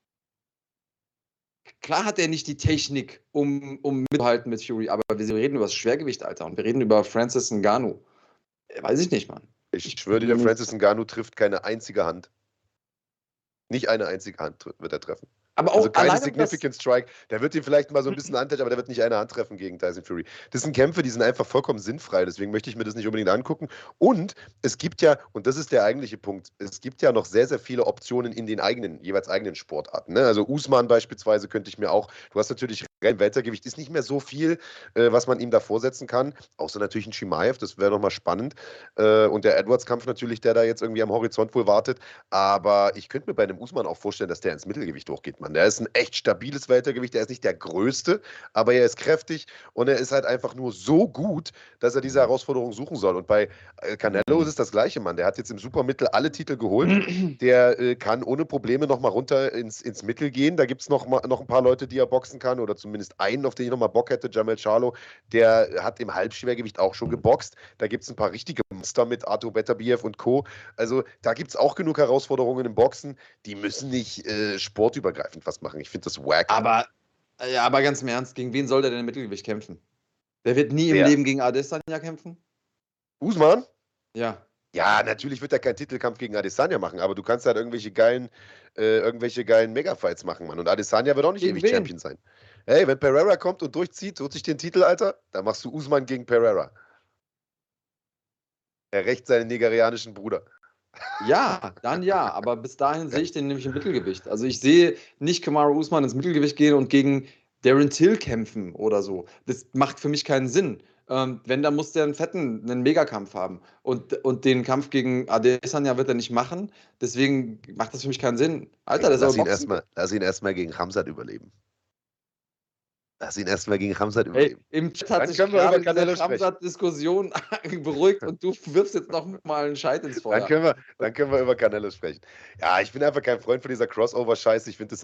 B: klar hat er nicht die Technik, um, um mitzuhalten mit Fury, aber wir reden über das Schwergewicht, Alter. Und wir reden über Francis Ngannou. Weiß ich nicht, Mann.
A: Ich
B: Ich
A: schwöre
B: bin mir
A: dir,
B: nicht
A: Francis
B: sicher.
A: Ngannou trifft keine einzige Hand. Nicht eine einzige Hand tr- wird er treffen.
B: Aber
A: Also
B: auch
A: keine
B: alleine das.
A: Significant Strike. Der wird ihn vielleicht mal so ein bisschen antouchen, aber der wird nicht eine Hand treffen gegen Tyson Fury. Das sind Kämpfe, die sind einfach vollkommen sinnfrei. Deswegen möchte ich mir das nicht unbedingt angucken. Und es gibt ja, und das ist der eigentliche Punkt, es gibt ja noch sehr, sehr viele Optionen in den eigenen, jeweils eigenen Sportarten. Ne? Also Usman beispielsweise könnte ich mir auch, du hast natürlich im Weltergewicht ist nicht mehr so viel, äh, was man ihm da vorsetzen kann. Außer natürlich ein Chimaev, das wäre nochmal spannend. Äh, und der Edwards-Kampf natürlich, der da jetzt irgendwie am Horizont wohl wartet. Aber ich könnte mir bei einem Usman auch vorstellen, dass der ins Mittelgewicht hochgeht, Mann. Der ist ein echt stabiles Weltergewicht. Der ist nicht der größte, aber er ist kräftig und er ist halt einfach nur so gut, dass er diese Herausforderung suchen soll. Und bei äh, Canelo ist es das Gleiche, Mann. Der hat jetzt im Supermittel alle Titel geholt. Der äh, kann ohne Probleme nochmal runter ins, ins Mittel gehen. Da gibt es noch, mal, noch ein paar Leute, die er boxen kann oder zumindest einen, auf den ich nochmal Bock hätte, Jamel Charlo. Der hat im Halbschwergewicht auch schon geboxt. Da gibt es ein paar richtige Monster mit Artur Beterbiev und Co. Also da gibt es auch genug Herausforderungen im Boxen. Die müssen nicht äh, sportübergreifend was machen. Ich finde das wack.
B: Aber, ja, aber ganz im Ernst, gegen wen soll der denn im Mittelgewicht kämpfen? Der wird nie im
A: Wer?
B: Leben gegen Adesanya kämpfen?
A: Usman?
B: Ja.
A: Ja, natürlich wird er keinen Titelkampf gegen Adesanya machen, aber du kannst halt irgendwelche geilen, äh, irgendwelche geilen Megafights machen, Mann. Und Adesanya wird auch nicht
B: Gegen
A: ewig
B: wen?
A: Champion sein. Hey, wenn Pereira kommt und durchzieht, holt sich den Titel, Alter, dann machst du Usman gegen Pereira. Er rächt seinen nigerianischen Bruder.
B: Ja, dann ja, aber bis dahin sehe ich den nämlich im Mittelgewicht. Also ich sehe nicht Kamaru Usman ins Mittelgewicht gehen und gegen Darren Till kämpfen oder so. Das macht für mich keinen Sinn. Ähm, wenn, dann muss der einen fetten, einen Megakampf haben. Und, und den Kampf gegen Adesanya wird er nicht machen. Deswegen macht das für mich keinen Sinn. Alter,
A: Ja,
B: der soll
A: lass ihn
B: boxen.
A: erstmal, lass ihn erstmal gegen Hamzat überleben. Lass ihn erstmal gegen Hamzat
B: Hey,
A: überleben.
B: im Chat hat
A: Dann
B: sich
A: können wir über
B: gerade
A: Canelo
B: diese
A: sprechen.
B: Hamzat-Diskussion beruhigt und du wirfst jetzt noch mal einen Scheit ins
A: Dann
B: Feuer.
A: können, wir, dann können wir über Canelo sprechen. Ja, ich bin einfach kein Freund von dieser Crossover-Scheiße. Ich finde das affig.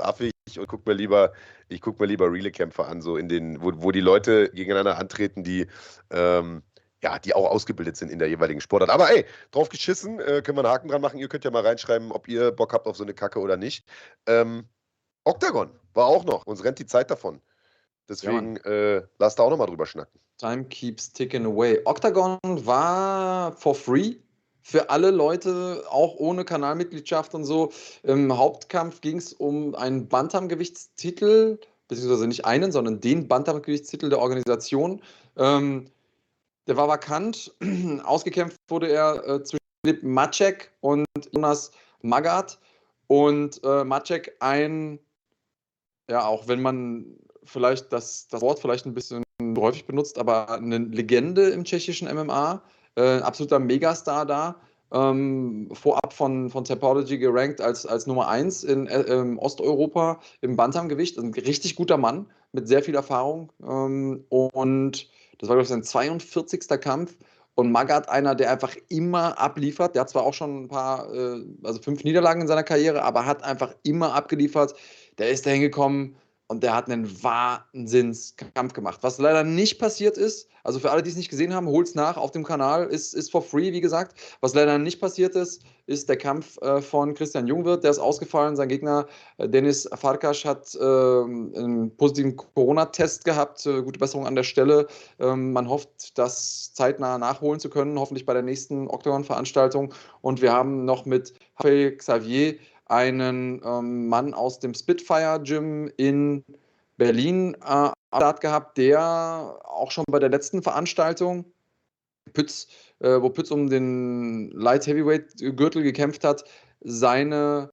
A: und guck mir lieber, ich gucke mir lieber Relay-Kämpfer an, so in den, wo, wo die Leute gegeneinander antreten, die, ähm, ja, die auch ausgebildet sind in der jeweiligen Sportart. Aber ey, drauf geschissen, äh, können wir einen Haken dran machen. Ihr könnt ja mal reinschreiben, ob ihr Bock habt auf so eine Kacke oder nicht. Ähm, Octagon war auch noch, uns rennt die Zeit davon.
B: Ja, Mann.
A: Deswegen äh, lasst da auch nochmal drüber schnacken.
B: Time keeps ticking away. Octagon war for free für alle Leute, auch ohne Kanalmitgliedschaft und so. Im Hauptkampf ging es um einen Bantamgewichtstitel, beziehungsweise nicht einen, sondern den Bantamgewichtstitel der Organisation. Ähm, der war vakant. Ausgekämpft wurde er äh, zwischen Filip Maček und Jonas Magath. Und äh, Maček ein, ja, auch wenn man vielleicht das, das Wort vielleicht ein bisschen häufig benutzt, aber eine Legende im tschechischen M M A, äh, absoluter Megastar da, ähm, vorab von, von Tapology gerankt als, als Nummer eins in äh, Osteuropa im Bantamgewicht. Ein richtig guter Mann mit sehr viel Erfahrung. Ähm, und das war, glaube ich, sein zweiundvierzigster Kampf. Und Magath, einer, der einfach immer abliefert. Der hat zwar auch schon ein paar, äh, also fünf Niederlagen in seiner Karriere, aber hat einfach immer abgeliefert. Der ist da hingekommen und der hat einen Wahnsinnskampf gemacht. Was leider nicht passiert ist, also für alle, die es nicht gesehen haben, holt es nach auf dem Kanal, ist, ist for free, wie gesagt. Was leider nicht passiert ist, ist der Kampf äh, von Christian Jungwirth. Der ist ausgefallen. Sein Gegner äh, Dennis Farkas hat äh, einen positiven Corona-Test gehabt. Äh, gute Besserung an der Stelle. Ähm, man hofft, das zeitnah nachholen zu können, hoffentlich bei der nächsten Octagon-Veranstaltung. Und wir haben noch mit Rafael Xavier einen ähm, Mann aus dem Spitfire Gym in Berlin äh, Start gehabt, der auch schon bei der letzten Veranstaltung, Pütz, äh, wo Pütz um den Light Heavyweight Gürtel gekämpft hat, seine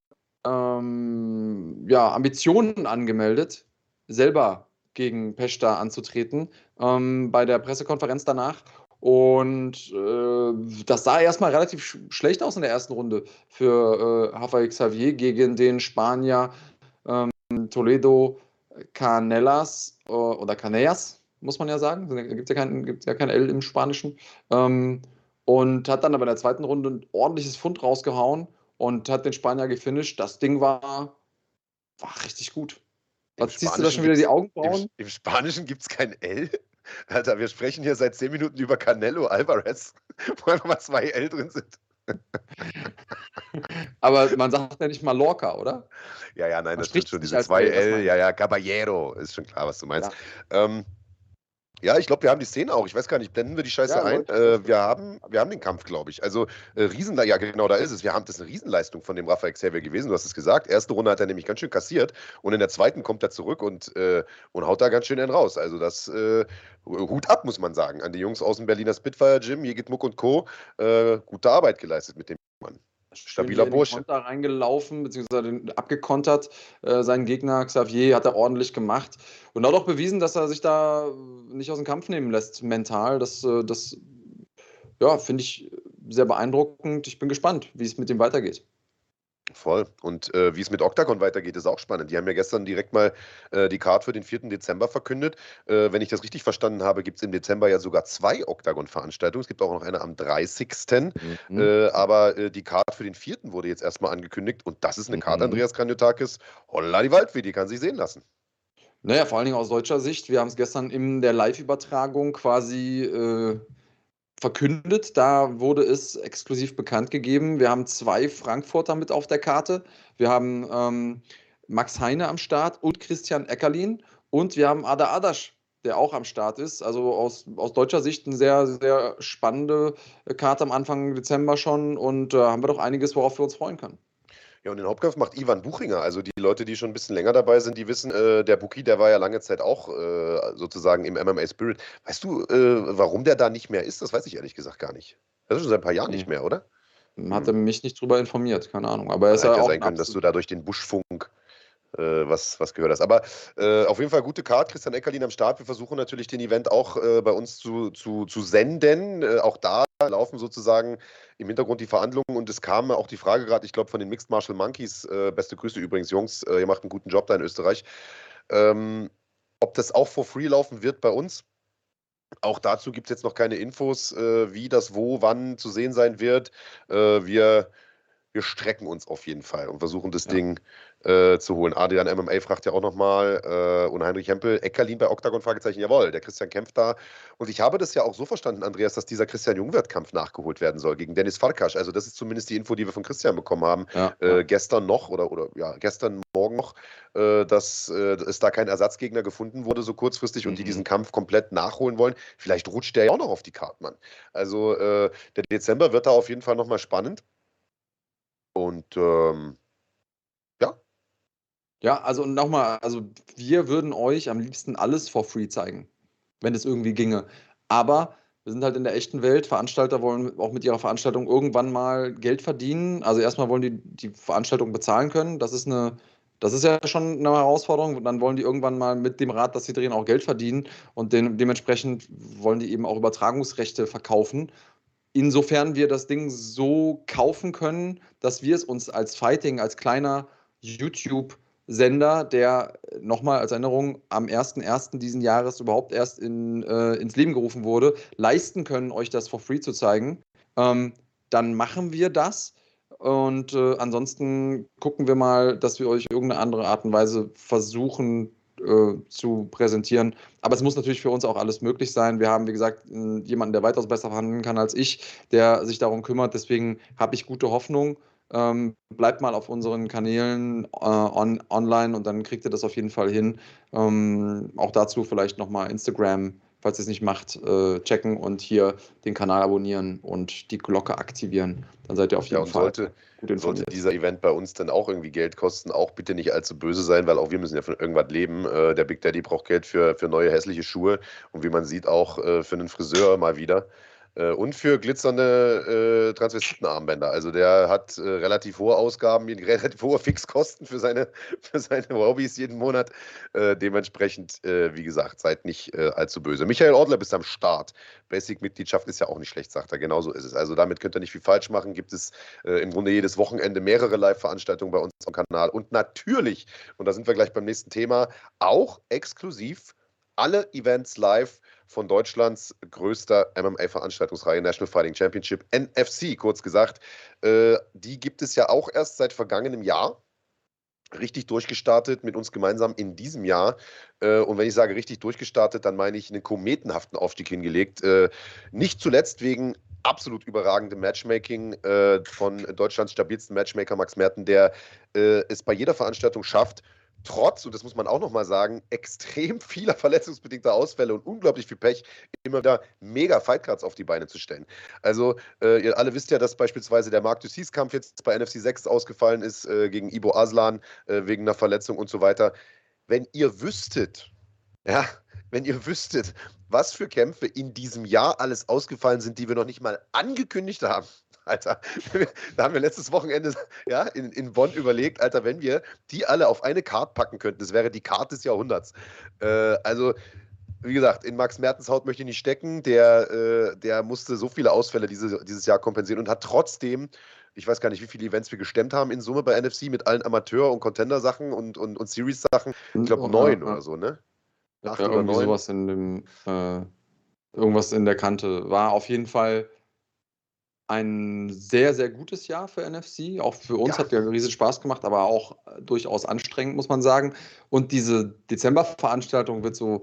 B: ähm, ja, Ambitionen angemeldet, selber gegen Peshta anzutreten, ähm, bei der Pressekonferenz danach. Und äh, das sah erstmal relativ sch schlecht aus in der ersten Runde für äh, Rafael Xavier gegen den Spanier ähm, Toledo Canellas äh, oder Canellas, muss man ja sagen. Da gibt es ja, kein, gibt's ja kein L im Spanischen. Ähm, und hat dann aber in der zweiten Runde ein ordentliches Pfund rausgehauen und hat den Spanier gefinisht. Das Ding war, war richtig gut.
A: Im
B: Was ziehst du da
A: Spanischen
B: schon wieder die
A: gibt's, im,
B: Augenbrauen?
A: im Spanischen gibt es kein L. Alter, wir sprechen hier seit zehn Minuten über Canelo Alvarez, wo einfach mal zwei L drin sind.
B: Aber man sagt ja nicht mal Lorca, oder?
A: Ja, ja, nein,
B: Man
A: das stimmt
B: spricht
A: schon.
B: es nicht
A: Diese
B: als
A: zwei
B: L, das
A: L,
B: meine
A: ja,
B: ich.
A: ja, Caballero, ist schon klar, was du meinst.
B: Ja,
A: Ähm, ja, ich glaube, wir haben die Szene auch. Ich weiß gar nicht, blenden wir die Scheiße
B: ja
A: ein?
B: läuft, läuft,
A: Äh, wir,
B: läuft.
A: haben, wir haben den Kampf, glaube ich. Also, äh, Riesen, ja, genau, da ist es. Wir haben das ist eine Riesenleistung von dem Rafael Xavier gewesen. Du hast es gesagt. Erste Runde hat er nämlich ganz schön kassiert und in der zweiten kommt er zurück und, äh, und haut da ganz schön einen raus. Also, das äh, Hut ab, muss man sagen, an die Jungs aus dem Berliner Spitfire Gym, Jegit Muck und Co. Äh, gute Arbeit geleistet mit dem Mann.
B: Schön
A: Stabiler
B: hier in den
A: Bursche.
B: Konter reingelaufen, beziehungsweise den abgekontert. Äh, seinen Gegner Xavier hat er ordentlich gemacht und hat auch bewiesen, dass er sich da nicht aus dem Kampf nehmen lässt, mental. Das, äh, das ja, finde ich sehr beeindruckend. Ich bin gespannt, wie es mit dem weitergeht.
A: Voll. Und äh, wie es mit Octagon weitergeht, ist auch spannend. Die haben ja gestern direkt mal äh, die Card für den vierten Dezember verkündet. Äh, wenn ich das richtig verstanden habe, gibt es im Dezember ja sogar zwei Octagon-Veranstaltungen. Es gibt auch noch eine am dreißigsten
B: Mhm.
A: Äh, aber äh, die Card für den vierten wurde jetzt erstmal angekündigt. Und das ist eine Card,
B: Mhm.
A: Andreas Kanyotakis. Holla die Waldfee, die kann sich sehen lassen.
B: Naja, vor allen Dingen aus deutscher Sicht. Wir haben es gestern in der Live-Übertragung quasi äh, verkündet. Da wurde es exklusiv bekannt gegeben. Wir haben zwei Frankfurter mit auf der Karte. Wir haben ähm, Max Heine am Start und Christian Eckerlin. Und wir haben Ada Adasch, der auch am Start ist. Also aus, aus deutscher Sicht eine sehr, sehr spannende Karte am Anfang Dezember schon. Und da äh, haben wir doch einiges, worauf wir uns freuen können.
A: Ja, und den Hauptkampf macht Ivan Buchinger. Also die Leute, die schon ein bisschen länger dabei sind, die wissen, äh, der Buki, der war ja lange Zeit auch äh, sozusagen im M M A Spirit. Weißt du, äh, warum der da nicht mehr ist? Das weiß ich ehrlich gesagt gar nicht. Das ist schon seit ein paar Jahren nicht
B: Nee,
A: mehr, oder?
B: hatte
A: Hm.
B: mich nicht drüber informiert, keine Ahnung. Aber er ist
A: Ah,
B: ja
A: hätte ja
B: auch
A: sein
B: ein
A: können, dass du
B: absolut.
A: da durch den Buschfunk äh, was, was gehört hast. Aber äh, auf jeden Fall gute Card. Christian Eckerlin am Start. Wir versuchen natürlich den Event auch äh, bei uns zu, zu, zu senden. Äh, auch da laufen sozusagen im Hintergrund die Verhandlungen und es kam auch die Frage gerade, ich glaube, von den Mixed Martial Monkeys, äh, beste Grüße übrigens, Jungs, äh, ihr macht einen guten Job da in Österreich, ähm, ob das auch for free laufen wird bei uns. Auch dazu gibt es jetzt noch keine Infos, äh, wie das wo, wann zu sehen sein wird. Äh, wir wir strecken uns auf jeden Fall und versuchen das
B: Ja.
A: Ding äh, zu holen. Adrian M M A fragt ja auch nochmal, äh, und Heinrich Hempel, Eckerlin bei Octagon, Fragezeichen, jawohl, der Christian kämpft da. Und ich habe das ja auch so verstanden, Andreas, dass dieser Christian Jungwirth-Kampf nachgeholt werden soll gegen Dennis Farkas. Also das ist zumindest die Info, die wir von Christian bekommen haben,
B: Ja,
A: äh,
B: ja.
A: gestern noch oder, oder ja, gestern Morgen noch, äh, dass äh, es da kein Ersatzgegner gefunden wurde, so kurzfristig, und die diesen
B: Mhm.
A: Kampf komplett nachholen wollen. Vielleicht rutscht der ja auch noch auf die Karte, Mann. Also äh, der Dezember wird da auf jeden Fall nochmal spannend. Und ähm, ja,
B: Ja, also nochmal, also wir würden euch am liebsten alles for free zeigen, wenn es irgendwie ginge. Aber wir sind halt in der echten Welt. Veranstalter wollen auch mit ihrer Veranstaltung irgendwann mal Geld verdienen. Also erstmal wollen die die Veranstaltung bezahlen können. Das ist eine, das ist ja schon eine Herausforderung. Und dann wollen die irgendwann mal mit dem Rad, das sie drehen, auch Geld verdienen. Und den, dementsprechend wollen die eben auch Übertragungsrechte verkaufen. Insofern wir das Ding so kaufen können, dass wir es uns als Fighting, als kleiner YouTube-Sender, der nochmal als Erinnerung am ersten ersten diesen Jahres überhaupt erst in, äh, ins Leben gerufen wurde, leisten können, euch das for free zu zeigen, ähm, dann machen wir das. Und äh, ansonsten gucken wir mal, dass wir euch irgendeine andere Art und Weise versuchen äh, zu präsentieren. Aber es muss natürlich für uns auch alles möglich sein. Wir haben, wie gesagt, jemanden, der weitaus besser verhandeln kann als ich, der sich darum kümmert. Deswegen habe ich gute Hoffnung. Ähm, bleibt mal auf unseren Kanälen äh, on, online und dann kriegt ihr das auf jeden Fall hin. Ähm, auch dazu vielleicht nochmal Instagram, falls ihr es nicht macht, äh, checken und hier den Kanal abonnieren und die Glocke aktivieren. Dann seid ihr auf
A: ja,
B: jeden
A: und
B: Fall
A: sollte,
B: gut
A: sollte
B: informiert.
A: dieser Event bei uns dann auch irgendwie Geld kosten, auch bitte nicht allzu böse sein, weil auch wir müssen ja von irgendwas leben. Äh, der Big Daddy braucht Geld für, für neue hässliche Schuhe und wie man sieht auch äh, für einen Friseur mal wieder. Äh, und für glitzernde äh, Transvestitenarmbänder. Also der hat äh, relativ hohe Ausgaben, relativ hohe Fixkosten für seine, für seine Hobbys jeden Monat. Äh, dementsprechend, äh, wie gesagt, seid nicht äh, allzu böse. Michael Ortler ist am Start. Basic-Mitgliedschaft ist ja auch nicht schlecht, sagt er. Genauso ist es. Also damit könnt ihr nicht viel falsch machen. Gibt es äh, im Grunde jedes Wochenende mehrere Live-Veranstaltungen bei uns am Kanal. Und natürlich, und da sind wir gleich beim nächsten Thema, auch exklusiv alle Events live von Deutschlands größter M M A-Veranstaltungsreihe, National Fighting Championship, N F C, kurz gesagt. Äh, die gibt es ja auch erst seit vergangenem Jahr. Richtig durchgestartet mit uns gemeinsam in diesem Jahr. Äh, und wenn ich sage richtig durchgestartet, dann meine ich einen kometenhaften Aufstieg hingelegt. Äh, nicht zuletzt wegen absolut überragendem Matchmaking äh, von Deutschlands stabilsten Matchmaker Max Merten, der äh, es bei jeder Veranstaltung schafft, trotz, und das muss man auch nochmal sagen, extrem vieler verletzungsbedingter Ausfälle und unglaublich viel Pech, immer wieder mega Fightcards auf die Beine zu stellen. Also, äh, ihr alle wisst ja, dass beispielsweise der Marc Ducis-Kampf jetzt bei N F C sechs ausgefallen ist äh, gegen Ibo Aslan äh, wegen einer Verletzung und so weiter. Wenn ihr wüsstet, ja, wenn ihr wüsstet, was für Kämpfe in diesem Jahr alles ausgefallen sind, die wir noch nicht mal angekündigt haben. Alter, da haben wir letztes Wochenende ja, in, in Bonn überlegt, Alter, wenn wir die alle auf eine Card packen könnten, das wäre die Card des Jahrhunderts. Äh, also, wie gesagt, in Max Mertens Haut möchte ich nicht stecken. Der, äh, der musste so viele Ausfälle diese, dieses Jahr kompensieren und hat trotzdem, ich weiß gar nicht, wie viele Events wir gestemmt haben in Summe bei N F C mit allen Amateur- und Contender-Sachen und, und, und Series-Sachen. Ich glaube, neun oder so, ne?
B: Ja,
A: Acht oder
B: irgendwie
A: neun.
B: sowas in dem, äh, irgendwas in der Kante. War auf jeden Fall ein sehr, sehr gutes Jahr für N F C. Auch für uns
A: Ja,
B: hat ja riesen Spaß gemacht, aber auch äh, durchaus anstrengend, muss man sagen. Und diese Dezember-Veranstaltung wird so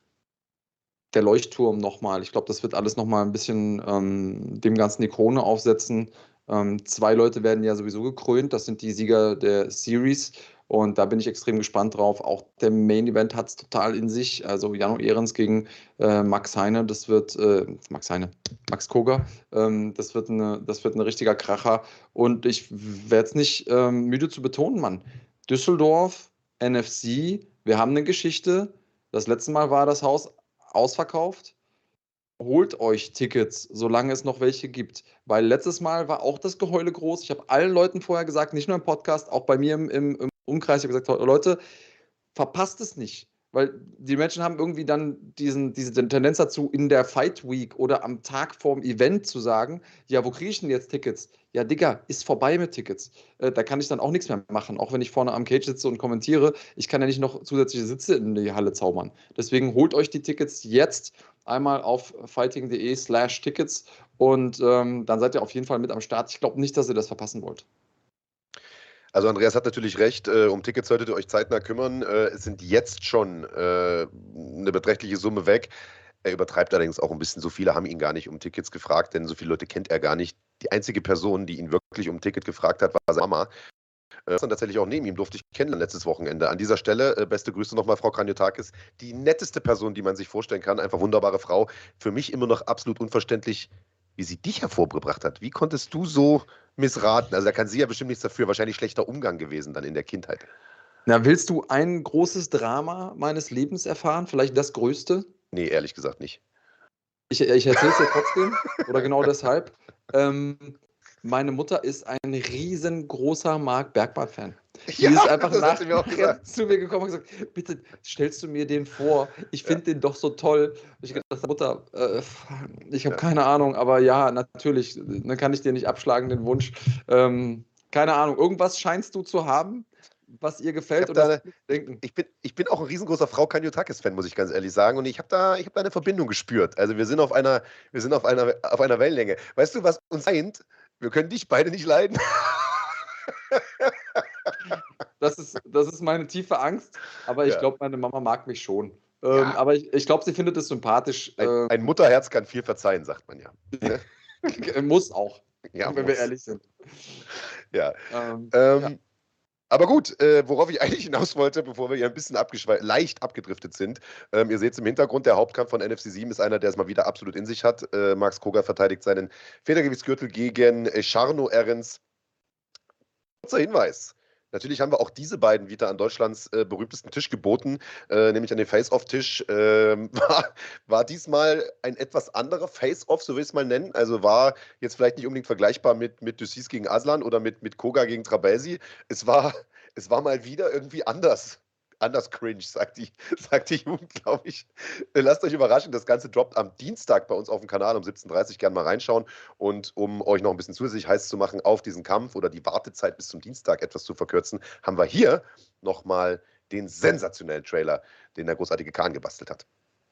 B: der Leuchtturm nochmal. Ich glaube, das wird alles nochmal ein bisschen ähm, dem Ganzen die Krone aufsetzen. Ähm, zwei Leute werden ja sowieso gekrönt. Das sind die Sieger der Series. Und da bin ich extrem gespannt drauf. Auch der Main Event hat es total in sich. Also Jano Ehrens gegen äh, Max Heine. Das wird, äh, Max Heine, Max Koga. Ähm, das wird eine, das wird ein richtiger Kracher. Und ich werde es nicht ähm, müde zu betonen, Mann. Düsseldorf, N F C, wir haben eine Geschichte. Das letzte Mal war das Haus ausverkauft. Holt euch Tickets, solange es noch welche gibt. Weil letztes Mal war auch das Geheule groß. Ich habe allen Leuten vorher gesagt, nicht nur im Podcast, auch bei mir im, im, im Umkreis, ich habe gesagt, Leute, verpasst es nicht. Weil die Menschen haben irgendwie dann diesen, diese Tendenz dazu, in der Fight Week oder am Tag vorm Event zu sagen, ja, wo kriege ich denn jetzt Tickets? Ja, Digga, ist vorbei mit Tickets. Äh, da kann ich dann auch nichts mehr machen, auch wenn ich vorne am Cage sitze und kommentiere. Ich kann ja nicht noch zusätzliche Sitze in die Halle zaubern. Deswegen holt euch die Tickets jetzt einmal auf fighting.de slash Tickets und ähm, dann seid ihr auf jeden Fall mit am Start. Ich glaube nicht, dass ihr das verpassen wollt.
A: Also Andreas hat natürlich recht, äh, um Tickets solltet ihr euch zeitnah kümmern. Äh, es sind jetzt schon äh, eine beträchtliche Summe weg. Er übertreibt allerdings auch ein bisschen. So viele haben ihn gar nicht um Tickets gefragt, denn so viele Leute kennt er gar nicht. Die einzige Person, die ihn wirklich um ein Ticket gefragt hat, war seine Mama. Äh, und tatsächlich auch neben ihm durfte ich kennenlernen letztes Wochenende. An dieser Stelle, äh, beste Grüße nochmal, Frau Kranjotakis. Die netteste Person, die man sich vorstellen kann. Einfach wunderbare Frau. Für mich immer noch absolut unverständlich, wie sie dich hervorgebracht hat. Wie konntest du so missraten? Also da kann sie ja bestimmt nichts dafür. Wahrscheinlich schlechter Umgang gewesen dann in der Kindheit.
B: Na, willst du ein großes Drama meines Lebens erfahren? Vielleicht das größte?
A: Nee, ehrlich gesagt nicht.
B: Ich, ich erzähle es dir trotzdem, oder genau deshalb. Ähm, meine Mutter ist ein riesengroßer Marc Bergmann-Fan. Die
A: Ja,
B: ist einfach
A: das hat sie mir auch
B: nachher
A: gesagt.
B: zu mir gekommen und gesagt, bitte stellst du mir den vor, ich finde den doch so toll. Ich gedacht, Mutter, äh, ich habe
A: Ja.
B: keine Ahnung, aber ja, natürlich, dann kann ich dir nicht abschlagen, den Wunsch. Ähm, keine Ahnung, irgendwas scheinst du zu haben, was ihr
A: Ich,
B: gefällt
A: hab
B: oder
A: da eine,
B: denken.
A: ich, bin, ich bin auch ein riesengroßer Frau Kanyotakis-Fan, muss ich ganz ehrlich sagen. Und ich habe da, ich hab da eine Verbindung gespürt. Also wir sind auf einer, wir sind auf einer, auf einer Wellenlänge. Weißt du, was uns eint? Wir können dich beide nicht leiden.
B: Das ist, das ist meine tiefe Angst, aber ich
A: Ja.
B: glaube, meine Mama mag mich schon. Ähm,
A: Ja.
B: aber ich, ich glaube, sie findet es sympathisch.
A: Ein,
B: Ähm,
A: ein Mutterherz kann viel verzeihen, sagt man ja.
B: muss auch,
A: Ja,
B: wenn
A: muss.
B: wir ehrlich sind.
A: Ja.
B: Ähm,
A: Ähm,
B: ja.
A: Aber gut, äh, worauf ich eigentlich hinaus wollte, bevor wir hier ein bisschen leicht abgedriftet sind. Ähm, ihr seht es im Hintergrund, der Hauptkampf von N F C sieben ist einer, der es mal wieder absolut in sich hat. Äh, Max Koga verteidigt seinen Federgewichtsgürtel gegen äh, Charno Ahrens. Kurzer Hinweis. Natürlich haben wir auch diese beiden wieder an Deutschlands äh, berühmtesten Tisch geboten, äh, nämlich an den Face-Off-Tisch. Ähm, war, war diesmal ein etwas anderer Face-Off, so will ich es mal nennen. Also war jetzt vielleicht nicht unbedingt vergleichbar mit, mit Ducis gegen Aslan oder mit, mit Koga gegen Trabelsi. Es war, es war mal wieder irgendwie anders. Anders cringe, sagt die, sagt die Jugend, glaube ich. Äh, Lasst euch überraschen, das Ganze droppt am Dienstag bei uns auf dem Kanal um siebzehn Uhr dreißig. Gerne mal reinschauen. Und um euch noch ein bisschen zusätzlich heiß zu machen auf diesen Kampf oder die Wartezeit bis zum Dienstag etwas zu verkürzen, haben wir hier nochmal den sensationellen Trailer, den der großartige Kahn gebastelt hat.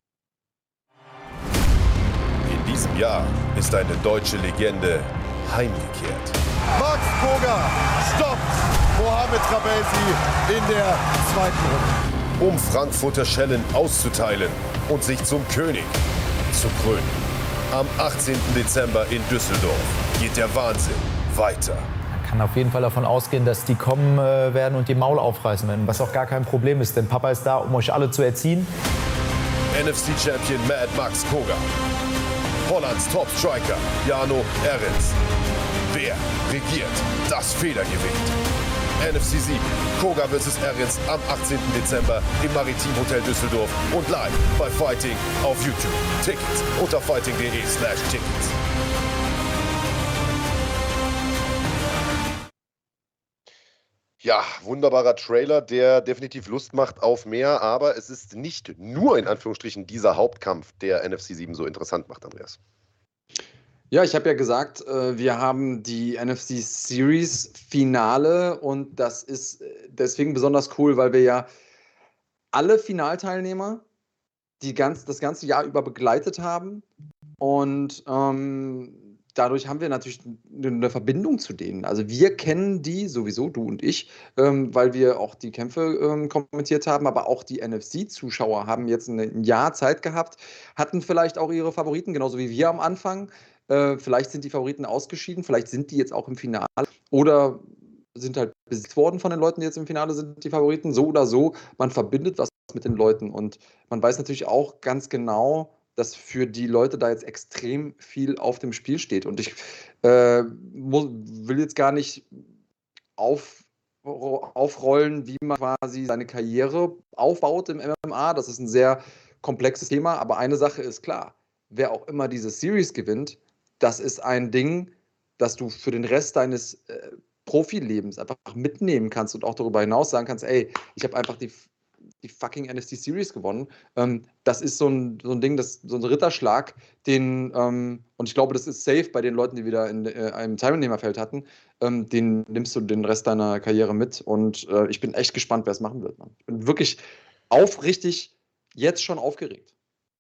C: In diesem Jahr ist eine deutsche Legende heimgekehrt.
D: Max Koga stoppt Mohamed Trabelsi in der zweiten Runde.
C: Um Frankfurter Schellen auszuteilen und sich zum König zu krönen. Am achtzehnten Dezember in Düsseldorf geht der Wahnsinn weiter.
E: Man kann auf jeden Fall davon ausgehen, dass die kommen äh, werden und die Maul aufreißen werden, was auch gar kein Problem ist, denn Papa ist da, um euch alle zu erziehen.
C: N F C-Champion Mad Max Koga. Hollands Top-Striker Jarno Ahrens. Wer regiert das Federgewicht? N F C sieben, Koga versus. Ahrens am achtzehnten Dezember im Maritim Hotel Düsseldorf und live bei Fighting auf YouTube. Tickets unter fighting.de slash tickets.
A: Ja, wunderbarer Trailer, der definitiv Lust macht auf mehr, aber es ist nicht nur in Anführungsstrichen dieser Hauptkampf, der N F C sieben so interessant macht, Andreas.
B: Ja, ich habe ja gesagt, äh, wir haben die N F C Series Finale und das ist äh, deswegen besonders cool, weil wir ja alle Finalteilnehmer die ganz, das ganze Jahr über begleitet haben und ähm, dadurch haben wir natürlich eine Verbindung zu denen. Also wir kennen die sowieso, du und ich, ähm, weil wir auch die Kämpfe ähm, kommentiert haben, aber auch die N F C-Zuschauer haben jetzt ein, ein Jahr Zeit gehabt, hatten vielleicht auch ihre Favoriten, genauso wie wir am Anfang. Äh, vielleicht sind die Favoriten ausgeschieden, vielleicht sind die jetzt auch im Finale oder sind halt besitzt worden von den Leuten, die jetzt im Finale sind, die Favoriten. So oder so, man verbindet was mit den Leuten und man weiß natürlich auch ganz genau, dass für die Leute da jetzt extrem viel auf dem Spiel steht. Und ich äh, muss, will jetzt gar nicht auf, aufrollen, wie man quasi seine Karriere aufbaut im M M A. Das ist ein sehr komplexes Thema, aber eine Sache ist klar, wer auch immer diese Series gewinnt, das ist ein Ding, das du für den Rest deines äh, Profilebens einfach mitnehmen kannst und auch darüber hinaus sagen kannst, ey, ich habe einfach die, die fucking N F C Series gewonnen. Ähm, das ist so ein, so ein Ding, das, so ein Ritterschlag, den, ähm, und ich glaube, das ist safe bei den Leuten, die wieder in äh, einem Teilnehmerfeld hatten, ähm, den nimmst du den Rest deiner Karriere mit und äh, ich bin echt gespannt, wer es machen wird. Man. Ich bin wirklich aufrichtig jetzt schon aufgeregt.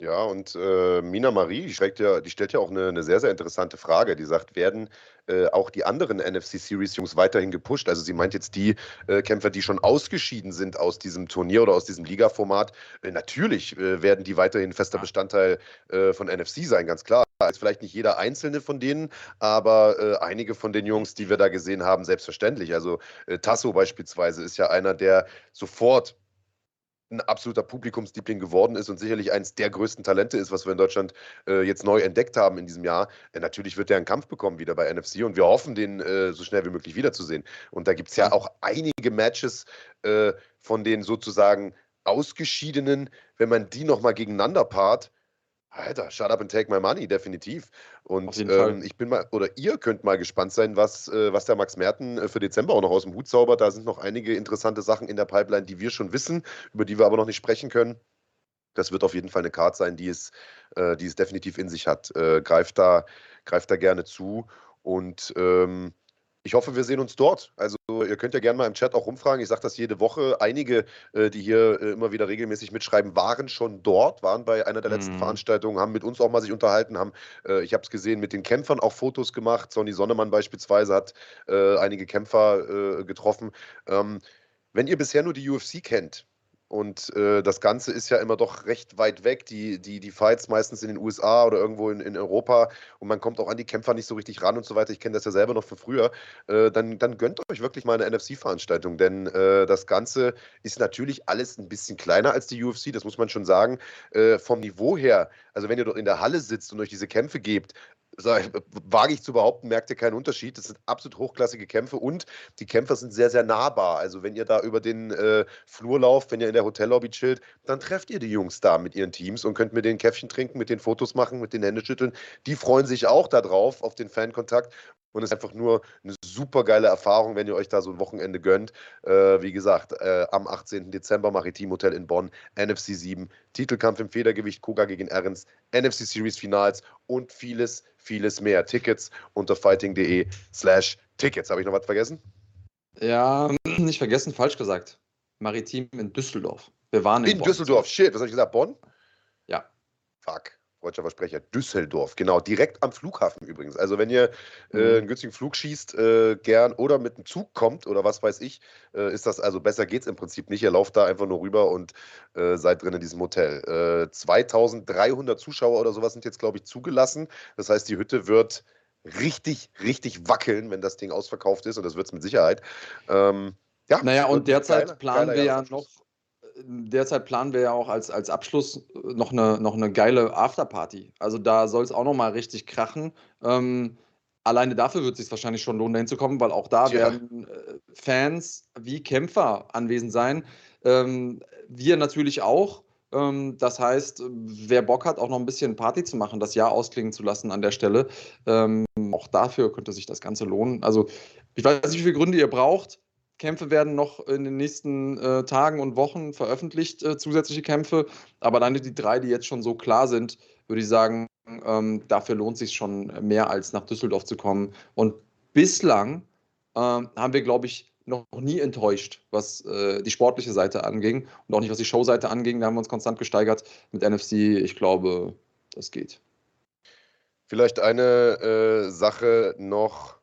A: Ja, und äh, Mina Marie, die stellt ja, die stellt ja auch eine, eine sehr, sehr interessante Frage. Die sagt, werden äh, auch die anderen N F C-Series-Jungs weiterhin gepusht? Also sie meint jetzt die äh, Kämpfer, die schon ausgeschieden sind aus diesem Turnier oder aus diesem Liga-Format. Äh, natürlich äh, werden die weiterhin fester Bestandteil äh, von N F C sein, ganz klar. Also vielleicht nicht jeder einzelne von denen, aber äh, einige von den Jungs, die wir da gesehen haben, selbstverständlich. Also äh, Tasso beispielsweise ist ja einer, der sofort ein absoluter Publikumsliebling geworden ist und sicherlich eins der größten Talente ist, was wir in Deutschland äh, jetzt neu entdeckt haben in diesem Jahr. Äh, natürlich wird er einen Kampf bekommen wieder bei N F C und wir hoffen, den äh, so schnell wie möglich wiederzusehen. Und da gibt es ja auch einige Matches äh, von den sozusagen Ausgeschiedenen, wenn man die nochmal gegeneinander paart. Alter, shut up and take my money, definitiv. Und ähm, ich bin mal, oder ihr könnt mal gespannt sein, was, äh, was der Max Merten äh, für Dezember auch noch aus dem Hut zaubert. Da sind noch einige interessante Sachen in der Pipeline, die wir schon wissen, über die wir aber noch nicht sprechen können. Das wird auf jeden Fall eine Card sein, die es, äh, die es definitiv in sich hat. Äh, greift da, greift da gerne zu. Und ähm, ich hoffe, wir sehen uns dort. Also ihr könnt ja gerne mal im Chat auch rumfragen. Ich sage das jede Woche. Einige, äh, die hier äh, immer wieder regelmäßig mitschreiben, waren schon dort, waren bei einer der letzten
B: Mhm.
A: Veranstaltungen, haben mit uns auch mal sich unterhalten, haben, äh, ich habe es gesehen, mit den Kämpfern auch Fotos gemacht. Sonny Sonnemann beispielsweise hat äh, einige Kämpfer äh, getroffen. Ähm, wenn ihr bisher nur die U F C kennt, und äh, das Ganze ist ja immer doch recht weit weg, die, die, die Fights meistens in den U S A oder irgendwo in, in Europa und man kommt auch an die Kämpfer nicht so richtig ran und so weiter. Ich kenne das ja selber noch von früher. Äh, dann, dann gönnt euch wirklich mal eine N F C-Veranstaltung, denn äh, das Ganze ist natürlich alles ein bisschen kleiner als die U F C, das muss man schon sagen. Äh, vom Niveau her, also wenn ihr dort in der Halle sitzt und euch diese Kämpfe gebt, sag, wage ich zu behaupten, merkt ihr keinen Unterschied. Das sind absolut hochklassige Kämpfe und die Kämpfer sind sehr, sehr nahbar. Also wenn ihr da über den äh, Flur lauft, wenn ihr in der Hotellobby chillt, dann trefft ihr die Jungs da mit ihren Teams und könnt mit denen Käffchen trinken, mit den Fotos machen, mit den Hände schütteln. Die freuen sich auch darauf, auf den Fankontakt. Und es ist einfach nur eine super geile Erfahrung, wenn ihr euch da so ein Wochenende gönnt. Äh, wie gesagt, äh, am achtzehnten Dezember Maritim Hotel in Bonn, N F C sieben, Titelkampf im Federgewicht, Koga gegen Ahrens, N F C Series Finals und vieles, vieles mehr. Tickets unter fighting.de slash Tickets. Habe ich noch was vergessen?
B: Ja, nicht vergessen, falsch gesagt. Maritim in Düsseldorf. Wir waren in,
A: In
B: Bonn.
A: Düsseldorf, shit, was habe ich gesagt? Bonn?
B: Ja.
A: Fuck. Deutscher Versprecher, Düsseldorf, genau, direkt am Flughafen übrigens. Also wenn ihr äh,
B: Mhm.
A: einen günstigen Flug schießt, äh, gern oder mit dem Zug kommt oder was weiß ich, äh, ist das, also besser geht's im Prinzip nicht. Ihr lauft da einfach nur rüber und äh, seid drin in diesem Hotel. Äh, zweitausenddreihundert Zuschauer oder sowas sind jetzt, glaube ich, zugelassen. Das heißt, die Hütte wird richtig, richtig wackeln, wenn das Ding ausverkauft ist und das wird es mit Sicherheit. Ähm, ja,
B: Naja,
A: wird
B: und
A: ein
B: derzeit
A: geiler-
B: planen
A: geiler
B: wir ja
A: Jahresabschluss.
B: noch, derzeit planen wir ja auch als, als Abschluss noch eine, noch eine geile Afterparty. Also da soll es auch noch mal richtig krachen. Ähm, alleine dafür wird es sich wahrscheinlich schon lohnen, dahin zu kommen, weil auch da
A: Tja.
B: werden äh, Fans wie Kämpfer anwesend sein. Ähm, wir natürlich auch. Ähm, das heißt, wer Bock hat, auch noch ein bisschen Party zu machen, das Jahr ausklingen zu lassen an der Stelle, ähm, auch dafür könnte sich das Ganze lohnen. Also ich weiß nicht, wie viele Gründe ihr braucht. Kämpfe werden noch in den nächsten äh, Tagen und Wochen veröffentlicht, äh, zusätzliche Kämpfe. Aber alleine die drei, die jetzt schon so klar sind, würde ich sagen, ähm, dafür lohnt es sich schon mehr, als nach Düsseldorf zu kommen. Und bislang ähm, haben wir, glaube ich, noch nie enttäuscht, was äh, die sportliche Seite anging und auch nicht, was die Showseite anging. Da haben wir uns konstant gesteigert mit N F C. Ich glaube, das geht.
A: Vielleicht eine äh, Sache noch.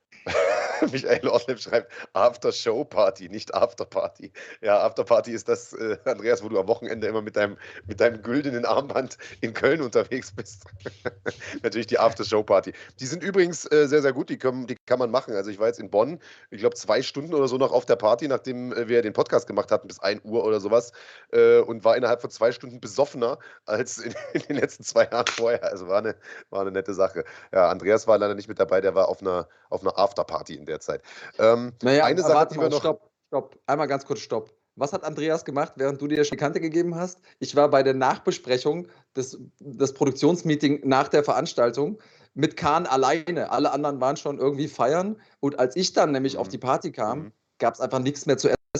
A: Michael Ortleb schreibt After-Show-Party, nicht After-Party. Ja, After-Party ist das, äh, Andreas, wo du am Wochenende immer mit deinem, mit deinem güldenen Armband in Köln unterwegs bist. Natürlich die After-Show-Party. Die sind übrigens äh, sehr, sehr gut, die, können, die kann man machen. Also ich war jetzt in Bonn, ich glaube zwei Stunden oder so noch auf der Party, nachdem äh, wir den Podcast gemacht hatten, bis ein Uhr oder sowas, äh, und war innerhalb von zwei Stunden besoffener als in, in den letzten zwei Jahren vorher. Also war eine, war eine nette Sache. Ja, Andreas war leider nicht mit dabei, der war auf einer, auf einer After-Party in der Zeit. Ähm,
B: Naja,
A: eine
B: aber
A: Sache,
B: warte
A: die wir
B: mal,
A: noch.
B: stopp, stopp. Einmal ganz kurz stopp. Was hat Andreas gemacht, während du dir schon die Kante gegeben hast? Ich war bei der Nachbesprechung des, des Produktionsmeeting nach der Veranstaltung mit Kahn alleine. Alle anderen waren schon irgendwie feiern. Und als ich dann nämlich
A: Mhm.
B: auf die Party kam,
A: Mhm.
B: gab es einfach nichts mehr zu essen.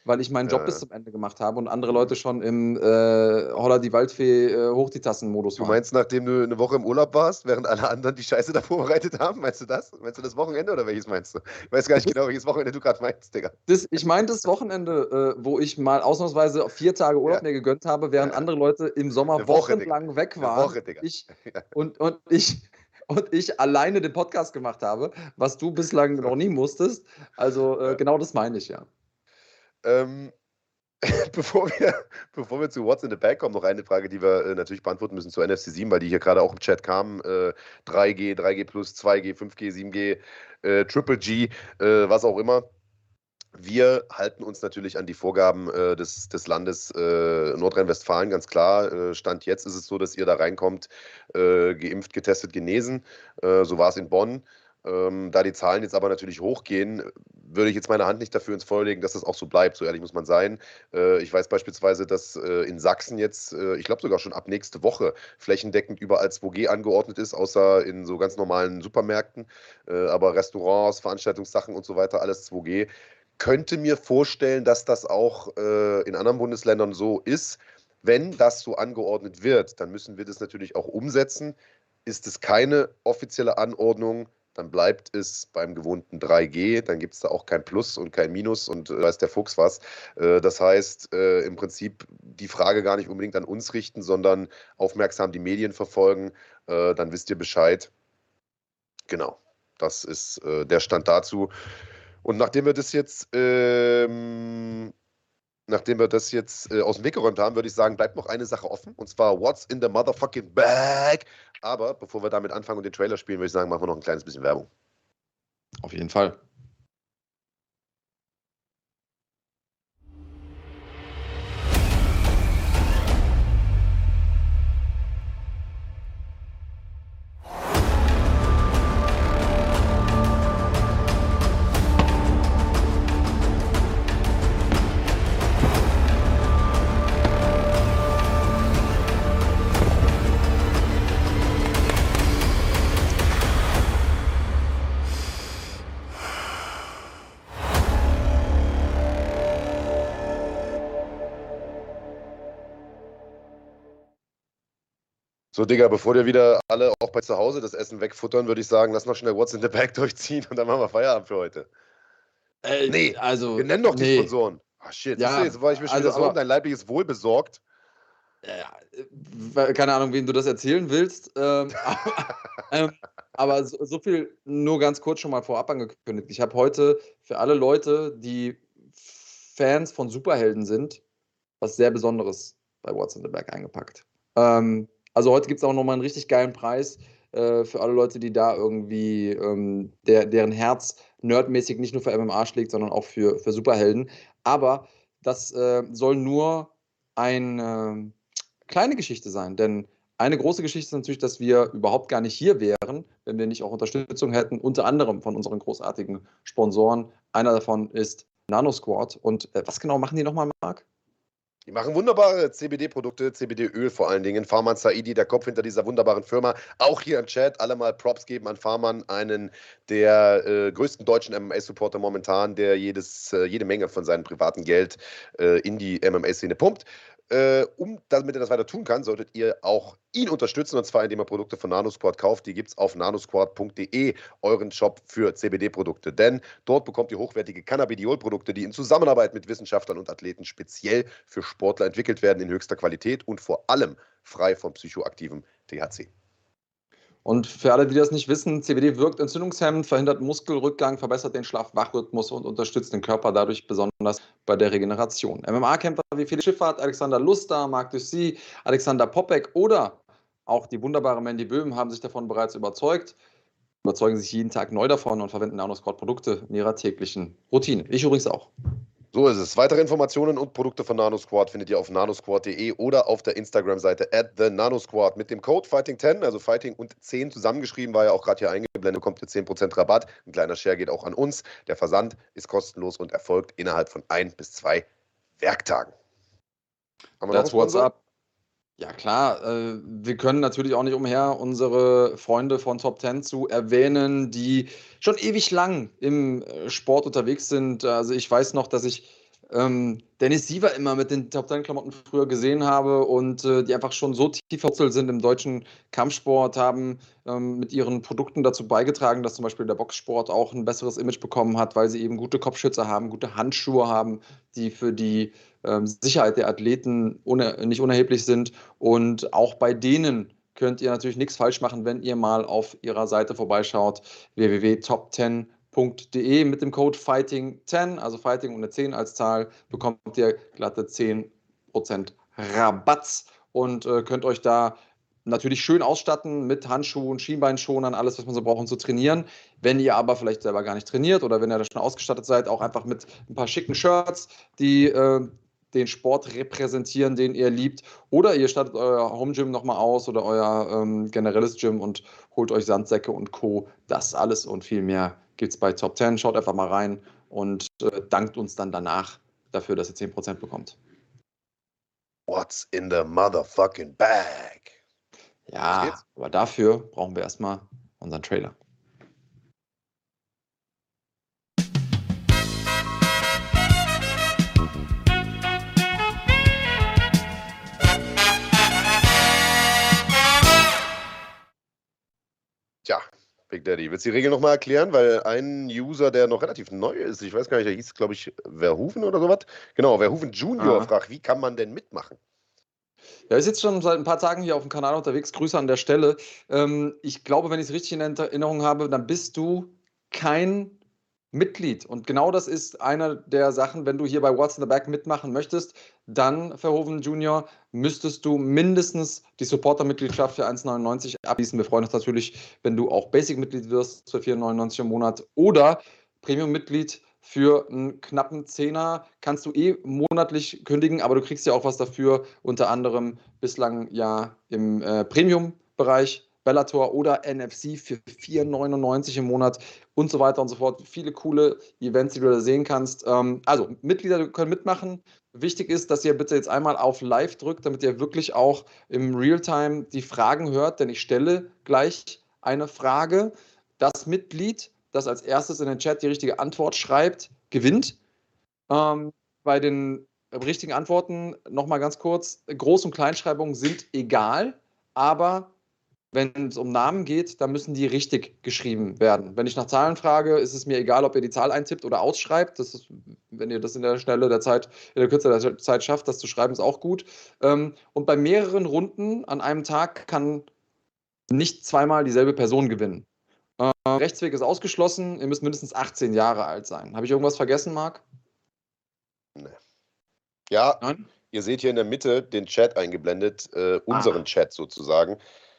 B: weil ich meinen Job
A: Ja.
B: bis zum Ende gemacht habe und andere Leute schon im äh, Holla die Waldfee äh, hoch die Tassen-Modus
A: Du
B: waren.
A: meinst, nachdem du eine Woche im Urlaub warst, während alle anderen die Scheiße da vorbereitet haben? Meinst du das? Meinst du das Wochenende oder welches meinst du? Ich weiß gar nicht genau, welches Wochenende du gerade meinst, Digga.
B: Das, ich meine das Wochenende, äh, wo ich mal ausnahmsweise vier Tage Urlaub
A: Ja.
B: mir gegönnt habe, während
A: Ja.
B: andere Leute im Sommer
A: Eine Woche, Digga.
B: wochenlang weg
A: Eine
B: waren.
A: Woche, Digga.
B: Ich,
A: Ja.
B: und, und, ich, und ich alleine den Podcast gemacht habe, was du bislang noch nie musstest. Also äh,
A: Ja.
B: genau das meine ich, ja.
A: Ähm, bevor, wir, bevor wir zu What's in the Bag kommen, noch eine Frage, die wir äh, natürlich beantworten müssen zu N F C sieben, weil die hier gerade auch im Chat kam. Äh, drei G, drei G plus, zwei G, fünf G, sieben G, äh, Triple G, äh, was auch immer. Wir halten uns natürlich an die Vorgaben äh, des, des Landes äh, Nordrhein-Westfalen, ganz klar. Äh, Stand jetzt ist es so, dass ihr da reinkommt, äh, geimpft, getestet, genesen. Äh, so war es in Bonn. Ähm, da die Zahlen jetzt aber natürlich hochgehen, würde ich jetzt meine Hand nicht dafür ins Feuer legen, dass das auch so bleibt. So ehrlich muss man sein. Äh, ich weiß beispielsweise, dass äh, in Sachsen jetzt, äh, ich glaube sogar schon ab nächste Woche, flächendeckend überall zwei G angeordnet ist, außer in so ganz normalen Supermärkten. Äh, aber Restaurants, Veranstaltungssachen und so weiter, alles zwei G. Könnte mir vorstellen, dass das auch äh, in anderen Bundesländern so ist. Wenn das so angeordnet wird, dann müssen wir das natürlich auch umsetzen. Ist es keine offizielle Anordnung, dann bleibt es beim gewohnten drei G. Dann gibt es da auch kein Plus und kein Minus und äh, weiß der Fuchs was. Äh, das heißt, äh, im Prinzip die Frage gar nicht unbedingt an uns richten, sondern aufmerksam die Medien verfolgen. Äh, dann wisst ihr Bescheid. Genau, das ist äh, der Stand dazu. Und nachdem wir das jetzt, ähm, nachdem wir das jetzt äh, aus dem Weg geräumt haben, würde ich sagen, bleibt noch eine Sache offen. Und zwar What's in the motherfucking bag? Aber bevor wir damit anfangen und den Trailer spielen, würde ich sagen, machen wir noch ein kleines bisschen Werbung.
B: Auf jeden Fall.
A: So, Digga, bevor dir wieder alle auch bei zu Hause das Essen wegfuttern, würde ich sagen, lass noch schnell What's in the bag durchziehen und dann machen wir Feierabend für heute.
B: Äh,
A: Nee,
B: also,
A: wir nennen doch die
B: nee.
A: Sponsoren. Ah, shit,
B: Ja,
A: siehst du, jetzt war ich mir schon
B: also,
A: wieder so
B: aber-
A: um dein leibliches Wohl besorgt.
B: Ja, keine Ahnung, wem du das erzählen willst. Ähm, aber ähm, aber so, so viel nur ganz kurz schon mal vorab angekündigt. Ich habe heute für alle Leute, die Fans von Superhelden sind, was sehr Besonderes bei What's in the Bag eingepackt. Ähm, also heute gibt es auch nochmal einen richtig geilen Preis äh, für alle Leute, die da irgendwie, ähm, der, deren Herz nerdmäßig nicht nur für M M A schlägt, sondern auch für, für Superhelden. Aber das äh, soll nur eine kleine Geschichte sein, denn eine große Geschichte ist natürlich, dass wir überhaupt gar nicht hier wären, wenn wir nicht auch Unterstützung hätten, unter anderem von unseren großartigen Sponsoren. Einer davon ist NanoSquad. Und äh, was genau machen die nochmal, Marc?
A: Die machen wunderbare C B D-Produkte, C B D-Öl vor allen Dingen. Farman Saidi, der Kopf hinter dieser wunderbaren Firma. Auch hier im Chat alle mal Props geben an Farman, einen der äh, größten deutschen M M A-Supporter momentan, der jedes, äh, jede Menge von seinem privaten Geld äh, in die M M A-Szene pumpt. Äh, um damit er das weiter tun kann, solltet ihr auch ihn unterstützen, und zwar indem ihr Produkte von NanoSquad kauft. Die gibt es auf nanosquad punkt de, euren Shop für C B D-Produkte. Denn dort bekommt ihr hochwertige Cannabidiol-Produkte, die in Zusammenarbeit mit Wissenschaftlern und Athleten speziell für Sportler entwickelt werden in höchster Qualität und vor allem frei von psychoaktivem T H C.
B: Und für alle, die das nicht wissen, C B D wirkt entzündungshemmend, verhindert Muskelrückgang, verbessert den Schlaf-Wach-Rhythmus und unterstützt den Körper dadurch besonders bei der Regeneration. M M A-Kämpfer wie Felix Schifffahrt, Alexander Luster, Marc Ducy, Alexander Popek oder auch die wunderbare Mandy Böhm haben sich davon bereits überzeugt, überzeugen sich jeden Tag neu davon und verwenden NanoSquad-Produkte in ihrer täglichen Routine. Ich übrigens auch.
A: So ist es. Weitere Informationen und Produkte von NanoSquad findet ihr auf nanosquad punkt de oder auf der Instagram-Seite at the nanosquad. Mit dem Code Fighting zehn, also Fighting und zehn zusammengeschrieben, war ja auch gerade hier eingeblendet, bekommt ihr zehn Prozent Rabatt. Ein kleiner Share geht auch an uns. Der Versand ist kostenlos und erfolgt innerhalb von ein bis zwei Werktagen.
B: Haben wir That's what's up. Ja klar, äh, wir können natürlich auch nicht umher, unsere Freunde von Top zehn zu erwähnen, die schon ewig lang im Sport unterwegs sind. Also ich weiß noch, dass ich ähm, Dennis Siever immer mit den Top Ten Klamotten früher gesehen habe und äh, die einfach schon so tief verwurzelt sind im deutschen Kampfsport, haben ähm, mit ihren Produkten dazu beigetragen, dass zum Beispiel der Boxsport auch ein besseres Image bekommen hat, weil sie eben gute Kopfschützer haben, gute Handschuhe haben, die für die ähm, Sicherheit der Athleten une- nicht unerheblich sind. Und auch bei denen könnt ihr natürlich nichts falsch machen, wenn ihr mal auf ihrer Seite vorbeischaut, w w w punkt top ten punkt d e mit dem Code Fighting zehn, also Fighting und eine zehn als Zahl, bekommt ihr glatte zehn Prozent Rabatt und äh, könnt euch da natürlich schön ausstatten mit Handschuhen, Schienbeinschonern, alles, was man so braucht, um zu trainieren. Wenn ihr aber vielleicht selber gar nicht trainiert oder wenn ihr da schon ausgestattet seid, auch einfach mit ein paar schicken Shirts, die äh, den Sport repräsentieren, den ihr liebt. Oder ihr stattet euer Home Gym nochmal aus oder euer ähm, generelles Gym und holt euch Sandsäcke und Co. Das alles und viel mehr gibt es bei Top zehn. Schaut einfach mal rein und äh, dankt uns dann danach dafür, dass ihr zehn Prozent bekommt.
A: What's in the motherfucking bag?
B: Ja, aber dafür brauchen wir erstmal unseren Trailer.
A: Tja, Big Daddy, willst du die Regel nochmal erklären? Weil ein User, der noch relativ neu ist, ich weiß gar nicht, der hieß, glaube ich, Verhoeven oder sowas. Genau, Verhoeven Junior
B: Ah.
A: fragt, wie kann man denn mitmachen?
B: Ja, ist jetzt schon seit ein paar Tagen hier auf dem Kanal unterwegs. Grüße an der Stelle. Ähm, ich glaube, wenn ich es richtig in Erinnerung habe, dann bist du kein Mitglied. Und genau das ist eine der Sachen, wenn du hier bei What's in the Bag mitmachen möchtest, dann, Verhoeven Junior, müsstest du mindestens die Supporter-Mitgliedschaft für eins neunundneunzig abschließen. Wir freuen uns natürlich, wenn du auch Basic-Mitglied wirst für vier neunundneunzig im Monat oder Premium-Mitglied für einen knappen Zehner. Kannst du eh monatlich kündigen, aber du kriegst ja auch was dafür, unter anderem bislang ja im äh, Premium-Bereich Bellator oder N F C für vier neunundneunzig im Monat und so weiter und so fort. Viele coole Events, die du da sehen kannst. Ähm, also, Mitglieder können mitmachen. Wichtig ist, dass ihr bitte jetzt einmal auf Live drückt, damit ihr wirklich auch im Realtime die Fragen hört, denn ich stelle gleich eine Frage. Das Mitglied, das als erstes in den Chat die richtige Antwort schreibt, gewinnt. Ähm, bei den richtigen Antworten nochmal ganz kurz, Groß- und Kleinschreibungen sind egal, aber wenn es um Namen geht, dann müssen die richtig geschrieben werden. Wenn ich nach Zahlen frage, ist es mir egal, ob ihr die Zahl eintippt oder ausschreibt. Das ist, wenn ihr das in der Schnelle der Zeit, in der Kürze der Zeit schafft, das zu schreiben, ist auch gut. Und bei mehreren Runden an einem Tag kann nicht zweimal dieselbe Person gewinnen. Rechtsweg ist ausgeschlossen. Ihr müsst mindestens achtzehn Jahre alt sein. Habe ich irgendwas vergessen, Marc?
A: Nee. Ja,
B: Nein?
A: ihr seht hier in der Mitte den Chat eingeblendet, äh, unseren
B: Ah.
A: Chat sozusagen.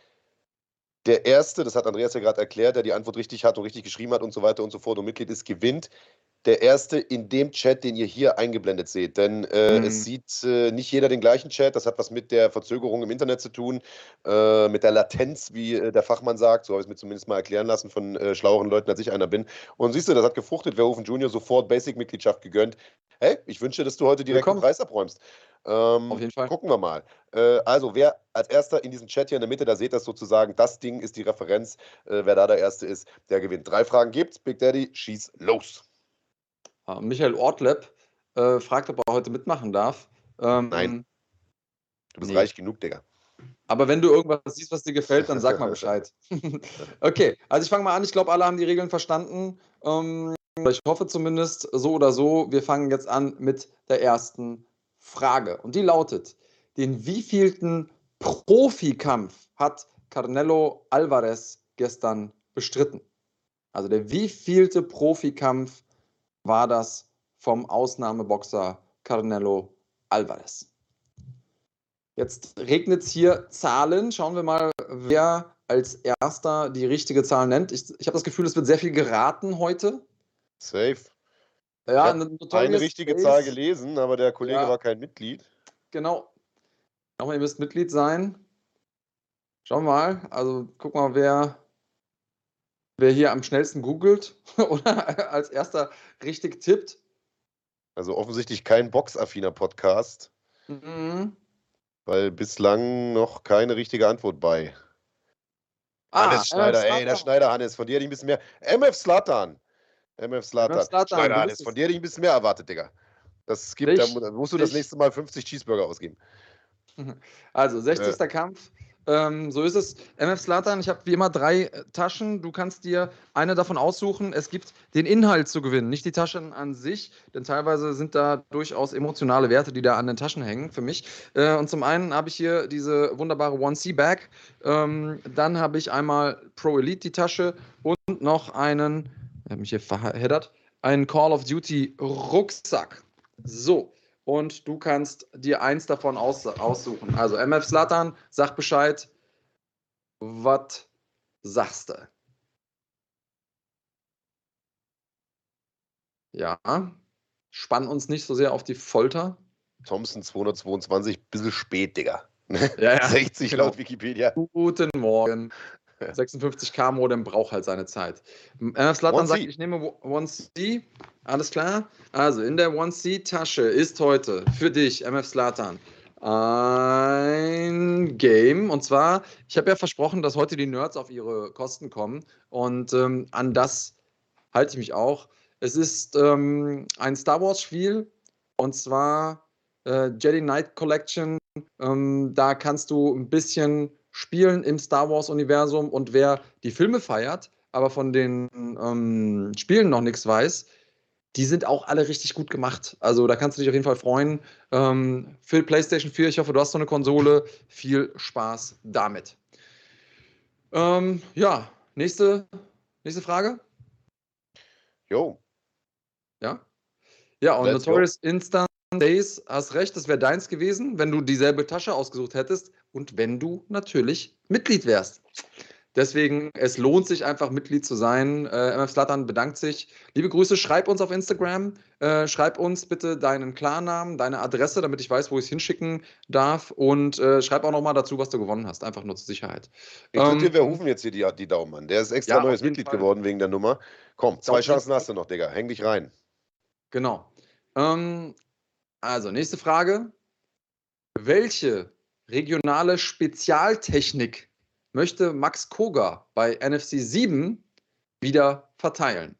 A: Der Erste, das hat Andreas ja gerade erklärt, der die Antwort richtig hat und richtig geschrieben hat und so weiter und so fort und Mitglied ist, gewinnt. Der Erste in dem Chat, den ihr hier eingeblendet seht. Denn äh,
B: Mhm.
A: es sieht äh, nicht jeder den gleichen Chat. Das hat was mit der Verzögerung im Internet zu tun, äh, mit der Latenz, wie äh, der Fachmann sagt. So habe ich es mir zumindest mal erklären lassen von äh, schlaueren Leuten, als ich einer bin. Und siehst du, das hat gefruchtet. Verhoeven Junior sofort Basic-Mitgliedschaft gegönnt. Hey, ich wünsche, dass du heute direkt
B: Willkommen.
A: den Preis abräumst. Ähm,
B: Auf jeden Fall.
A: Gucken wir mal. Äh, also, wer als Erster in diesem Chat hier in der Mitte, da seht ihr das sozusagen, das Ding ist die Referenz. Äh, wer da der Erste ist, der gewinnt. Drei Fragen gibt's. Big Daddy, schieß los.
B: Äh, Michael Ortleb äh, fragt, ob er heute mitmachen darf. Ähm,
A: Nein. Du bist
B: nee.
A: reich genug, Digga.
B: Aber wenn du irgendwas siehst, was dir gefällt, dann sag mal Bescheid. Okay, also ich fange mal an. Ich glaube, alle haben die Regeln verstanden. Ähm, ich hoffe zumindest, so oder so. Wir fangen jetzt an mit der ersten Frage. Und die lautet: Den wievielten Profikampf hat Canelo Alvarez gestern bestritten? Also der wievielte Profikampf war das vom Ausnahmeboxer Canelo Alvarez? Jetzt regnet es hier Zahlen. Schauen wir mal, wer als Erster die richtige Zahl nennt. Ich, ich habe das Gefühl, es wird sehr viel geraten heute.
A: Safe.
B: Ja,
A: ich habe eine richtige
B: Space.
A: Zahl gelesen, aber der Kollege
B: Ja.
A: war kein Mitglied.
B: Genau. Nochmal, ihr müsst Mitglied sein. Schauen wir mal. Also guck mal, wer, wer hier am schnellsten googelt oder als Erster richtig tippt.
A: Also offensichtlich kein boxaffiner Podcast,
B: Mhm.
A: weil bislang noch keine richtige Antwort bei.
B: Ah,
A: Hannes Schneider,
B: M F
A: ey, der
B: Zlatan.
A: Schneider Hannes, von dir hätte ich ein bisschen mehr. M F Slatan. M F Slatan.
B: Zlatan,
A: Schneider
B: du
A: Hannes,
B: bist
A: von
B: es.
A: dir hätte ich ein bisschen mehr erwartet, Digga. Das gibt, da
B: Ich,
A: musst du das
B: ich.
A: nächste Mal fünfzig Cheeseburger ausgeben.
B: Also, sechzigster Kampf. Ähm, so ist es. M F Zlatan, ich habe wie immer drei äh, Taschen. Du kannst dir eine davon aussuchen. Es gibt den Inhalt zu gewinnen, nicht die Taschen an sich, denn teilweise sind da durchaus emotionale Werte, die da an den Taschen hängen für mich. Äh, und zum einen habe ich hier diese wunderbare one C Bag. Ähm, dann habe ich einmal Pro Elite die Tasche und noch einen, ich habe mich hier verheddert, einen Call of Duty Rucksack. So. Und du kannst dir eins davon aus, aussuchen. Also M F Zlatan, sag Bescheid. Was sagst du? Ja, spann uns nicht so sehr auf die Folter.
A: Thompson zweihundertzweiundzwanzig, bisschen spät, Digga.
B: Ja, ja,
A: sechzig
B: genau.
A: laut Wikipedia.
B: Guten Morgen. sechsundfünfzig K Modem braucht halt seine Zeit. M F Zlatan sagt, ich nehme one C. Alles klar? Also in der one C Tasche ist heute für dich, M F Zlatan, ein Game. Und zwar, ich habe ja versprochen, dass heute die Nerds auf ihre Kosten kommen. Und ähm, an das halte ich mich auch. Es ist ähm, ein Star Wars Spiel. Und zwar äh, Jedi Knight Collection. Ähm, da kannst du ein bisschen spielen im Star Wars-Universum. Und wer die Filme feiert, aber von den ähm, Spielen noch nichts weiß, die sind auch alle richtig gut gemacht. Also da kannst du dich auf jeden Fall freuen. Ähm, für PlayStation vier, ich hoffe, du hast so eine Konsole. Viel Spaß damit. Ähm, ja, nächste, nächste Frage.
A: Jo.
B: Ja. Ja, und
A: Let's
B: Notorious Instant Days, hast recht, das wäre deins gewesen, wenn du dieselbe Tasche ausgesucht hättest und wenn du natürlich Mitglied wärst. Deswegen, es lohnt sich einfach, Mitglied zu sein. Äh, M F Zlatan bedankt sich. Liebe Grüße, schreib uns auf Instagram. Äh, schreib uns bitte deinen Klarnamen, deine Adresse, damit ich weiß, wo ich es hinschicken darf. Und äh, schreib auch nochmal dazu, was du gewonnen hast. Einfach nur zur Sicherheit.
A: Ich drücke
B: Ähm,
A: dir Verhoeven jetzt hier die, die Daumen an. Der ist extra
B: Ja, auf
A: neues
B: jeden
A: Mitglied
B: Fall.
A: geworden wegen der Nummer. Komm, zwei
B: Daumen
A: Chancen
B: hin.
A: hast du noch, Digga. Häng dich rein.
B: Genau. Ähm, also, nächste Frage. Welche regionale Spezialtechnik möchte Max Koga bei N F C sieben wieder verteilen?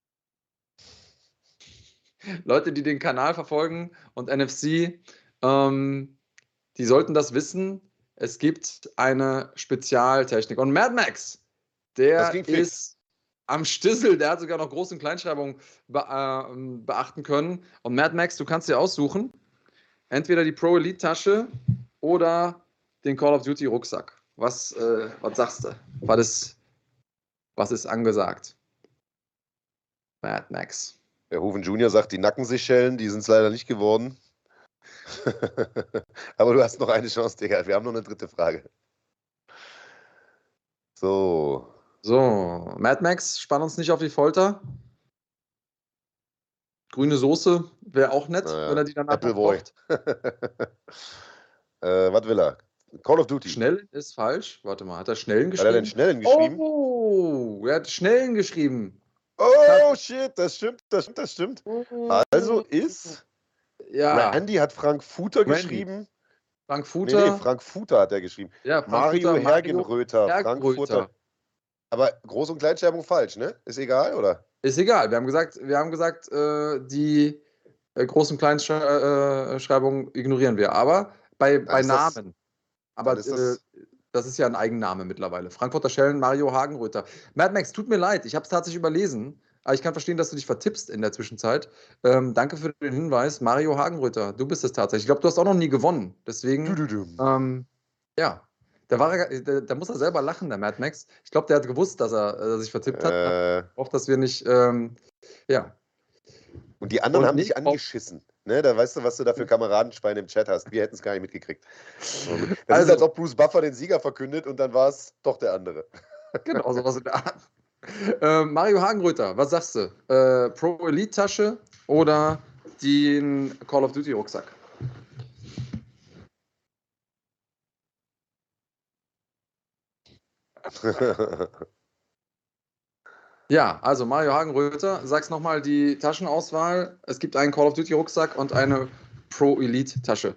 B: Leute, die den Kanal verfolgen und N F C, ähm, die sollten das wissen. Es gibt eine Spezialtechnik. Und Mad Max, der ist am Stissel, der hat sogar noch Groß- und Kleinschreibung be äh, beachten können. Und Mad Max, du kannst dir aussuchen, entweder die Pro Elite Tasche oder den Call of Duty Rucksack. Was, äh, was sagst du? Was ist, was ist angesagt? Mad Max.
A: Verhoeven Junior sagt, die Nackenseychellen, die sind es leider nicht geworden. Aber du hast noch eine Chance, Digga. Wir haben noch eine dritte Frage. So.
B: So, Mad Max, spann uns nicht auf die Folter. Grüne Soße wäre auch nett,
A: Naja.
B: wenn er die danach
A: Appleboy. äh, was will er? Call of Duty.
B: Schnell ist falsch. Warte mal, hat er Schnellen
A: Hat er
B: geschrieben?
A: den Schnellen geschrieben?
B: Oh, er hat Schnellen geschrieben.
A: Oh, shit, das stimmt, das stimmt, das stimmt. Also ist...
B: Ja.
A: Randy hat Frankfurter
B: Randy.
A: geschrieben.
B: Frankfurter.
A: Nee, nee, Frankfurter hat er geschrieben.
B: Ja,
A: Mario
B: Frankfurter,
A: Hergenröther,
B: Hergenröther.
A: Frankfurter. Aber Groß- und Kleinschreibung falsch, ne? Ist egal, oder?
B: Ist egal. Wir haben gesagt, wir haben gesagt äh, die äh, Groß- und Kleinschreibung äh, ignorieren wir. Aber bei, bei
A: ist das-
B: Namen. Aber
A: ist das-
B: äh, das ist ja ein Eigenname mittlerweile. Frankfurter Schellen, Mario Hagenröther. Mad Max, tut mir leid, ich habe es tatsächlich überlesen. Aber ich kann verstehen, dass du dich vertippst in der Zwischenzeit. Ähm, danke für den Hinweis. Mario Hagenröther, du bist es tatsächlich. Ich glaube, du hast auch noch nie gewonnen. Deswegen,
A: Du-du-dum.
B: ähm, ja. Da, war er, da, da muss er selber lachen, der Mad Max. Ich glaube, der hat gewusst, dass er äh, sich vertippt hat.
A: Äh,
B: Auch, dass wir nicht, ähm, ja.
A: und die anderen
B: Und
A: haben dich
B: nicht
A: angeschissen. Ne? Da weißt du, was du da für Kameradenschweine im Chat hast. Wir hätten es gar nicht mitgekriegt. Das
B: Also-
A: ist, als ob Bruce Buffer den Sieger verkündet und dann war es doch der andere.
B: Genau, sowas in der Art. Äh, Mario Hagenröther, was sagst du? Äh, Pro Elite Tasche oder den Call of Duty Rucksack? Ja, also Mario Hagenröther, sag's nochmal die Taschenauswahl. Es gibt einen Call of Duty Rucksack und eine Pro Elite Tasche.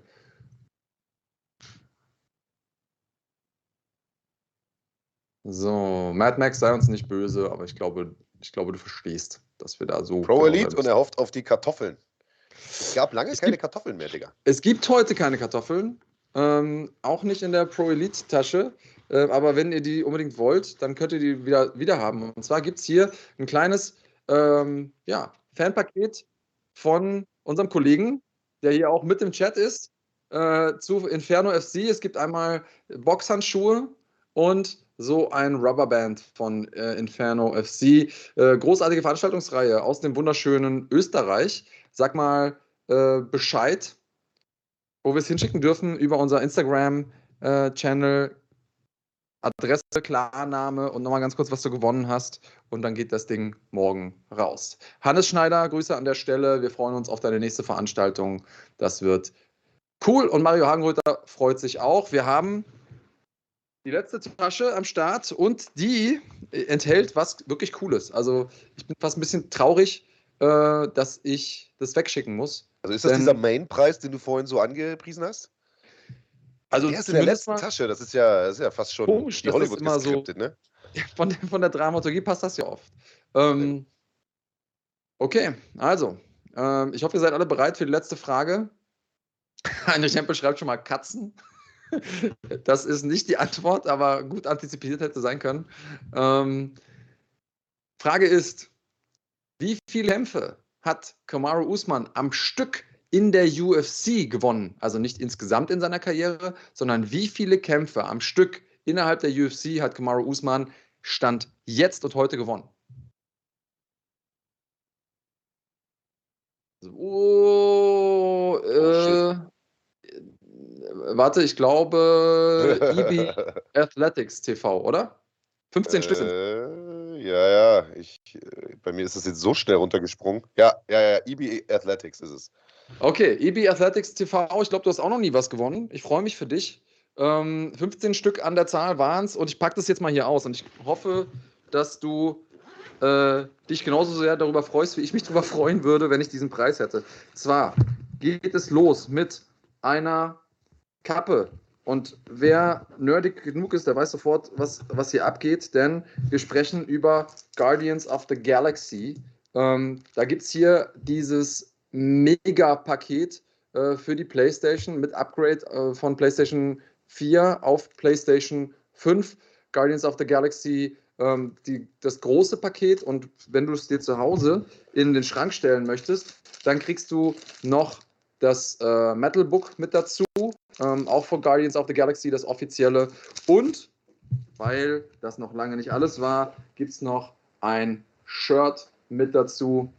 B: So, Mad Max, sei uns nicht böse, aber ich glaube, ich glaube, du verstehst, dass wir da so.
A: Pro
B: genau
A: Elite
B: da
A: und er hofft auf die Kartoffeln. Es gab lange
B: Es
A: keine
B: gibt-
A: Kartoffeln mehr, Digga.
B: Es gibt heute keine Kartoffeln, ähm, auch nicht in der Pro Elite Tasche. Äh, aber wenn ihr die unbedingt wollt, dann könnt ihr die wieder, wieder haben. Und zwar gibt es hier ein kleines ähm, ja, Fanpaket von unserem Kollegen, der hier auch mit im Chat ist, äh, zu Inferno F C. Es gibt einmal Boxhandschuhe und so ein Rubberband von äh, Inferno F C. Äh, großartige Veranstaltungsreihe aus dem wunderschönen Österreich. Sag mal äh, Bescheid, wo wir es hinschicken dürfen über unser Instagram-Channel. Adresse, Klarname und nochmal ganz kurz, was du gewonnen hast. Und dann geht das Ding morgen raus. Hannes Schneider, Grüße an der Stelle. Wir freuen uns auf deine nächste Veranstaltung. Das wird cool. Und Mario Hagenröther freut sich auch. Wir haben die letzte Tasche am Start und die enthält was wirklich Cooles. Also ich bin fast ein bisschen traurig, äh, dass ich das wegschicken muss.
A: Also ist das
B: Denn-
A: dieser Main-Preis, den du vorhin so angepriesen hast?
B: Also
A: Der ist in der
B: zumindest
A: letzten
B: mal
A: Tasche. Das ist ja, das ist ja fast schon
B: Komisch,
A: wie
B: dass das
A: Hollywood
B: immer so-
A: geskriptet, ne?
B: von, der- von der Dramaturgie passt das ja oft. Ähm, okay, also, ähm, ich hoffe, ihr seid alle bereit für die letzte Frage. Heinrich Hempel schreibt schon mal Katzen. Das ist nicht die Antwort, aber gut antizipiert hätte sein können. Ähm, Frage ist, wie viele Kämpfe hat Kamaru Usman am Stück in der U F C gewonnen? Also nicht insgesamt in seiner Karriere, sondern wie viele Kämpfe am Stück innerhalb der U F C hat Kamaru Usman Stand jetzt und heute gewonnen? Oh, äh, warte, ich glaube E B Athletics T V, oder? fünfzehn Stück sind
A: äh, ja, ja. Ich, äh, bei mir ist es jetzt so schnell runtergesprungen. Ja, ja, ja. E B Athletics ist es.
B: Okay, E B Athletics T V, ich glaube, du hast auch noch nie was gewonnen. Ich freue mich für dich. Ähm, fünfzehn Stück an der Zahl waren es und ich packe das jetzt mal hier aus und ich hoffe, dass du äh, dich genauso sehr darüber freust, wie ich mich darüber freuen würde, wenn ich diesen Preis hätte. Zwar geht es los mit einer Kappe. Und wer nerdig genug ist, der weiß sofort, was, was hier abgeht, denn wir sprechen über Guardians of the Galaxy. Ähm, da gibt es hier dieses Mega-Paket äh, für die PlayStation mit Upgrade äh, von PlayStation vier auf PlayStation fünf. Guardians of the Galaxy, ähm, die, das große Paket. Und wenn du es dir zu Hause in den Schrank stellen möchtest, dann kriegst du noch das äh, Metal Book mit dazu, ähm, auch von Guardians of the Galaxy, das offizielle. Und, weil das noch lange nicht alles war, gibt es noch ein Shirt mit dazu.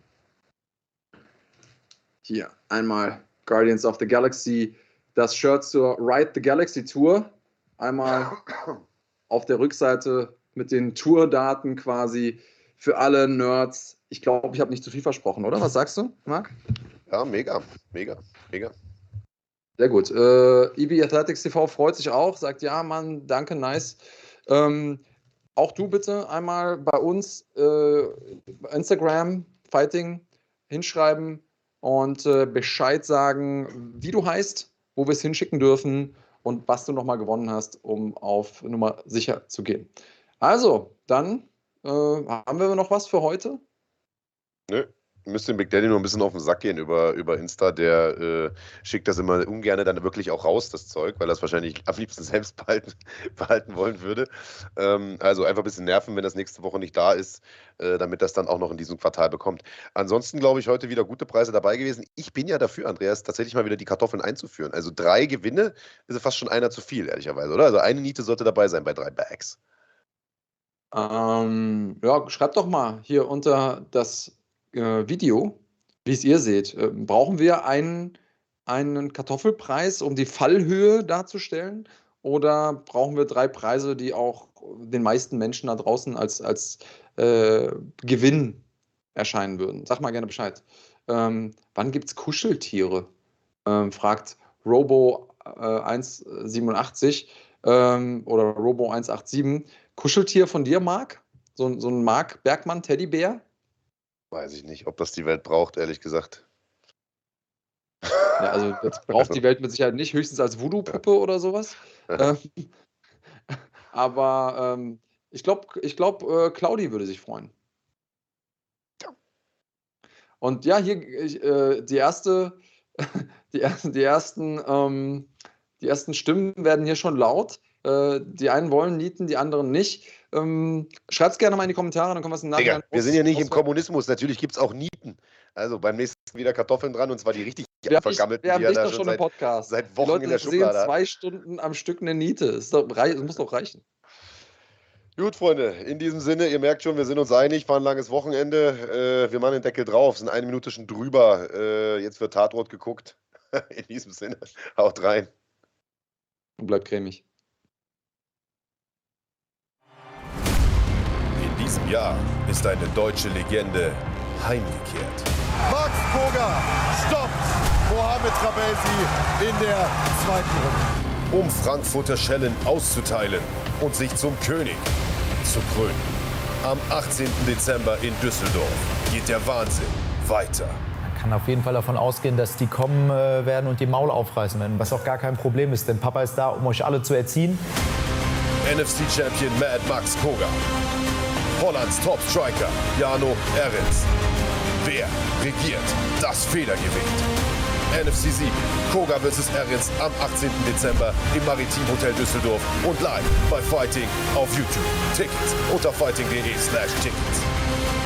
B: Hier einmal Guardians of the Galaxy, das Shirt zur Ride the Galaxy Tour. Einmal auf der Rückseite mit den Tourdaten quasi für alle Nerds. Ich glaube, ich habe nicht zu viel versprochen, oder? Was sagst du, Marc?
A: Ja, mega, mega, mega.
B: Sehr gut. Äh, E B Athletics T V freut sich auch, sagt ja, Mann, danke, nice. Ähm, auch du bitte einmal bei uns äh, Instagram Fighting hinschreiben und äh, Bescheid sagen, wie du heißt, wo wir es hinschicken dürfen und was du nochmal gewonnen hast, um auf Nummer sicher zu gehen. Also, dann äh, haben wir noch was für heute?
A: Nö. Müsste dem Big Daddy nur ein bisschen auf den Sack gehen über, über Insta. Der äh, schickt das immer ungern dann wirklich auch raus, das Zeug, weil er es wahrscheinlich am liebsten selbst behalten, behalten wollen würde. Ähm, also einfach ein bisschen nerven, wenn das nächste Woche nicht da ist, äh, damit das dann auch noch in diesem Quartal bekommt. Ansonsten glaube ich, heute wieder gute Preise dabei gewesen. Ich bin ja dafür, Andreas, tatsächlich mal wieder die Kartoffeln einzuführen. Also drei Gewinne ist ja fast schon einer zu viel, ehrlicherweise, oder? Also eine Niete sollte dabei sein bei drei Bags.
B: Ähm, ja, schreibt doch mal hier unter das äh, Video, wie es ihr seht. Äh, brauchen wir einen, einen Kartoffelpreis, um die Fallhöhe darzustellen? Oder brauchen wir drei Preise, die auch den meisten Menschen da draußen als, als äh, Gewinn erscheinen würden? Sag mal gerne Bescheid. Ähm, wann gibt es Kuscheltiere? Ähm, fragt Robo äh, eins siebenundachtzig ähm, oder Robo eins acht sieben. Kuscheltier von dir, Marc? So, so ein Marc Bergmann Teddybär?
A: Weiß ich nicht, ob das die Welt braucht, ehrlich gesagt.
B: Ja, also das braucht die Welt mit Sicherheit nicht, höchstens als Voodoo-Puppe oder sowas. ähm, aber ähm, ich glaube, ich glaub, äh, Claudi würde sich freuen. Und ja, hier ich, äh, die erste, die ersten, die ersten, ähm, die ersten Stimmen werden hier schon laut. Äh, die einen wollen Nieten, die anderen nicht. Ähm, Schreibt es gerne mal in die Kommentare, dann können wir es im Nachhinein.
A: Digga, wir sind ja nicht im Kommunismus, natürlich gibt es auch Nieten. Also beim nächsten wieder Kartoffeln dran und zwar die richtig
B: Wir
A: vergammelten,
B: haben
A: die er
B: dich
A: da
B: doch
A: schon
B: schon
A: seit,
B: im Podcast.
A: seit
B: Die
A: Wochen
B: Leute
A: in der
B: sehen
A: Schublade hat.
B: zwei Stunden am Stück eine Niete. Ist doch, rei- das muss doch reichen.
A: Gut, Freunde, in diesem Sinne, ihr merkt schon, wir sind uns einig, war ein langes Wochenende. Äh, wir machen den Deckel drauf, sind eine Minute schon drüber. Äh, jetzt wird Tatort geguckt. In diesem Sinne, haut rein.
B: Und bleibt cremig.
C: In diesem Jahr ist eine deutsche Legende heimgekehrt.
D: Max Koga stoppt Mohamed Trabelsi in der zweiten Runde.
C: Um Frankfurter Schellen auszuteilen und sich zum König zu krönen. Am achtzehnten Dezember in Düsseldorf geht der Wahnsinn weiter.
E: Man kann auf jeden Fall davon ausgehen, dass die kommen äh, werden und die Maul aufreißen werden, was auch gar kein Problem ist, denn Papa ist da, um euch alle zu erziehen.
C: N F C-Champion Mad Max Koga. Hollands Top-Striker Jarno Errens. Wer regiert das Federgewicht? N F C sieben, Koga versus. Errens am achtzehnten Dezember im Maritim Hotel Düsseldorf und live bei Fighting auf YouTube. Tickets unter fighting punkt de slash tickets.